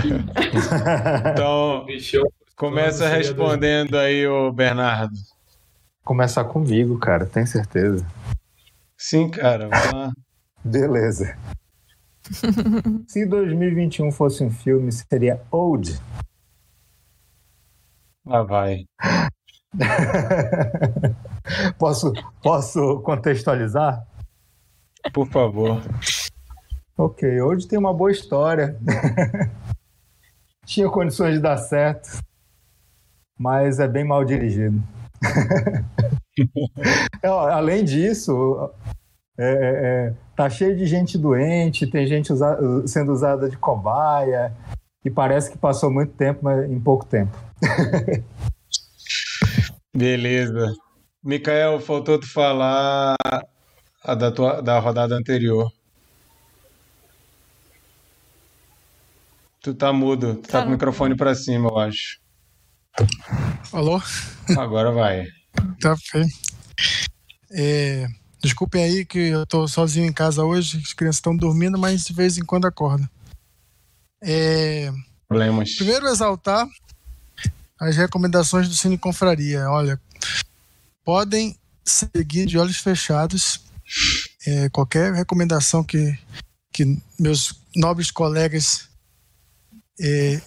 [SPEAKER 2] Então, começa respondendo aí, o Bernardo.
[SPEAKER 9] Começar comigo, cara, tem certeza.
[SPEAKER 2] Sim, cara. Vamos lá.
[SPEAKER 9] Beleza. Se dois mil e vinte e um fosse um filme, seria Old.
[SPEAKER 2] Lá vai.
[SPEAKER 9] Posso, posso contextualizar?
[SPEAKER 2] Por favor.
[SPEAKER 9] Ok, Old tem uma boa história. Tinha condições de dar certo, mas é bem mal dirigido. Além disso, é, é, tá cheio de gente doente, tem gente usa, sendo usada de cobaia, e parece que passou muito tempo, mas em pouco tempo.
[SPEAKER 2] Beleza. Mikael, faltou tu falar a da, tua, da rodada anterior. Tu tá mudo, tu tá com o microfone pra cima, eu acho.
[SPEAKER 7] Alô?
[SPEAKER 2] Agora vai.
[SPEAKER 7] Tá feio. É, desculpem aí que eu tô sozinho em casa hoje, as crianças estão dormindo, mas de vez em quando acordam. É,
[SPEAKER 2] Problemas.
[SPEAKER 7] primeiro, exaltar as recomendações do Cine Confraria. Olha, podem seguir de olhos fechados é, qualquer recomendação que, que meus nobres colegas é,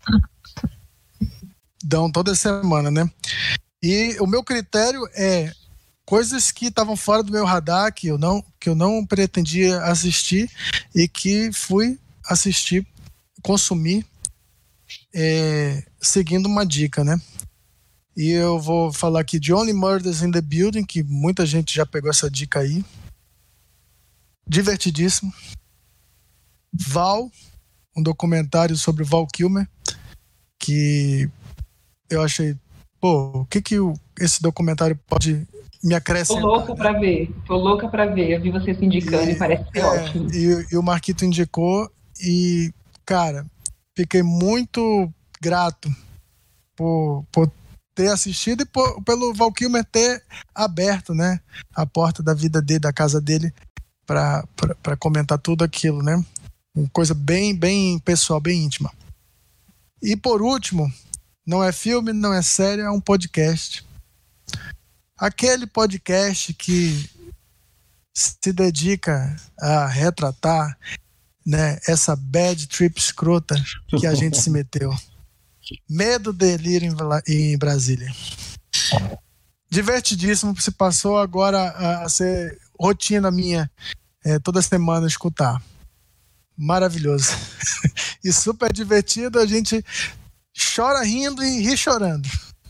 [SPEAKER 7] dão toda semana, né? E o meu critério é coisas que estavam fora do meu radar, que eu não, que eu não pretendia assistir e que fui assistir, consumir, é, seguindo uma dica, né? E eu vou falar aqui de Only Murders in the Building, que muita gente já pegou essa dica aí. Divertidíssimo. Val, um documentário sobre Val Kilmer, que eu achei, pô, o que que o, esse documentário pode me acrescentar?
[SPEAKER 5] Tô louca
[SPEAKER 7] né?
[SPEAKER 5] pra ver, tô louca pra ver. Eu vi você se indicando e, e parece ser
[SPEAKER 7] é,
[SPEAKER 5] ótimo.
[SPEAKER 7] E, e o Marquito indicou e, cara, fiquei muito grato por, por ter assistido e por, pelo Val Kilmer ter aberto, né, a porta da vida dele, da casa dele, para comentar tudo aquilo, né? Uma coisa bem, bem pessoal, bem íntima. E por último, não é filme, não é série, é um podcast. Aquele podcast que se dedica a retratar, né, essa bad trip escrota que a gente se meteu. Medo, delírio em Brasília. Divertidíssimo, se passou agora a, a ser rotina minha, é, toda semana escutar. Maravilhoso. E super divertido, a gente chora rindo e ri chorando.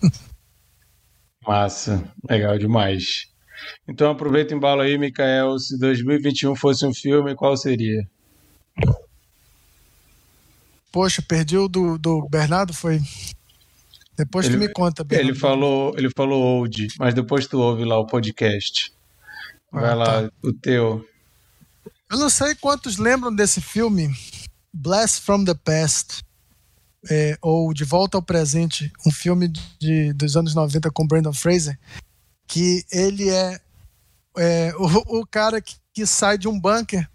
[SPEAKER 2] Massa, legal demais. Então aproveita o embalo aí, Micael. Se dois mil e vinte e um fosse um filme, qual seria?
[SPEAKER 7] Poxa, perdi o do, do Bernardo, foi? Depois
[SPEAKER 2] ele,
[SPEAKER 7] tu me conta, Bernardo.
[SPEAKER 2] Ele falou, ele falou old, mas depois tu ouve lá o podcast. Vai ah, lá, tá. O teu.
[SPEAKER 7] Eu não sei quantos lembram desse filme, Blast from the Past, é, ou De Volta ao Presente, um filme de, dos anos noventa com Brendan Fraser, que ele é, é o, o cara que, que sai de um bunker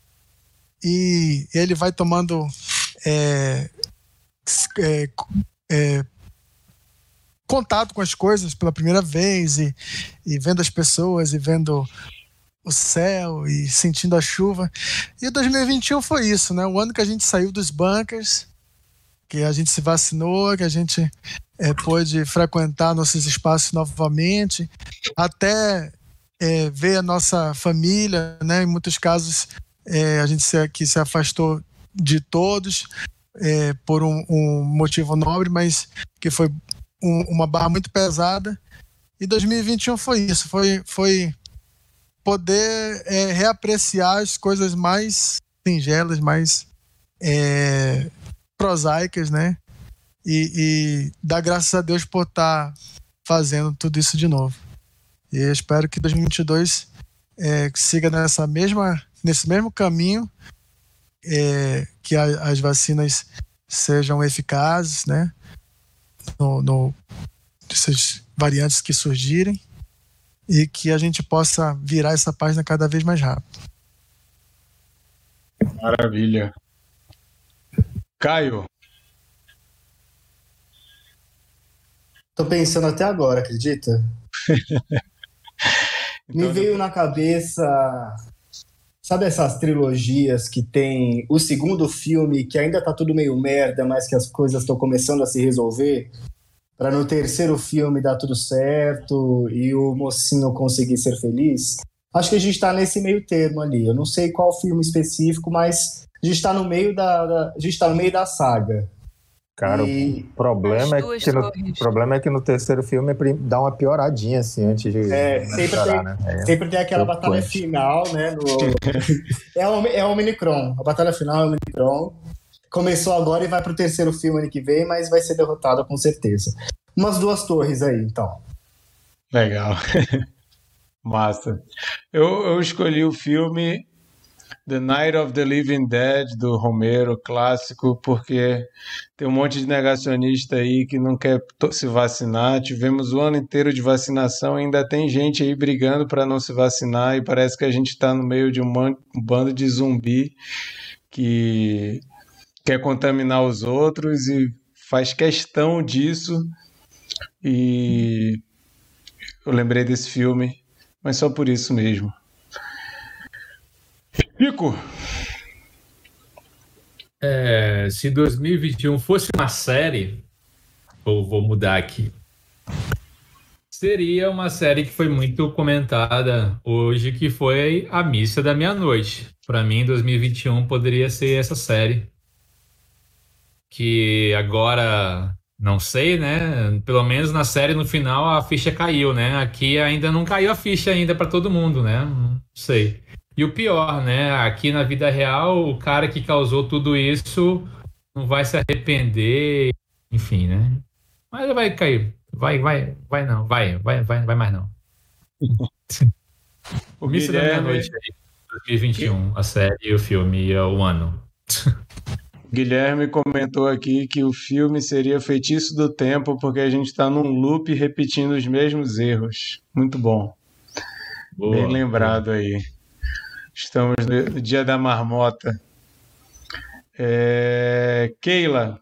[SPEAKER 7] e ele vai tomando é, é, é, contato com as coisas pela primeira vez e, e vendo as pessoas e vendo o céu e sentindo a chuva. E dois mil e vinte e um foi isso, né? O ano que a gente saiu dos bunkers, que a gente se vacinou, que a gente é, pôde frequentar nossos espaços novamente, até é, ver a nossa família, né? Em muitos casos é, a gente se, que se afastou de todos é, por um, um motivo nobre, mas que foi um, uma barra muito pesada. E dois mil e vinte e um foi isso, foi, foi poder é, reapreciar as coisas mais singelas, mais é, prosaicas, né? E, e dar graças a Deus por estar fazendo tudo isso de novo. E eu espero que dois mil e vinte e dois é, siga nessa mesma, nesse mesmo caminho, é, que a, as vacinas sejam eficazes, né? No, no, essas variantes que surgirem, e que a gente possa virar essa página cada vez mais rápido.
[SPEAKER 2] Maravilha. Caio.
[SPEAKER 4] Tô pensando até agora, acredita? então, Me veio na cabeça, sabe essas trilogias que tem o segundo filme, que ainda tá tudo meio merda, mas que as coisas estão começando a se resolver? Para no terceiro filme dar tudo certo e o mocinho conseguir ser feliz. Acho que a gente tá nesse meio termo ali. Eu não sei qual filme específico, mas a gente tá no meio da, da a gente tá no meio da saga.
[SPEAKER 9] Cara, e... o problema é, que no, o problema é que no terceiro filme dá uma pioradinha assim antes de
[SPEAKER 4] é, sempre
[SPEAKER 9] chorar,
[SPEAKER 4] tem,
[SPEAKER 9] né? É,
[SPEAKER 4] sempre tem aquela batalha quente. final, né? No... é, o, é o Omnicron. A batalha final é o Omnicron. Começou agora e vai pro terceiro filme ano que vem, mas vai ser derrotado com certeza. Umas duas torres aí, então.
[SPEAKER 2] Legal. Massa. Eu, eu escolhi o filme The Night of the Living Dead, do Romero, clássico, porque tem um monte de negacionista aí que não quer se vacinar. Tivemos o ano inteiro de vacinação e ainda tem gente aí brigando para não se vacinar e parece que a gente está no meio de um bando de zumbi que quer contaminar os outros e faz questão disso. E eu lembrei desse filme, mas só por isso mesmo. Chico!
[SPEAKER 3] É, se dois mil e vinte e um fosse uma série, ou vou mudar aqui, seria uma série que foi muito comentada hoje, que foi A Missa da Meia-Noite. Para mim, dois mil e vinte e um poderia ser essa série. Que agora, não sei, né? Pelo menos na série, no final, a ficha caiu, né? Aqui ainda não caiu a ficha ainda para todo mundo, né? Não sei. E o pior, né? Aqui na vida real, o cara que causou tudo isso não vai se arrepender, enfim, né? Mas vai cair. Vai, vai, vai não. Vai, vai, vai, vai mais não. O Missa da Meia-Noite aí, dois mil e vinte e um, a série, o filme e o ano.
[SPEAKER 2] Guilherme comentou aqui que o filme seria Feitiço do Tempo porque a gente está num loop repetindo os mesmos erros. Muito bom. Boa, bem lembrado boa. Aí. Estamos no dia da marmota. É... Keila.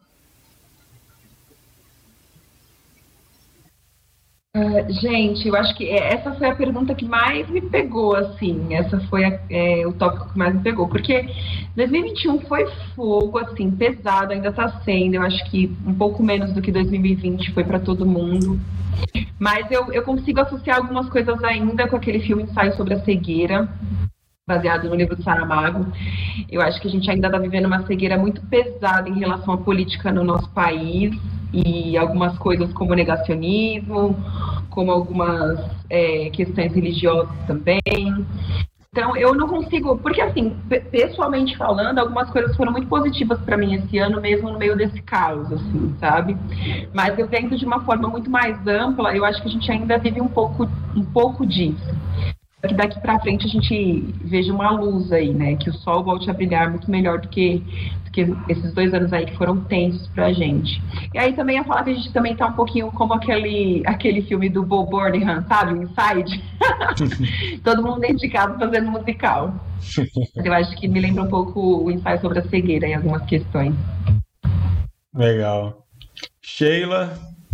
[SPEAKER 5] Uh, gente, eu acho que essa foi a pergunta que mais me pegou, assim, essa foi a, é, o tópico que mais me pegou, porque dois mil e vinte e um foi fogo, assim, pesado, ainda está sendo, eu acho que um pouco menos do que dois mil e vinte foi para todo mundo, mas eu, eu consigo associar algumas coisas ainda com aquele filme Ensaio sobre a Cegueira, baseado no livro do Saramago. Eu acho que a gente ainda está vivendo uma cegueira muito pesada em relação à política no nosso país, e algumas coisas como negacionismo, como algumas é, questões religiosas também. Então, eu não consigo... Porque, assim, pessoalmente falando, algumas coisas foram muito positivas para mim esse ano, mesmo no meio desse caos, assim, sabe? Mas eu vendo de uma forma muito mais ampla, eu acho que a gente ainda vive um pouco, um pouco disso. Que daqui para frente a gente veja uma luz aí, né? Que o sol volte a brilhar muito melhor do que, do que esses dois anos aí que foram tensos pra gente. E aí também ia falar que a gente também tá um pouquinho como aquele, aquele filme do Bo Burnham, sabe? Inside. Todo mundo dedicado fazendo musical. Eu acho que me lembra um pouco o ensaio sobre a cegueira em algumas questões.
[SPEAKER 2] Legal. Sheila?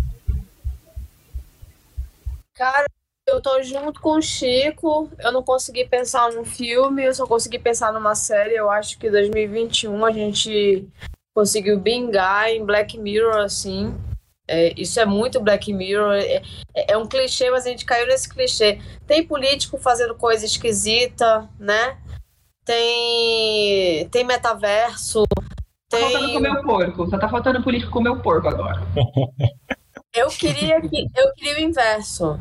[SPEAKER 6] Cara, eu tô junto com o Chico, eu não consegui pensar num filme, eu só consegui pensar numa série. Eu acho que em dois mil e vinte e um a gente conseguiu bingar em Black Mirror, assim. É, isso é muito Black Mirror, é, é um clichê, mas a gente caiu nesse clichê. Tem político fazendo coisa esquisita, né? Tem, tem metaverso.
[SPEAKER 5] Tá
[SPEAKER 6] tem...
[SPEAKER 5] faltando comer o porco, só tá faltando político comer o porco agora.
[SPEAKER 6] Eu queria, que, eu queria o inverso.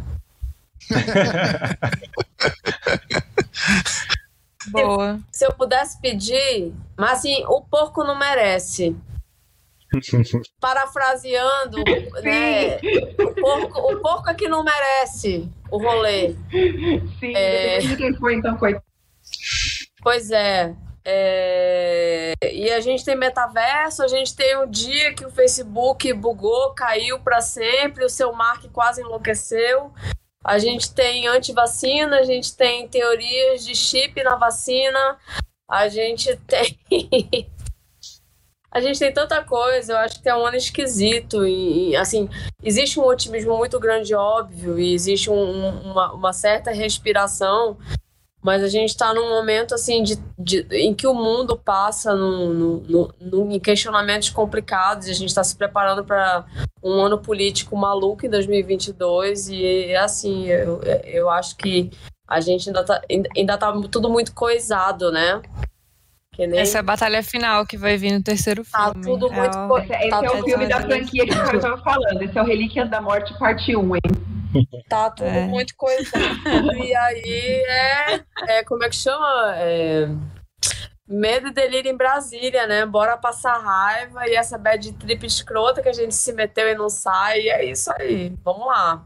[SPEAKER 8] Boa.
[SPEAKER 6] Se, se eu pudesse pedir, mas assim, o porco não merece. Parafraseando, né? O porco, o porco é que não merece o rolê.
[SPEAKER 5] Sim,
[SPEAKER 6] é...
[SPEAKER 5] quem foi então foi.
[SPEAKER 6] Pois é. É... E a gente tem metaverso, a gente tem um dia que o Facebook bugou, caiu para sempre, o seu Mark quase enlouqueceu. A gente tem antivacina, a gente tem teorias de chip na vacina, a gente tem... a gente tem tanta coisa, eu acho que é um ano esquisito. E, assim, existe um otimismo muito grande, óbvio, e existe um, uma, uma certa respiração, mas a gente está num momento, assim, de, de, em que o mundo passa no, no, no, no, em questionamentos complicados, e a gente está se preparando para um ano político maluco em dois mil e vinte e dois, e assim, eu, eu acho que a gente ainda tá, ainda tá tudo muito coisado, né? Que nem...
[SPEAKER 8] Essa é a batalha final que vai vir no terceiro filme.
[SPEAKER 6] Tá tudo
[SPEAKER 8] é
[SPEAKER 6] muito...
[SPEAKER 8] o...
[SPEAKER 6] Co...
[SPEAKER 5] Esse, esse
[SPEAKER 6] tá
[SPEAKER 5] é o filme da franquia que o cara estava falando, esse é o Relíquias da Morte parte um, hein?
[SPEAKER 6] Tá tudo é. muito coisado. E aí é, é... Como é que chama? É... Medo e delírio em Brasília, né? Bora passar raiva e essa bad trip escrota que a gente se meteu e não sai. E é isso aí. Vamos lá.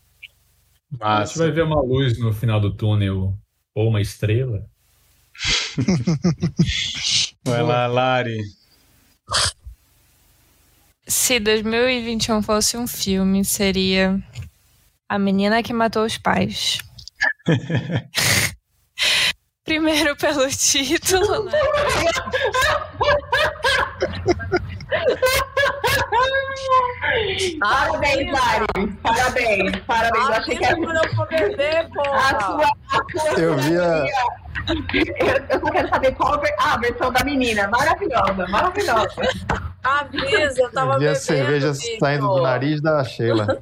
[SPEAKER 3] Massa. A gente vai ver uma luz no final do túnel ou uma estrela.
[SPEAKER 2] Vai lá, Lari.
[SPEAKER 8] Se dois mil e vinte e um fosse um filme, seria A Menina que Matou os Pais. Primeiro pelo título, né?
[SPEAKER 5] Parabéns, Lari. Parabéns, parabéns. Eu achei que era
[SPEAKER 6] pra eu poder ver, pô.
[SPEAKER 5] A sua, a sua
[SPEAKER 9] Eu vi a-
[SPEAKER 5] eu, eu só quero saber qual a ver- ah, a versão da menina. Maravilhosa, maravilhosa.
[SPEAKER 6] Avisa, eu tava
[SPEAKER 9] Vi a
[SPEAKER 6] bebendo.
[SPEAKER 9] cerveja
[SPEAKER 6] Vitor.
[SPEAKER 9] saindo do nariz da Sheila.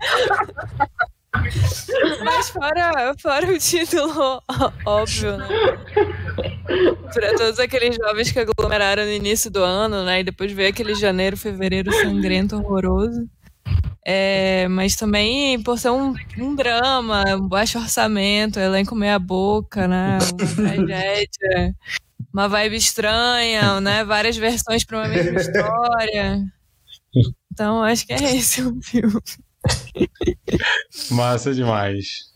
[SPEAKER 8] Mas fora, fora o título óbvio, né? Para todos aqueles jovens que aglomeraram no início do ano, né? E depois veio aquele janeiro, fevereiro sangrento, horroroso. É, mas também por ser um, um drama, um baixo orçamento, elenco meia boca, né? Uma tragédia, uma vibe estranha, né? Várias versões para uma mesma história. Então acho que é esse o filme.
[SPEAKER 2] Massa demais.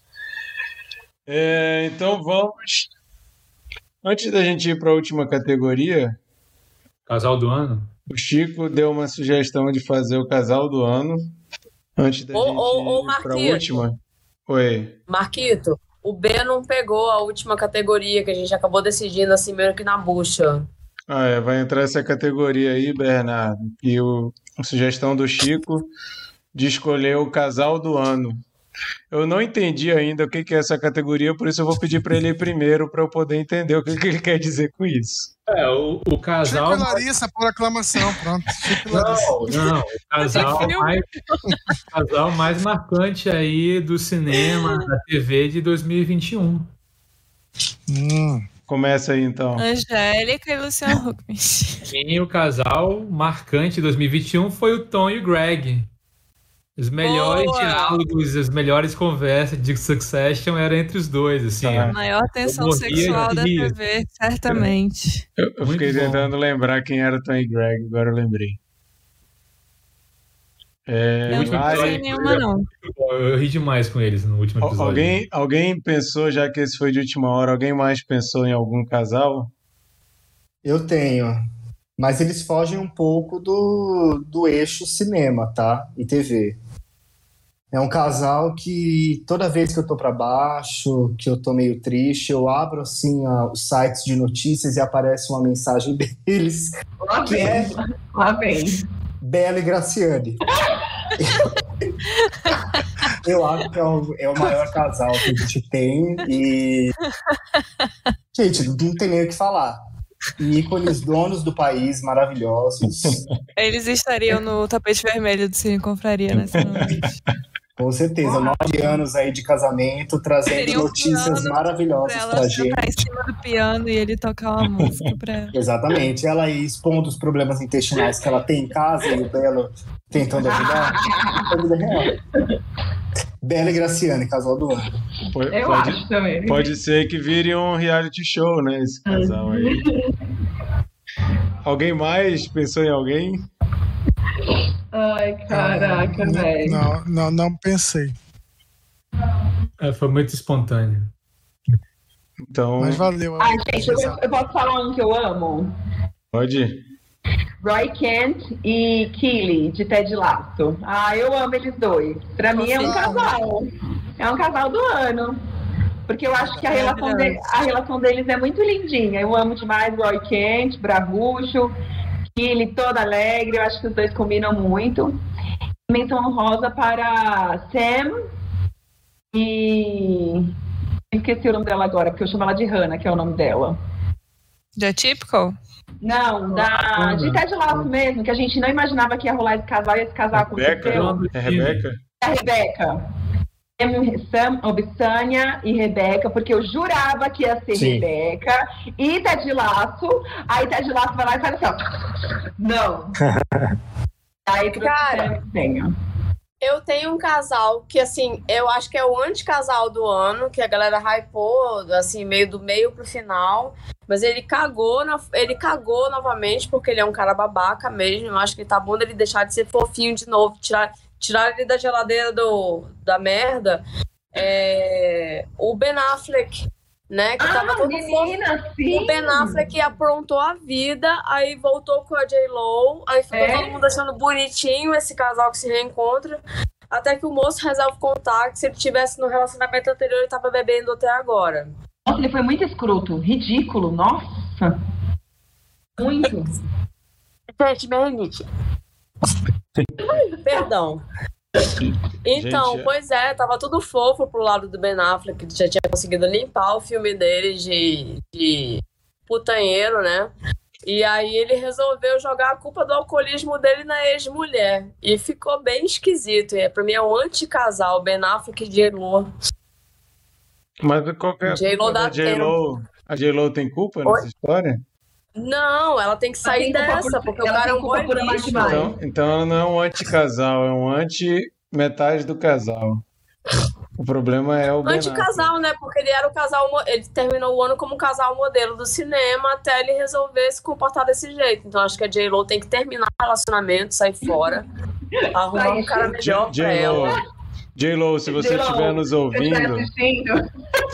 [SPEAKER 2] É, então vamos. Antes da gente ir para a última categoria,
[SPEAKER 3] Casal do ano?
[SPEAKER 2] o Chico deu uma sugestão de fazer o casal do ano. Antes da
[SPEAKER 6] Ô,
[SPEAKER 2] gente
[SPEAKER 6] ô, ô,
[SPEAKER 2] ir para a
[SPEAKER 6] Marquito.
[SPEAKER 2] última. Oi.
[SPEAKER 6] Marquito, o B não pegou a última categoria que a gente acabou decidindo assim meio que na bucha.
[SPEAKER 2] Ah, é, vai entrar essa categoria aí, Bernardo. E o, a sugestão do Chico de escolher o casal do ano. Eu não entendi ainda o que que é essa categoria, por isso eu vou pedir para ele ir primeiro para eu poder entender o que que ele quer dizer com isso.
[SPEAKER 3] É, o, o casal.
[SPEAKER 7] Chico e Larissa, por aclamação, pronto. Chico e Larissa.
[SPEAKER 3] Não, não, o casal mais, o casal mais marcante aí do cinema, da T V de dois mil e vinte e um.
[SPEAKER 7] Hum.
[SPEAKER 2] Começa aí então.
[SPEAKER 8] Angélica e Luciano Huck.
[SPEAKER 3] E o casal marcante de dois mil e vinte e um foi o Tom e o Greg. Os melhores
[SPEAKER 8] Boa!
[SPEAKER 3] diálogos, as melhores conversas de Succession eram entre os dois, assim.
[SPEAKER 2] Tá.
[SPEAKER 3] ó.
[SPEAKER 8] Maior tensão
[SPEAKER 3] Eu morria
[SPEAKER 8] sexual
[SPEAKER 3] de
[SPEAKER 8] da
[SPEAKER 3] rir.
[SPEAKER 8] T V, certamente.
[SPEAKER 2] Eu, eu
[SPEAKER 3] Muito
[SPEAKER 2] fiquei
[SPEAKER 3] bom.
[SPEAKER 2] tentando lembrar quem era Tom e Greg, agora eu lembrei. É,
[SPEAKER 8] Eu
[SPEAKER 3] último
[SPEAKER 8] não
[SPEAKER 2] Lari,
[SPEAKER 8] sei nenhuma, não.
[SPEAKER 3] Eu ri demais com eles no último
[SPEAKER 2] al-
[SPEAKER 3] episódio.
[SPEAKER 2] alguém, alguém pensou, já que esse foi de última hora, alguém mais pensou em algum casal?
[SPEAKER 4] Eu tenho. Mas eles fogem um pouco do, do eixo cinema, tá? E T V. É um casal que toda vez que eu tô pra baixo, que eu tô meio triste, eu abro assim a- os sites de notícias e aparece uma mensagem deles,
[SPEAKER 5] Lá
[SPEAKER 4] que
[SPEAKER 5] vem,
[SPEAKER 4] é
[SPEAKER 5] lá vem.
[SPEAKER 4] Bela e Graciane. Eu acho que é o, é o maior casal que a gente tem e... Gente, não tem nem o que falar. Ícones, donos do país, maravilhosos.
[SPEAKER 8] Eles estariam no tapete vermelho do Cine Confraria nessa noite.
[SPEAKER 4] Com certeza, nove anos aí de casamento, trazendo
[SPEAKER 8] Teriam um
[SPEAKER 4] notícias
[SPEAKER 8] piano
[SPEAKER 4] maravilhosas
[SPEAKER 8] Pra
[SPEAKER 4] pra
[SPEAKER 8] ela
[SPEAKER 4] gente.
[SPEAKER 8] sentar em cima do piano e ele tocar uma música pra ela.
[SPEAKER 4] Exatamente, ela aí expondo os problemas intestinais que ela tem em casa e o Belo tentando ajudar. É vida real. Bela e Graciane, casal do ano.
[SPEAKER 2] Pode,
[SPEAKER 5] Eu
[SPEAKER 2] pode,
[SPEAKER 5] acho também.
[SPEAKER 2] pode ser que vire um reality show, né? Esse casal aí. Alguém mais pensou em alguém?
[SPEAKER 5] Ai, caraca,
[SPEAKER 7] Não,
[SPEAKER 5] velho.
[SPEAKER 7] não, não, não pensei.
[SPEAKER 3] É, foi muito espontâneo.
[SPEAKER 2] Então,
[SPEAKER 7] Mas valeu.
[SPEAKER 5] Ai,
[SPEAKER 7] amigo.
[SPEAKER 5] gente, eu, eu posso falar um que eu amo?
[SPEAKER 2] pode.
[SPEAKER 5] Roy Kent e Keely, de Ted Lasso. Ah, eu amo eles dois. Pra mim é um casal. É um casal do ano. Porque eu acho que a relação, de- a relação deles é muito lindinha. Eu amo demais Roy Kent, bravucho. Keely toda alegre. Eu acho que os dois combinam muito. Menção honrosa para Sam e... Esqueci o nome dela agora, porque eu chamo ela de Hannah, que é o nome dela.
[SPEAKER 8] The Atypical?
[SPEAKER 5] Não, da, de Ted Lasso mesmo, que a gente não imaginava que ia rolar esse casal e esse casal aconteceu.
[SPEAKER 2] Rebeca? É Rebeca?
[SPEAKER 5] A Rebeca. Sam, Obsânia e Rebeca, porque eu jurava que ia ser
[SPEAKER 4] Sim.
[SPEAKER 5] Rebeca e Ted Lasso. Aí Ted Lasso vai lá e faz assim, ó. Não. Aí pro
[SPEAKER 6] Cara.
[SPEAKER 5] tenho.
[SPEAKER 6] Eu tenho um casal que, assim, eu acho que é o anticasal do ano, que a galera hypou, assim, meio do meio pro final. Mas ele cagou, na, ele cagou novamente, porque ele é um cara babaca mesmo. Eu acho que tá bom dele deixar de ser fofinho de novo, tirar, tirar ele da geladeira do, da merda. É, o Ben Affleck né? Que
[SPEAKER 5] Ah,
[SPEAKER 6] tava todo
[SPEAKER 5] menina,
[SPEAKER 6] fofo.
[SPEAKER 5] sim.
[SPEAKER 6] O Ben Affleck aprontou a vida, aí voltou com a J-Lo, aí ficou
[SPEAKER 5] É?
[SPEAKER 6] todo mundo achando bonitinho esse casal que se reencontra, até que o moço resolve contar que se ele tivesse no relacionamento anterior, ele tava bebendo até agora.
[SPEAKER 5] Nossa, ele foi muito escroto, ridículo, nossa. Muito.
[SPEAKER 6] Gente, minha rinite. Perdão. Então,
[SPEAKER 2] Gente,
[SPEAKER 6] pois é, tava tudo fofo pro lado do Ben Affleck, que já tinha conseguido limpar o filme dele de, de putanheiro, né? E aí ele resolveu jogar a culpa do alcoolismo dele na ex-mulher. E ficou bem esquisito. E pra mim é um anti-casal, Ben Affleck e J-Lo.
[SPEAKER 2] Mas qual que é a
[SPEAKER 6] J-Lo
[SPEAKER 2] culpa
[SPEAKER 6] dá
[SPEAKER 2] da J-Lo? A J-Lo tem culpa
[SPEAKER 6] Oi?
[SPEAKER 2] nessa história?
[SPEAKER 6] Não, ela tem que sair
[SPEAKER 5] tem culpa
[SPEAKER 6] dessa,
[SPEAKER 5] por-
[SPEAKER 6] porque o
[SPEAKER 5] ela
[SPEAKER 6] cara é
[SPEAKER 5] tem
[SPEAKER 6] um
[SPEAKER 5] culpa
[SPEAKER 6] boi
[SPEAKER 5] por amar
[SPEAKER 6] lixo.
[SPEAKER 5] demais.
[SPEAKER 2] Então, então ela não é um anti-casal, é um anti-metade do casal. O problema é o Ben Affleck.
[SPEAKER 6] Anti-casal, né? Porque ele era o casal. mo- Ele terminou o ano como um casal modelo do cinema até ele resolver se comportar desse jeito. Então acho que a J-Lo tem que terminar o relacionamento, sair fora, arrumar
[SPEAKER 5] Sai,
[SPEAKER 6] um cara
[SPEAKER 5] gente.
[SPEAKER 6] melhor pra
[SPEAKER 2] J-Lo,
[SPEAKER 6] ela.
[SPEAKER 2] J-Lo, se você
[SPEAKER 5] J-Lo,
[SPEAKER 2] estiver nos
[SPEAKER 5] Você tá
[SPEAKER 2] ouvindo,
[SPEAKER 5] assistindo?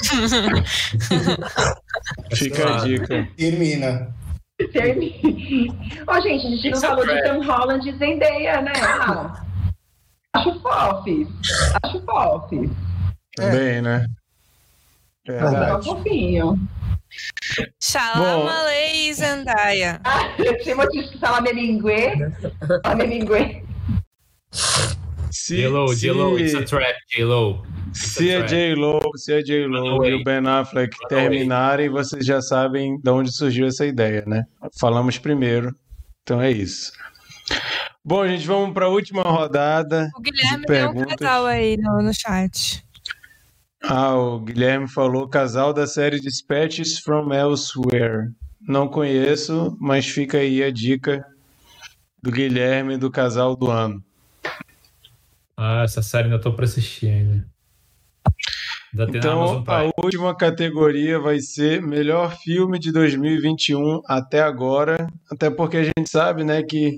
[SPEAKER 2] fica a dica.
[SPEAKER 4] Termina.
[SPEAKER 5] Termine. Ô, gente, a gente não
[SPEAKER 3] It's a
[SPEAKER 5] falou de
[SPEAKER 3] trap.
[SPEAKER 5] Tom Holland e Zendaya, né? Ah, acho fofes. Acho fofes.
[SPEAKER 2] Também, né?
[SPEAKER 5] Só
[SPEAKER 2] Verdade.
[SPEAKER 5] fofinho.
[SPEAKER 8] Xalamalei e Zendaya.
[SPEAKER 5] Ah, Timothy Salamelingue. Salamelingue.
[SPEAKER 2] Se,
[SPEAKER 3] J-Lo,
[SPEAKER 2] se,
[SPEAKER 3] J-Lo, it's a trap, J-Lo.
[SPEAKER 2] se a J-Lo, se a J-Lo e o Ben Affleck terminarem, vocês já sabem de onde surgiu essa ideia, né? Falamos primeiro, então é isso. Bom, gente, vamos para a última rodada
[SPEAKER 8] O
[SPEAKER 2] de
[SPEAKER 8] Guilherme tem um
[SPEAKER 2] perguntas.
[SPEAKER 8] casal aí no, no chat.
[SPEAKER 2] Ah, o Guilherme falou casal da série Dispatches from Elsewhere. Não conheço, mas fica aí a dica do Guilherme do casal do ano.
[SPEAKER 3] Ah, essa série ainda tô pra assistir ainda. Ainda tem na Amazon
[SPEAKER 2] Então, a
[SPEAKER 3] Prime.
[SPEAKER 2] última categoria vai ser melhor filme de dois mil e vinte e um até agora, até porque a gente sabe, né, que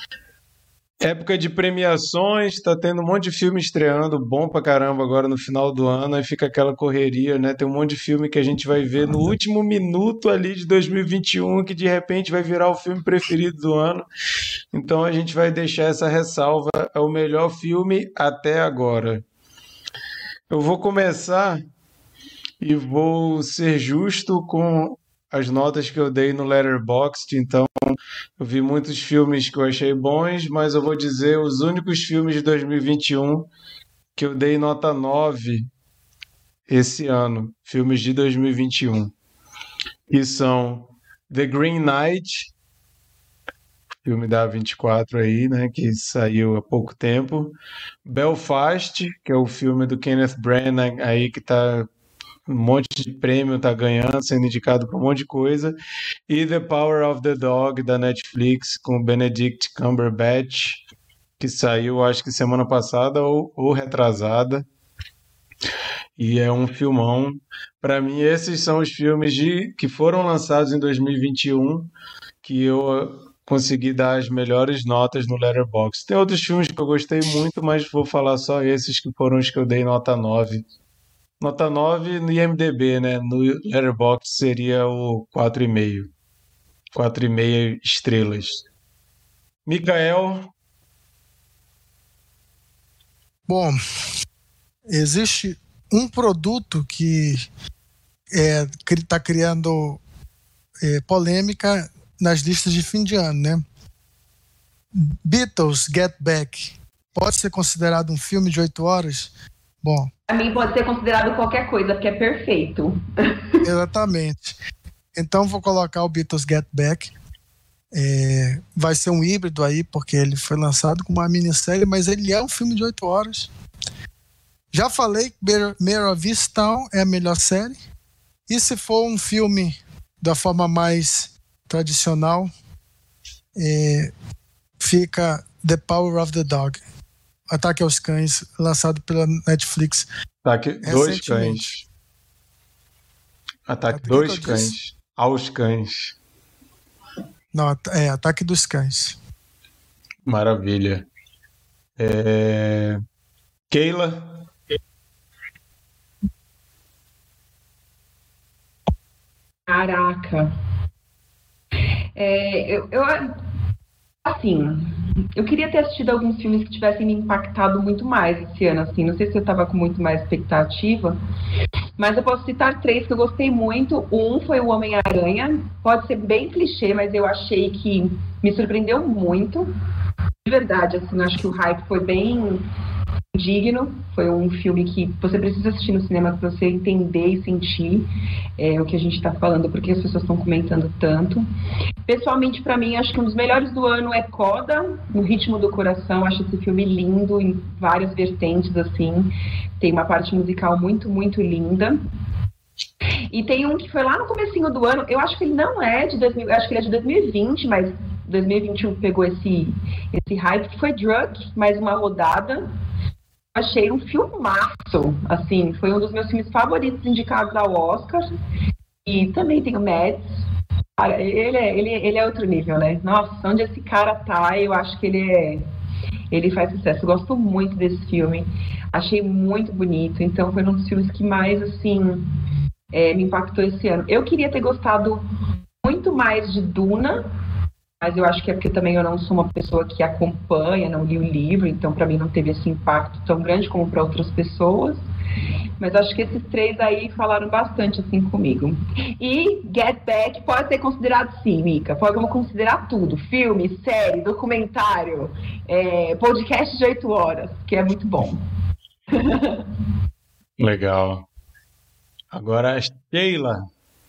[SPEAKER 2] época de premiações, tá tendo um monte de filme estreando, bom pra caramba agora no final do ano, aí fica aquela correria, né, tem um monte de filme que a gente vai ver no último minuto ali de dois mil e vinte e um, que de repente vai virar o filme preferido do ano, então a gente vai deixar essa ressalva, é o melhor filme até agora. Eu vou começar e vou ser justo com as notas que eu dei no Letterboxd. Então, eu vi muitos filmes que eu achei bons, mas eu vou dizer os únicos filmes de dois mil e vinte e um que eu dei nota nove esse ano, filmes de dois mil e vinte e um. E são The Green Knight, filme da A vinte e quatro aí, né, que saiu há pouco tempo. Belfast, que é o filme do Kenneth Branagh aí, que tá um monte de prêmio, tá ganhando, sendo indicado para um monte de coisa. E The Power of the Dog, da Netflix, com Benedict Cumberbatch, que saiu, acho que semana passada ou, ou retrasada. E é um filmão. Para mim, esses são os filmes de, que foram lançados em dois mil e vinte e um que eu consegui dar as melhores notas no Letterboxd. Tem outros filmes que eu gostei muito, mas vou falar só esses que foram os que eu dei nota nove. Nota nove no I M D B, né? No Letterboxd seria o quatro e meio. quatro e meio estrelas. Mikael?
[SPEAKER 7] Bom, existe um produto que está criando é, polêmica nas listas de fim de ano, né? Beatles Get Back pode ser considerado um filme de oito horas? Bom,
[SPEAKER 5] Pra mim pode ser considerado qualquer coisa, porque é perfeito.
[SPEAKER 7] exatamente. Então vou colocar o Beatles Get Back. É, vai ser um híbrido aí, porque ele foi lançado como uma minissérie, mas ele é um filme de oito horas. Já falei que Mare of Easttown é a melhor série. E se for um filme da forma mais tradicional, é, fica The Power of the Dog, Ataque aos Cães, lançado pela Netflix.
[SPEAKER 2] Ataque dois cães.
[SPEAKER 7] recentemente.
[SPEAKER 2] Ataque
[SPEAKER 7] O que
[SPEAKER 2] dois
[SPEAKER 7] que eu
[SPEAKER 2] cães.
[SPEAKER 7] disse?
[SPEAKER 2] Aos cães.
[SPEAKER 7] Não, at- é Ataque dos Cães.
[SPEAKER 2] Maravilha. É... Keila?
[SPEAKER 5] Caraca. É, eu, eu, assim, eu queria ter assistido alguns filmes que tivessem me impactado muito mais esse ano, assim. Não sei se eu tava com muito mais expectativa, mas eu posso citar três que eu gostei muito. Um foi o Homem-Aranha. Pode ser bem clichê, mas eu achei que me surpreendeu muito. De verdade, assim, acho que o hype foi bem digno. Foi um filme que você precisa assistir no cinema para você entender e sentir é, o que a gente está falando, porque as pessoas estão comentando tanto. Pessoalmente, para mim, acho que um dos melhores do ano é Coda, No Ritmo do Coração. Acho esse filme lindo em várias vertentes, assim. Tem uma parte musical muito, muito linda. E tem um que foi lá no comecinho do ano. Eu acho que ele não é de dois mil, eu acho que ele é de dois mil e vinte, mas dois mil e vinte e um pegou esse, esse hype, que foi Druk, mais uma rodada. Achei um filmaço, assim, foi um dos meus filmes favoritos indicados ao Oscar. E também tem o Mads. Cara, ele é, ele, ele é outro nível, né? Nossa, onde esse cara tá, eu acho que ele é... Ele faz sucesso. Eu gosto muito desse filme. Achei muito bonito. Então, foi um dos filmes que mais, assim, é, me impactou esse ano. Eu queria ter gostado muito mais de Duna, mas eu acho que é porque também eu não sou uma pessoa que acompanha, não li o livro, então para mim não teve esse impacto tão grande como para outras pessoas. Mas acho que esses três aí falaram bastante assim comigo. E Get Back pode ser considerado sim, Mica. Podemos considerar tudo. Filme, série, documentário, é, podcast de oito horas, que é muito bom.
[SPEAKER 2] Legal. Agora, Sheila.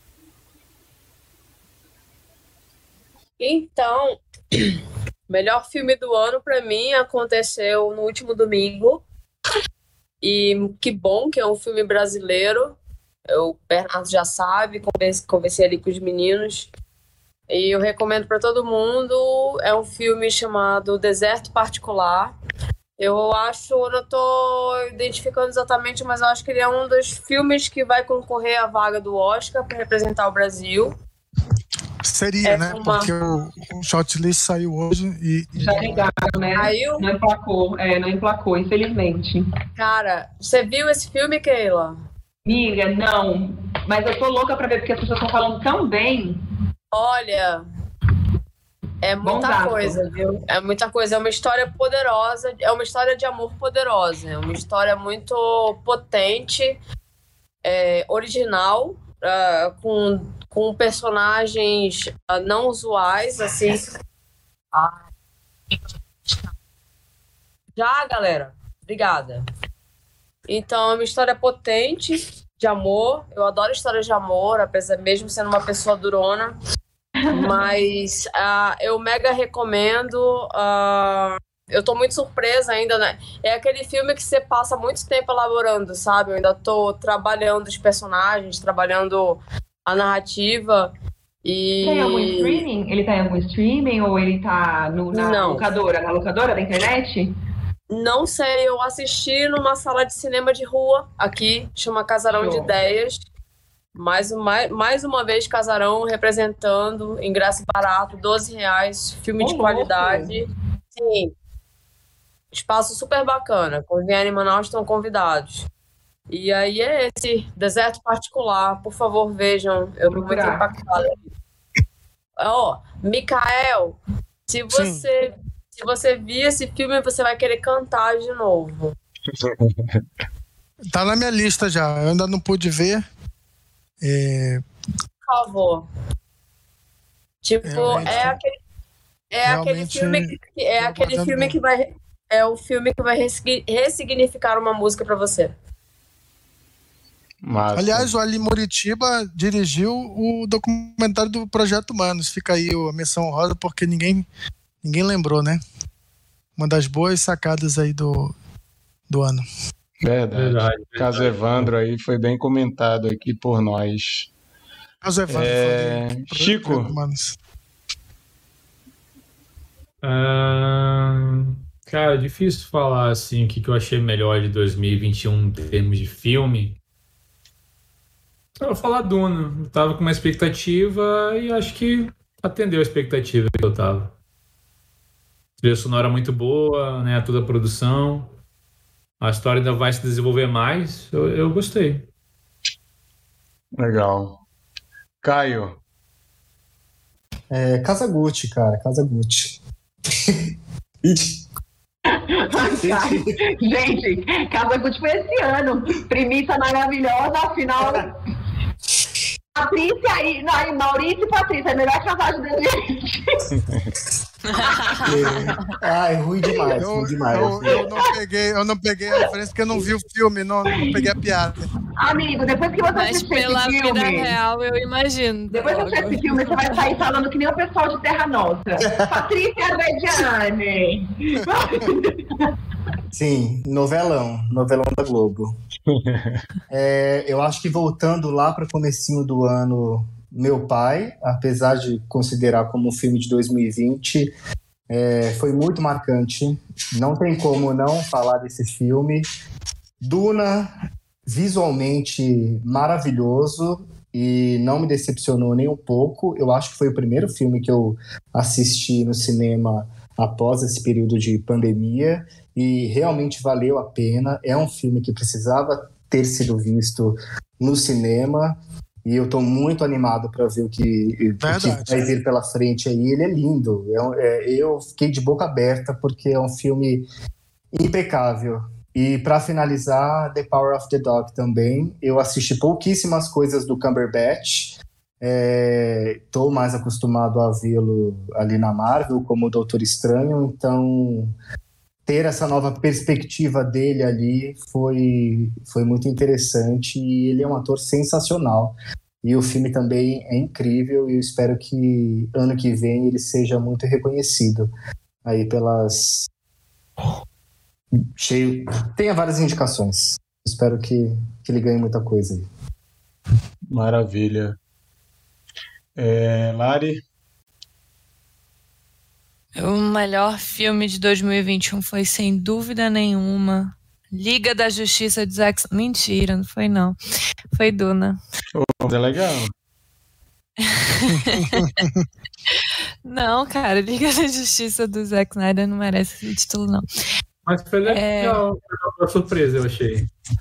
[SPEAKER 6] Então, melhor filme do ano pra mim aconteceu no último domingo. E que bom que é um filme brasileiro. O Bernardo já sabe, conversei, conversei ali com os meninos. E eu recomendo pra todo mundo. É um filme chamado Deserto Particular. Eu acho, eu não tô identificando exatamente, mas eu acho que ele é um dos filmes que vai concorrer à vaga do Oscar para representar o Brasil.
[SPEAKER 7] Seria,
[SPEAKER 6] É
[SPEAKER 7] né?
[SPEAKER 6] uma-
[SPEAKER 7] Porque o, o shortlist saiu hoje e, e
[SPEAKER 5] Já ligaram, né?
[SPEAKER 6] Saiu?
[SPEAKER 5] Não emplacou, é, não emplacou, infelizmente.
[SPEAKER 6] Cara, você viu esse filme, Keila?
[SPEAKER 5] Amiga, não. Mas eu tô louca pra ver, porque as pessoas estão falando tão bem.
[SPEAKER 6] Olha, é muita
[SPEAKER 5] Bonzaço.
[SPEAKER 6] coisa, viu? É muita coisa. É uma história poderosa, é uma história de amor poderosa. É uma história muito potente, é, original, ah, com, com personagens ah, não usuais, assim. Ah. Já, galera? Obrigada. Então, é uma história potente de amor. Eu adoro histórias de amor, apesar mesmo sendo uma pessoa durona. Mas uh, eu mega recomendo. Uh, eu tô muito surpresa ainda, né? É aquele filme que você passa muito tempo elaborando, sabe? Eu ainda tô trabalhando os personagens, trabalhando a narrativa. E...
[SPEAKER 5] Tem algum streaming? Ele tá em algum streaming ou ele tá no, na
[SPEAKER 6] Não.
[SPEAKER 5] locadora? Na locadora da internet?
[SPEAKER 6] Não sei, eu assisti numa sala de cinema de rua aqui, chama Casarão
[SPEAKER 5] Show.
[SPEAKER 6] de Ideias. Mais, mais, mais uma vez, Casarão representando, ingresso barato, doze reais, filme
[SPEAKER 5] Ô,
[SPEAKER 6] de
[SPEAKER 5] louco.
[SPEAKER 6] qualidade. Sim, espaço super bacana. Quando vierem em Manaus, estão convidados. E aí é esse, Deserto Particular. Por favor, vejam. Eu tô muito
[SPEAKER 5] Procurar.
[SPEAKER 6] impactada. Ó, Mikael, se você, se você vir esse filme, você vai querer cantar de novo.
[SPEAKER 7] tá na minha lista já. Eu ainda não pude ver. É,
[SPEAKER 6] Por favor. Tipo,
[SPEAKER 7] Realmente,
[SPEAKER 6] é aquele, é aquele
[SPEAKER 7] realmente,
[SPEAKER 6] filme que é
[SPEAKER 7] tô
[SPEAKER 6] aquele
[SPEAKER 7] guardando
[SPEAKER 6] filme
[SPEAKER 7] bem.
[SPEAKER 6] que vai é o filme que vai ressigni- ressignificar uma música pra você.
[SPEAKER 2] Massa.
[SPEAKER 7] aliás, o Ali Moritiba dirigiu o documentário do Projeto Humanos. Fica aí a menção honrosa, porque ninguém, ninguém lembrou, né? Uma das boas sacadas aí do, do ano.
[SPEAKER 2] Verdade.
[SPEAKER 3] Verdade,
[SPEAKER 2] Caso
[SPEAKER 3] verdade.
[SPEAKER 2] Evandro aí foi bem comentado aqui por nós.
[SPEAKER 7] Mas o Evandro
[SPEAKER 2] É,
[SPEAKER 7] falou de
[SPEAKER 2] Chico.
[SPEAKER 7] Projeto Humanos.
[SPEAKER 3] Ah, cara, difícil falar assim o que, que eu achei melhor de dois mil e vinte e um em termos de filme. Eu vou falar Duna. Eu tava com uma expectativa e acho que atendeu a expectativa que eu tava. A trilha sonora muito boa, né? Toda a produção. A história ainda vai se desenvolver mais. Eu, eu gostei.
[SPEAKER 2] Legal. Caio.
[SPEAKER 4] É, Casa Gucci, cara, Casa Gucci.
[SPEAKER 5] Gente, Casa Gucci foi esse ano. Premissa maravilhosa, afinal. Patrícia e. Não, Maurício e Patrícia, é a melhor casagem da gente.
[SPEAKER 4] Ai, ruim demais,
[SPEAKER 7] Eu,
[SPEAKER 4] ruim demais.
[SPEAKER 7] eu, eu não peguei, eu não peguei a referência porque eu não vi o filme, não, não peguei a piada.
[SPEAKER 5] Amigo, depois que você
[SPEAKER 8] Mas
[SPEAKER 5] assistir
[SPEAKER 8] pela
[SPEAKER 5] esse
[SPEAKER 8] vida
[SPEAKER 5] filme.
[SPEAKER 8] real, eu imagino.
[SPEAKER 5] Depois que você assistir esse filme, você vai sair falando que nem o pessoal de Terra Nossa. Patrícia Arvediane.
[SPEAKER 4] Sim, novelão, novelão da Globo. É, eu acho que voltando lá para o comecinho do ano, Meu Pai, apesar de considerar como um filme de dois mil e vinte, é, foi muito marcante. Não tem como não falar desse filme. Duna, visualmente maravilhoso e não me decepcionou nem um pouco. Eu acho que foi o primeiro filme que eu assisti no cinema após esse período de pandemia e realmente valeu a pena. É um filme que precisava ter sido visto no cinema e eu estou muito animado para ver o que, o que vai vir pela frente aí. Ele é lindo. É, é, eu fiquei de boca aberta porque é um filme impecável. E para finalizar, The Power of the Dog também. Eu assisti pouquíssimas coisas do Cumberbatch. Estou é, mais acostumado a vê-lo ali na Marvel como o Doutor Estranho, então ter essa nova perspectiva dele ali foi, foi muito interessante e ele é um ator sensacional. E o filme também é incrível e eu espero que ano que vem ele seja muito reconhecido aí pelas... Cheio... Tenha várias indicações. Espero que, que ele ganhe muita coisa aí.
[SPEAKER 2] Maravilha. É, Lari?
[SPEAKER 8] O melhor filme de dois mil e vinte e um foi, sem dúvida nenhuma, Liga da Justiça de Zack... Mentira, não foi não. Foi Duna.
[SPEAKER 2] Oh, é legal.
[SPEAKER 8] Não, cara, Liga da Justiça do Zack Snyder não merece esse título, não.
[SPEAKER 3] Mas foi legal, é... uma surpresa, eu achei.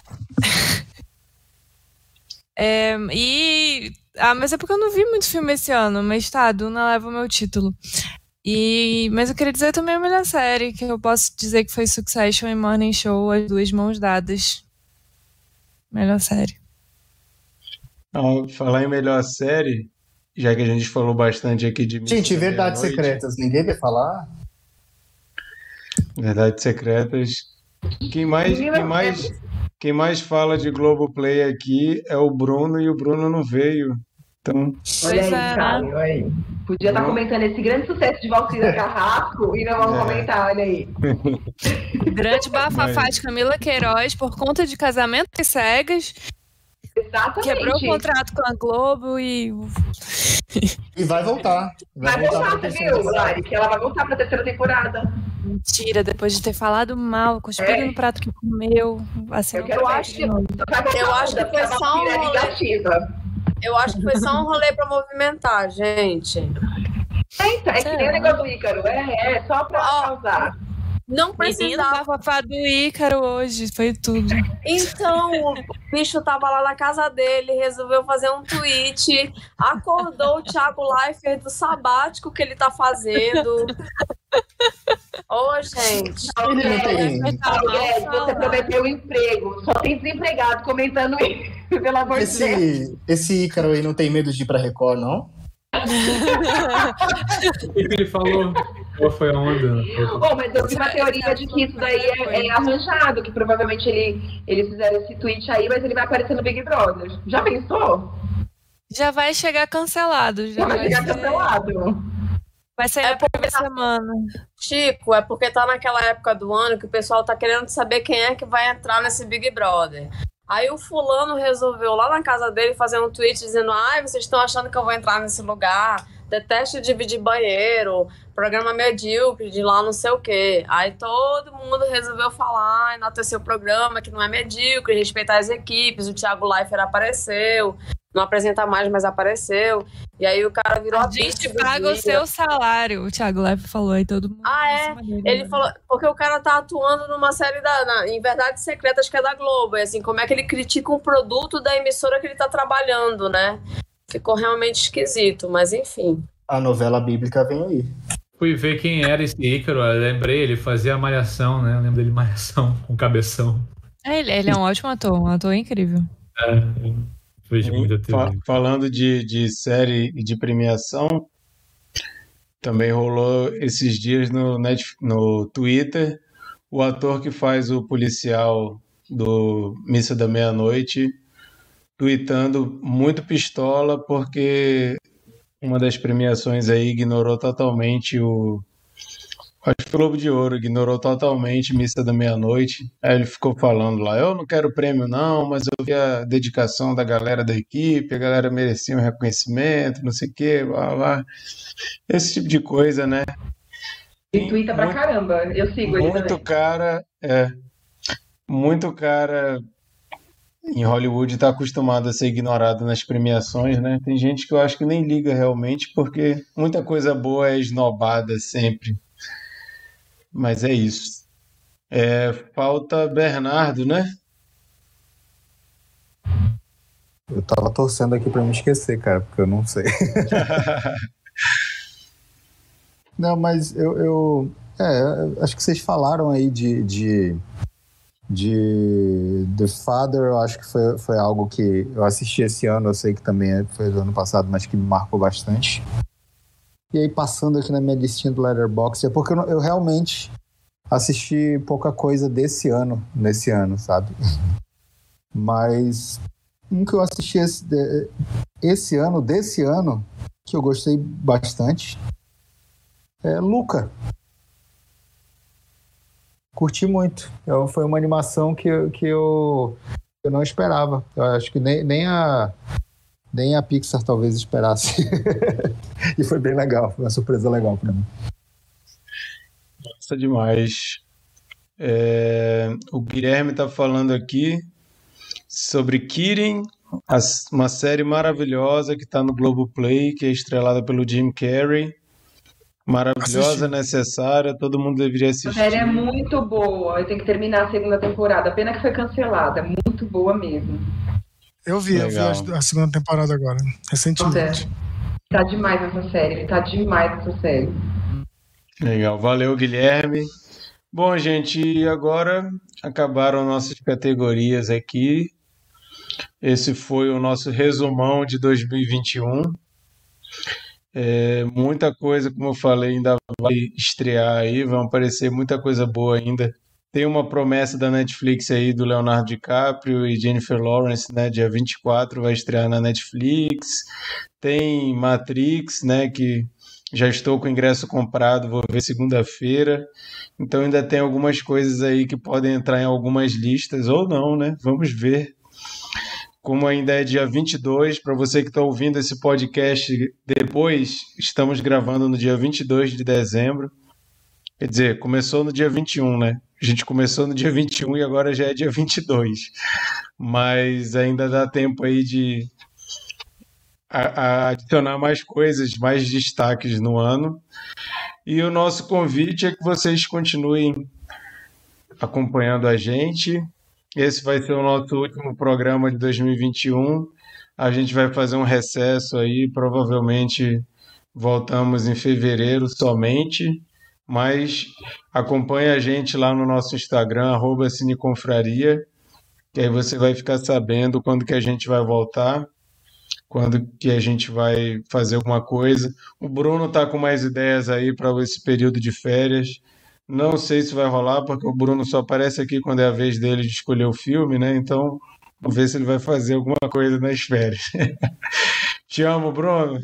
[SPEAKER 8] É, e... Ah, mas é porque eu não vi muito filme esse ano, mas tá, Duna leva o meu título. E... Mas eu queria dizer também a melhor série, que eu posso dizer que foi Succession e Morning Show, as duas mãos dadas. Melhor série.
[SPEAKER 2] Não, falar em melhor série, já que a gente falou bastante aqui de...
[SPEAKER 4] Gente, Verdades Secretas, ninguém vai falar?
[SPEAKER 2] Verdades Secretas. Quem mais, quem mais, quem mais fala de Globoplay aqui é o Bruno, e o Bruno não veio. Então...
[SPEAKER 5] Olha aí, cara, olha aí. Podia estar comentando esse grande sucesso de Valcíria Carrasco e não vamos é. comentar, olha aí.
[SPEAKER 8] Grande bafafá Mas... de Camila Queiroz por conta de Casamento às Cegas.
[SPEAKER 5] Exatamente.
[SPEAKER 8] Quebrou o contrato com a Globo e...
[SPEAKER 4] E vai voltar.
[SPEAKER 5] Vai, vai voltar, voltar viu, Lari? Que ela vai voltar pra terceira temporada.
[SPEAKER 8] Mentira, depois de ter falado mal, cuspido é. no prato que comeu. Assim,
[SPEAKER 5] eu, eu acho que, eu acho que foi só um rolê.
[SPEAKER 6] Eu acho que foi só um rolê pra movimentar, gente.
[SPEAKER 5] É, então, é que nem o negócio do Ícaro. É, é só pra oh. causar.
[SPEAKER 6] Não precisava.
[SPEAKER 8] Bafafá do Ícaro hoje, foi tudo.
[SPEAKER 6] Então, o bicho tava lá na casa dele, resolveu fazer um tweet, acordou o Thiago Leifert do sabático que ele tá fazendo. Ô, oh, gente.
[SPEAKER 5] Ele não tem. Você prometeu um emprego, só tem desempregado comentando isso, pelo amor de Deus.
[SPEAKER 4] Esse Ícaro aí não tem medo de ir pra Record, não?
[SPEAKER 3] O que ele falou? Qual foi a onda?
[SPEAKER 5] Oh, mas eu vi uma teoria de que isso daí é, é arranjado, que provavelmente ele, eles fizeram esse tweet aí, mas ele vai aparecer no Big Brother. Já pensou?
[SPEAKER 8] Já vai chegar cancelado. Já,
[SPEAKER 5] já vai, vai chegar
[SPEAKER 8] ser...
[SPEAKER 5] cancelado.
[SPEAKER 8] Vai sair
[SPEAKER 6] é
[SPEAKER 8] a primeira
[SPEAKER 6] tá...
[SPEAKER 8] semana.
[SPEAKER 6] Chico, é porque tá naquela época do ano que o pessoal tá querendo saber quem é que vai entrar nesse Big Brother. Aí o fulano resolveu lá na casa dele fazer um tweet dizendo: ai, vocês estão achando que eu vou entrar nesse lugar? Detesto dividir banheiro, programa medíocre de lá não sei o quê. Aí todo mundo resolveu falar, enaltecer o programa, que não é medíocre, respeitar as equipes. O Thiago Leifert apareceu, não apresenta mais, mas apareceu. E aí o cara virou
[SPEAKER 8] a gente paga o seu salário, o Thiago Leifert falou aí, todo mundo.
[SPEAKER 6] Ah, é? Maneira, ele né? falou, porque o cara tá atuando numa série da, na, em Verdades Secretas, que é da Globo. E assim, como é que ele critica um produto da emissora que ele tá trabalhando, né? ficou realmente esquisito, mas enfim.
[SPEAKER 4] A novela bíblica vem aí.
[SPEAKER 3] Fui ver quem era esse Ícaro, eu lembrei, ele fazia Malhação, né? Eu lembro dele Malhação, com cabeção.
[SPEAKER 8] É, ele, ele é um ótimo ator, um ator incrível.
[SPEAKER 3] É, vejo muita T V.
[SPEAKER 2] Fa- Falando de, de série e de premiação, também rolou esses dias no, Netf- no Twitter, o ator que faz o policial do Missa da Meia-Noite tweetando muito pistola porque uma das premiações aí ignorou totalmente o... Acho que foi o Globo de Ouro, ignorou totalmente Missa da Meia-Noite. Aí ele ficou falando lá, eu não quero prêmio não, mas eu vi a dedicação da galera da equipe, a galera merecia um reconhecimento, não sei o quê, blá, blá. Esse tipo de coisa, né?
[SPEAKER 5] E tuita pra
[SPEAKER 2] Muito-
[SPEAKER 5] caramba. Eu sigo ele
[SPEAKER 2] Muito
[SPEAKER 5] também.
[SPEAKER 2] cara, é, muito cara em Hollywood está acostumado a ser ignorado nas premiações, né? Tem gente que eu acho que nem liga realmente, porque muita coisa boa é esnobada sempre. Mas é isso. É, falta Bernardo, né?
[SPEAKER 9] Eu tava torcendo aqui pra me esquecer, cara, porque eu não sei. Não, mas eu, eu é, acho que vocês falaram aí de, de, de The Father, eu acho que foi, foi algo que eu assisti esse ano, eu sei que também foi do ano passado, mas que me marcou bastante. E aí, passando aqui na minha listinha do Letterboxd, é porque eu, não- eu realmente assisti pouca coisa desse ano, nesse ano, sabe? Mas um que eu assisti esse, de- esse ano, desse ano, que eu gostei bastante, é Luca. Curti muito. Eu- foi uma animação que, eu- que eu, eu não esperava. Eu acho que nem, nem, a, nem a Pixar talvez esperasse. E foi bem legal, foi uma surpresa legal pra mim.
[SPEAKER 2] Nossa, demais. É, o Guilherme está falando aqui sobre Kirin, as- uma série maravilhosa que está no Globoplay, que é estrelada pelo Jim Carrey. Maravilhosa,
[SPEAKER 7] Assisti.
[SPEAKER 2] necessária, todo mundo deveria
[SPEAKER 5] A série
[SPEAKER 2] assistir.
[SPEAKER 5] é muito boa. Eu tenho que terminar a segunda temporada. Pena que foi cancelada. Muito boa mesmo.
[SPEAKER 7] Eu vi, eu vi
[SPEAKER 2] Legal.
[SPEAKER 7] a, a segunda temporada agora, recentemente.
[SPEAKER 5] Tá demais essa série. Tá demais essa série.
[SPEAKER 2] Legal, valeu, Guilherme. Bom, gente, e agora acabaram nossas categorias aqui. Esse foi o nosso resumão de dois mil e vinte e um. É, muita coisa, como eu falei, ainda vai estrear aí, vão aparecer muita coisa boa ainda. Tem uma promessa da Netflix aí do Leonardo DiCaprio e Jennifer Lawrence, né? Dia vinte e quatro vai estrear na Netflix. Tem Matrix, né? Que já estou com o ingresso comprado, vou ver segunda-feira. Então ainda tem algumas coisas aí que podem entrar em algumas listas, ou não, né? Vamos ver. Como ainda é dia vinte e dois, para você que está ouvindo esse podcast depois, estamos gravando no dia vinte e dois de dezembro. Quer dizer, começou no dia vinte e um, né? A gente começou no dia vinte e um e agora já é dia vinte e dois. Mas ainda dá tempo aí de a- a adicionar mais coisas, mais destaques no ano. E o nosso convite é que vocês continuem acompanhando a gente. Esse vai ser o nosso último programa de dois mil e vinte e um. A gente vai fazer um recesso aí, provavelmente voltamos em fevereiro somente, mas acompanhe a gente lá no nosso Instagram, arroba cineconfraria, que aí você vai ficar sabendo quando que a gente vai voltar, quando que a gente vai fazer alguma coisa. O Bruno tá com mais ideias aí para esse período de férias. Não sei se vai rolar, porque o Bruno só aparece aqui quando é a vez dele de escolher o filme, né? Então, vamos ver se ele vai fazer alguma coisa nas férias. Te amo, Bruno.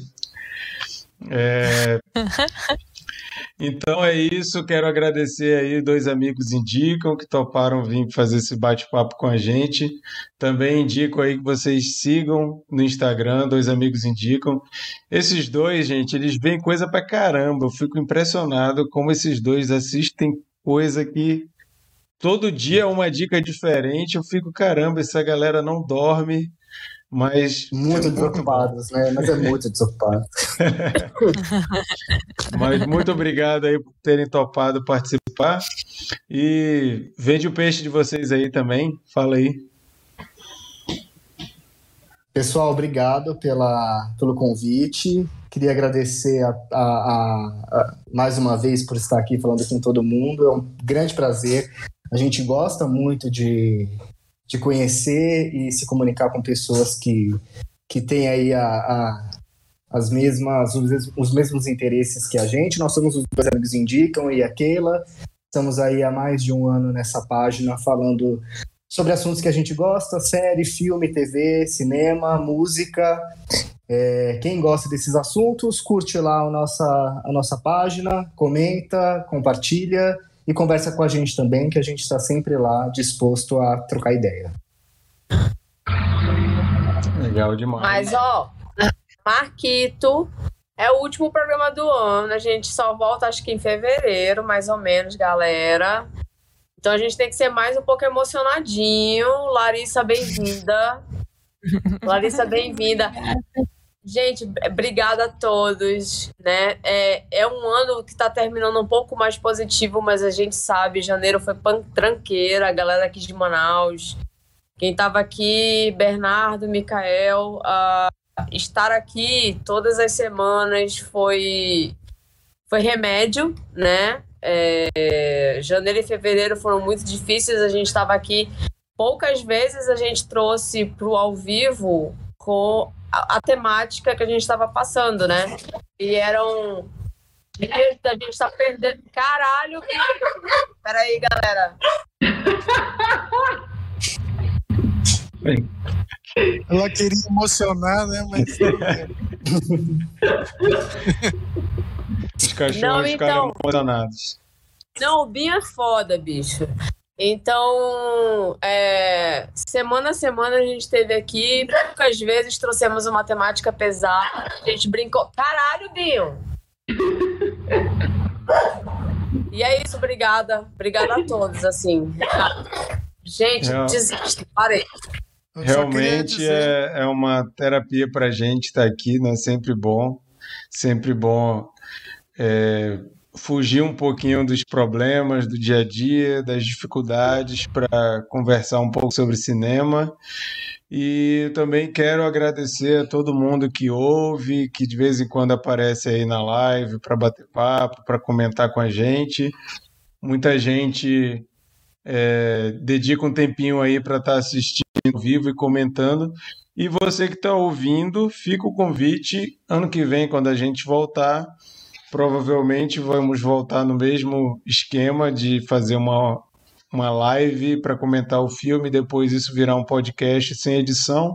[SPEAKER 2] É, Então é isso, quero agradecer aí dois amigos indicam que toparam vir fazer esse bate-papo com a gente. Também indico aí que vocês sigam no Instagram, dois amigos indicam. Esses dois, gente, eles veem coisa pra caramba. Eu fico impressionado como esses dois assistem coisa que todo dia é uma dica diferente. Eu fico, caramba, essa galera não dorme, mas
[SPEAKER 4] Muito
[SPEAKER 2] é muito bom.
[SPEAKER 4] desocupados, né? Mas é muito desocupado.
[SPEAKER 2] Mas muito obrigado aí por terem topado participar. E vende o peixe de vocês aí também. Fala aí.
[SPEAKER 4] Pessoal, obrigado pela, pelo convite. Queria agradecer a, a, a, a, mais uma vez por estar aqui falando com todo mundo. É um grande prazer. A gente gosta muito de, de conhecer e se comunicar com pessoas que, que têm aí a, a, as mesmas, os, mesmos, os mesmos interesses que a gente. Nós somos os Dois Amigos Indicam e a Keila. Estamos aí há mais de um ano nessa página falando sobre assuntos que a gente gosta, série, filme, T V, cinema, música. É, quem gosta desses assuntos, curte lá a nossa, a nossa página, comenta, compartilha e conversa com a gente também, que a gente está sempre lá disposto a trocar ideia.
[SPEAKER 2] Legal demais.
[SPEAKER 6] Mas, ó, Marquito, é o último programa do ano. A gente só volta, acho que em fevereiro, mais ou menos, galera. Então a gente tem que ser mais um pouco emocionadinho. Larissa, bem-vinda. Larissa, bem-vinda. Gente, obrigada a todos, né? É, é um ano que está terminando um pouco mais positivo, mas a gente sabe, janeiro foi tranqueira, a galera aqui de Manaus. Quem estava aqui, Bernardo, Micael, uh, estar aqui todas as semanas foi, foi remédio, né? É, janeiro e fevereiro foram muito difíceis, a gente estava aqui. Poucas vezes a gente trouxe para o ao vivo com a, a temática que a gente estava passando, né? E eram dias da gente estar tá perdendo. Caralho, bicho! Peraí, galera.
[SPEAKER 7] Ela queria emocionar, né? Mas.
[SPEAKER 2] Os cachorros
[SPEAKER 6] Não,
[SPEAKER 2] ficaram
[SPEAKER 6] então...
[SPEAKER 2] emocionados.
[SPEAKER 6] Não, o Binho é foda, bicho. Então, é, semana a semana a gente esteve aqui, poucas vezes trouxemos uma temática pesada, a gente brincou. Caralho, Binho! E é isso, obrigada. Obrigada a todos, assim. Gente,
[SPEAKER 2] Real...
[SPEAKER 6] desiste, parei.
[SPEAKER 2] Realmente dizer... é, é uma terapia pra gente estar aqui, né? Sempre bom, sempre bom é, fugir um pouquinho dos problemas do dia a dia, das dificuldades, para conversar um pouco sobre cinema. E também quero agradecer a todo mundo que ouve, que de vez em quando aparece aí na live para bater papo, para comentar com a gente. Muita gente é, dedica um tempinho aí para estar assistindo ao vivo e comentando. E você que está ouvindo, fica o convite. Ano que vem, quando a gente voltar, provavelmente vamos voltar no mesmo esquema de fazer uma, uma live para comentar o filme, depois isso virar um podcast sem edição.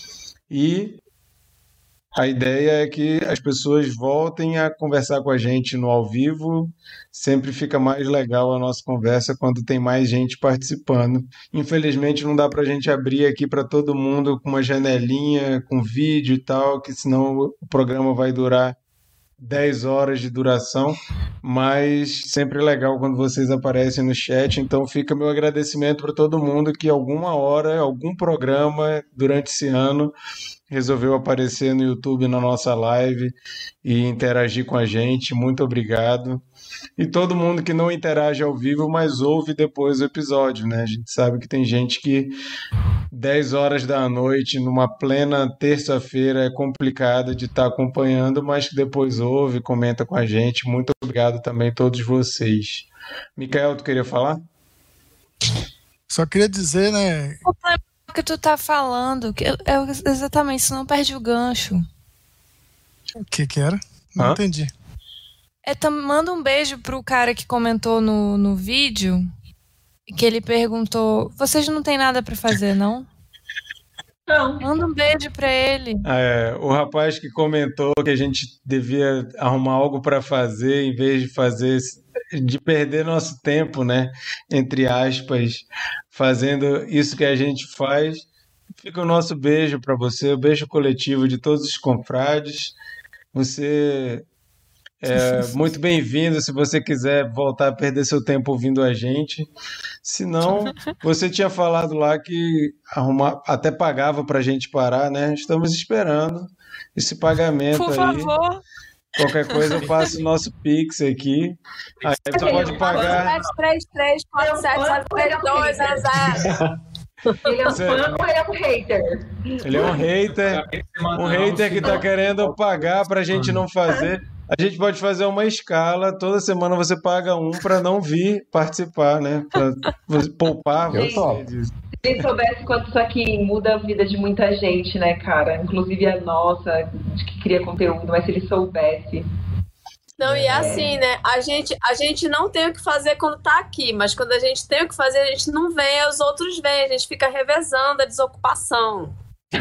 [SPEAKER 2] E a ideia é que as pessoas voltem a conversar com a gente no ao vivo. Sempre fica mais legal a nossa conversa quando tem mais gente participando. Infelizmente não dá para a gente abrir aqui para todo mundo com uma janelinha, com vídeo e tal, que senão o programa vai durar dez horas de duração, mas sempre é legal quando vocês aparecem no chat, então fica meu agradecimento para todo mundo que alguma hora, algum programa durante esse ano resolveu aparecer no YouTube na nossa live e interagir com a gente. Muito obrigado. E todo mundo que não interage ao vivo, mas ouve depois o episódio, né? A gente sabe que tem gente que dez horas da noite, numa plena terça-feira, é complicado de estar acompanhando, mas que depois ouve, comenta com a gente. Muito obrigado também a todos vocês. Micael, tu queria falar?
[SPEAKER 7] Só queria dizer, né...
[SPEAKER 8] O que tu tá falando, que é exatamente, senão perde o gancho.
[SPEAKER 7] O que que era? Não
[SPEAKER 2] Hã?
[SPEAKER 7] entendi.
[SPEAKER 8] É, tá, manda um beijo pro cara que comentou no, no vídeo, que ele perguntou, vocês não tem nada pra fazer, não?
[SPEAKER 5] Não.
[SPEAKER 8] Manda um beijo pra ele.
[SPEAKER 2] É, o rapaz que comentou que a gente devia arrumar algo para fazer em vez de fazer, de perder nosso tempo, né? Entre aspas, fazendo isso que a gente faz. Fica o nosso beijo para você, o beijo coletivo de todos os confrades. Você é muito bem-vindo se você quiser voltar a perder seu tempo ouvindo a gente. Se não, você tinha falado lá que arrumar, até pagava para a gente parar, né? Estamos esperando esse pagamento.
[SPEAKER 8] Por
[SPEAKER 2] aí.
[SPEAKER 8] favor.
[SPEAKER 2] Qualquer coisa eu passo o nosso Pix aqui. Aí você pode pagar.
[SPEAKER 6] sete três três quatro sete zero três dois zero zero.
[SPEAKER 5] Ele é um
[SPEAKER 2] Você-
[SPEAKER 5] fã ou ele é um hater?
[SPEAKER 2] Ele é um hater, um hater que tá querendo pagar pra gente não fazer. A gente pode fazer uma escala, toda semana você paga um pra não vir participar, né? Pra você poupar.
[SPEAKER 9] Eu
[SPEAKER 2] você
[SPEAKER 9] topo.
[SPEAKER 2] disso.
[SPEAKER 5] Se ele soubesse quanto isso aqui muda a vida de muita gente, né, cara? Inclusive a nossa, de que cria conteúdo, mas se ele soubesse.
[SPEAKER 6] Não, e é assim, né? A gente, a gente não tem o que fazer quando tá aqui, mas quando a gente tem o que fazer, a gente não vem, os outros vêm, a gente fica revezando a desocupação.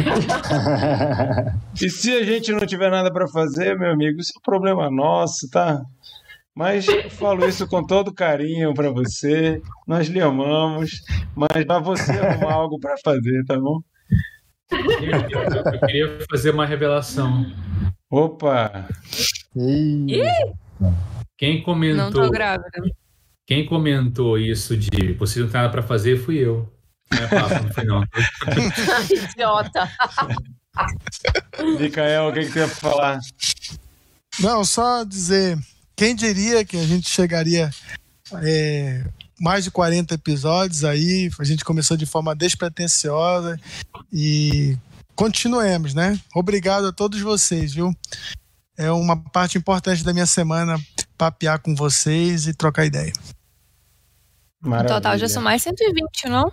[SPEAKER 2] E se a gente não tiver nada pra fazer, meu amigo, isso é um problema nosso, tá? Mas eu falo isso com todo carinho pra você. Nós lhe amamos, mas pra você arrumar algo pra fazer, tá bom?
[SPEAKER 3] Eu, eu queria fazer uma revelação.
[SPEAKER 2] Opa!
[SPEAKER 9] Ih,
[SPEAKER 3] Quem
[SPEAKER 8] Não
[SPEAKER 3] comentou,
[SPEAKER 8] tô grávida.
[SPEAKER 3] quem comentou isso de você não tem nada pra fazer fui eu. Não é papo, não foi não.
[SPEAKER 6] Idiota.
[SPEAKER 2] Micael, o que, que você ia falar?
[SPEAKER 7] Não, só dizer, quem diria que a gente chegaria é, mais de quarenta episódios aí, a gente começou de forma despretensiosa e continuemos, né? Obrigado a todos vocês, viu? É uma parte importante da minha semana papear com vocês e trocar ideia.
[SPEAKER 8] No
[SPEAKER 2] Maravilha.
[SPEAKER 8] total já são mais cento e vinte, não?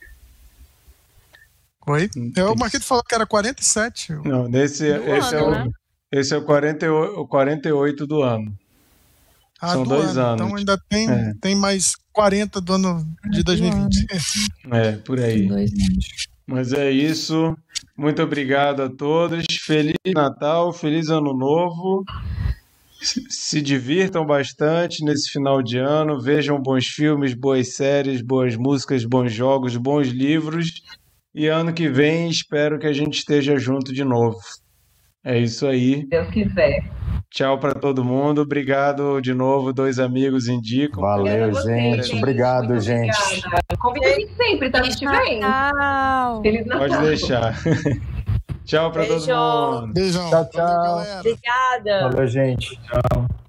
[SPEAKER 7] Oi? Eu, o Marquito falou que era quarenta e sete.
[SPEAKER 2] Não, nesse,
[SPEAKER 8] Do
[SPEAKER 2] esse,
[SPEAKER 8] ano,
[SPEAKER 2] é o,
[SPEAKER 8] né?
[SPEAKER 2] esse é o quarenta e oito, o quarenta e oito do ano.
[SPEAKER 7] Ah,
[SPEAKER 2] São
[SPEAKER 7] do
[SPEAKER 2] dois
[SPEAKER 7] ano.
[SPEAKER 2] anos.
[SPEAKER 7] Então ainda tem,
[SPEAKER 2] É.
[SPEAKER 7] tem mais quarenta do ano de dois mil e vinte.
[SPEAKER 2] É, por aí.
[SPEAKER 8] Dois anos.
[SPEAKER 2] Mas é isso. Muito obrigado a todos. Feliz Natal, feliz Ano Novo. Se se divirtam bastante nesse final de ano. Vejam bons filmes, boas séries, boas músicas, bons jogos, bons livros. E ano que vem espero que a gente esteja junto de novo. É isso aí.
[SPEAKER 5] Se Deus quiser.
[SPEAKER 2] Tchau para todo mundo. Obrigado de novo, dois amigos indicam.
[SPEAKER 9] valeu,
[SPEAKER 5] Obrigada a vocês,
[SPEAKER 9] gente. Obrigado,
[SPEAKER 5] Muito
[SPEAKER 9] gente.
[SPEAKER 5] obrigada. Convida a gente sempre, tá? Se tiver.
[SPEAKER 8] Natal!
[SPEAKER 5] Feliz Natal.
[SPEAKER 2] Pode deixar. Tchau para todo
[SPEAKER 6] Beijo.
[SPEAKER 2] mundo.
[SPEAKER 7] Beijão.
[SPEAKER 9] Tchau, tchau.
[SPEAKER 7] Valeu, galera.
[SPEAKER 6] Obrigada.
[SPEAKER 9] Valeu, gente.
[SPEAKER 3] Tchau.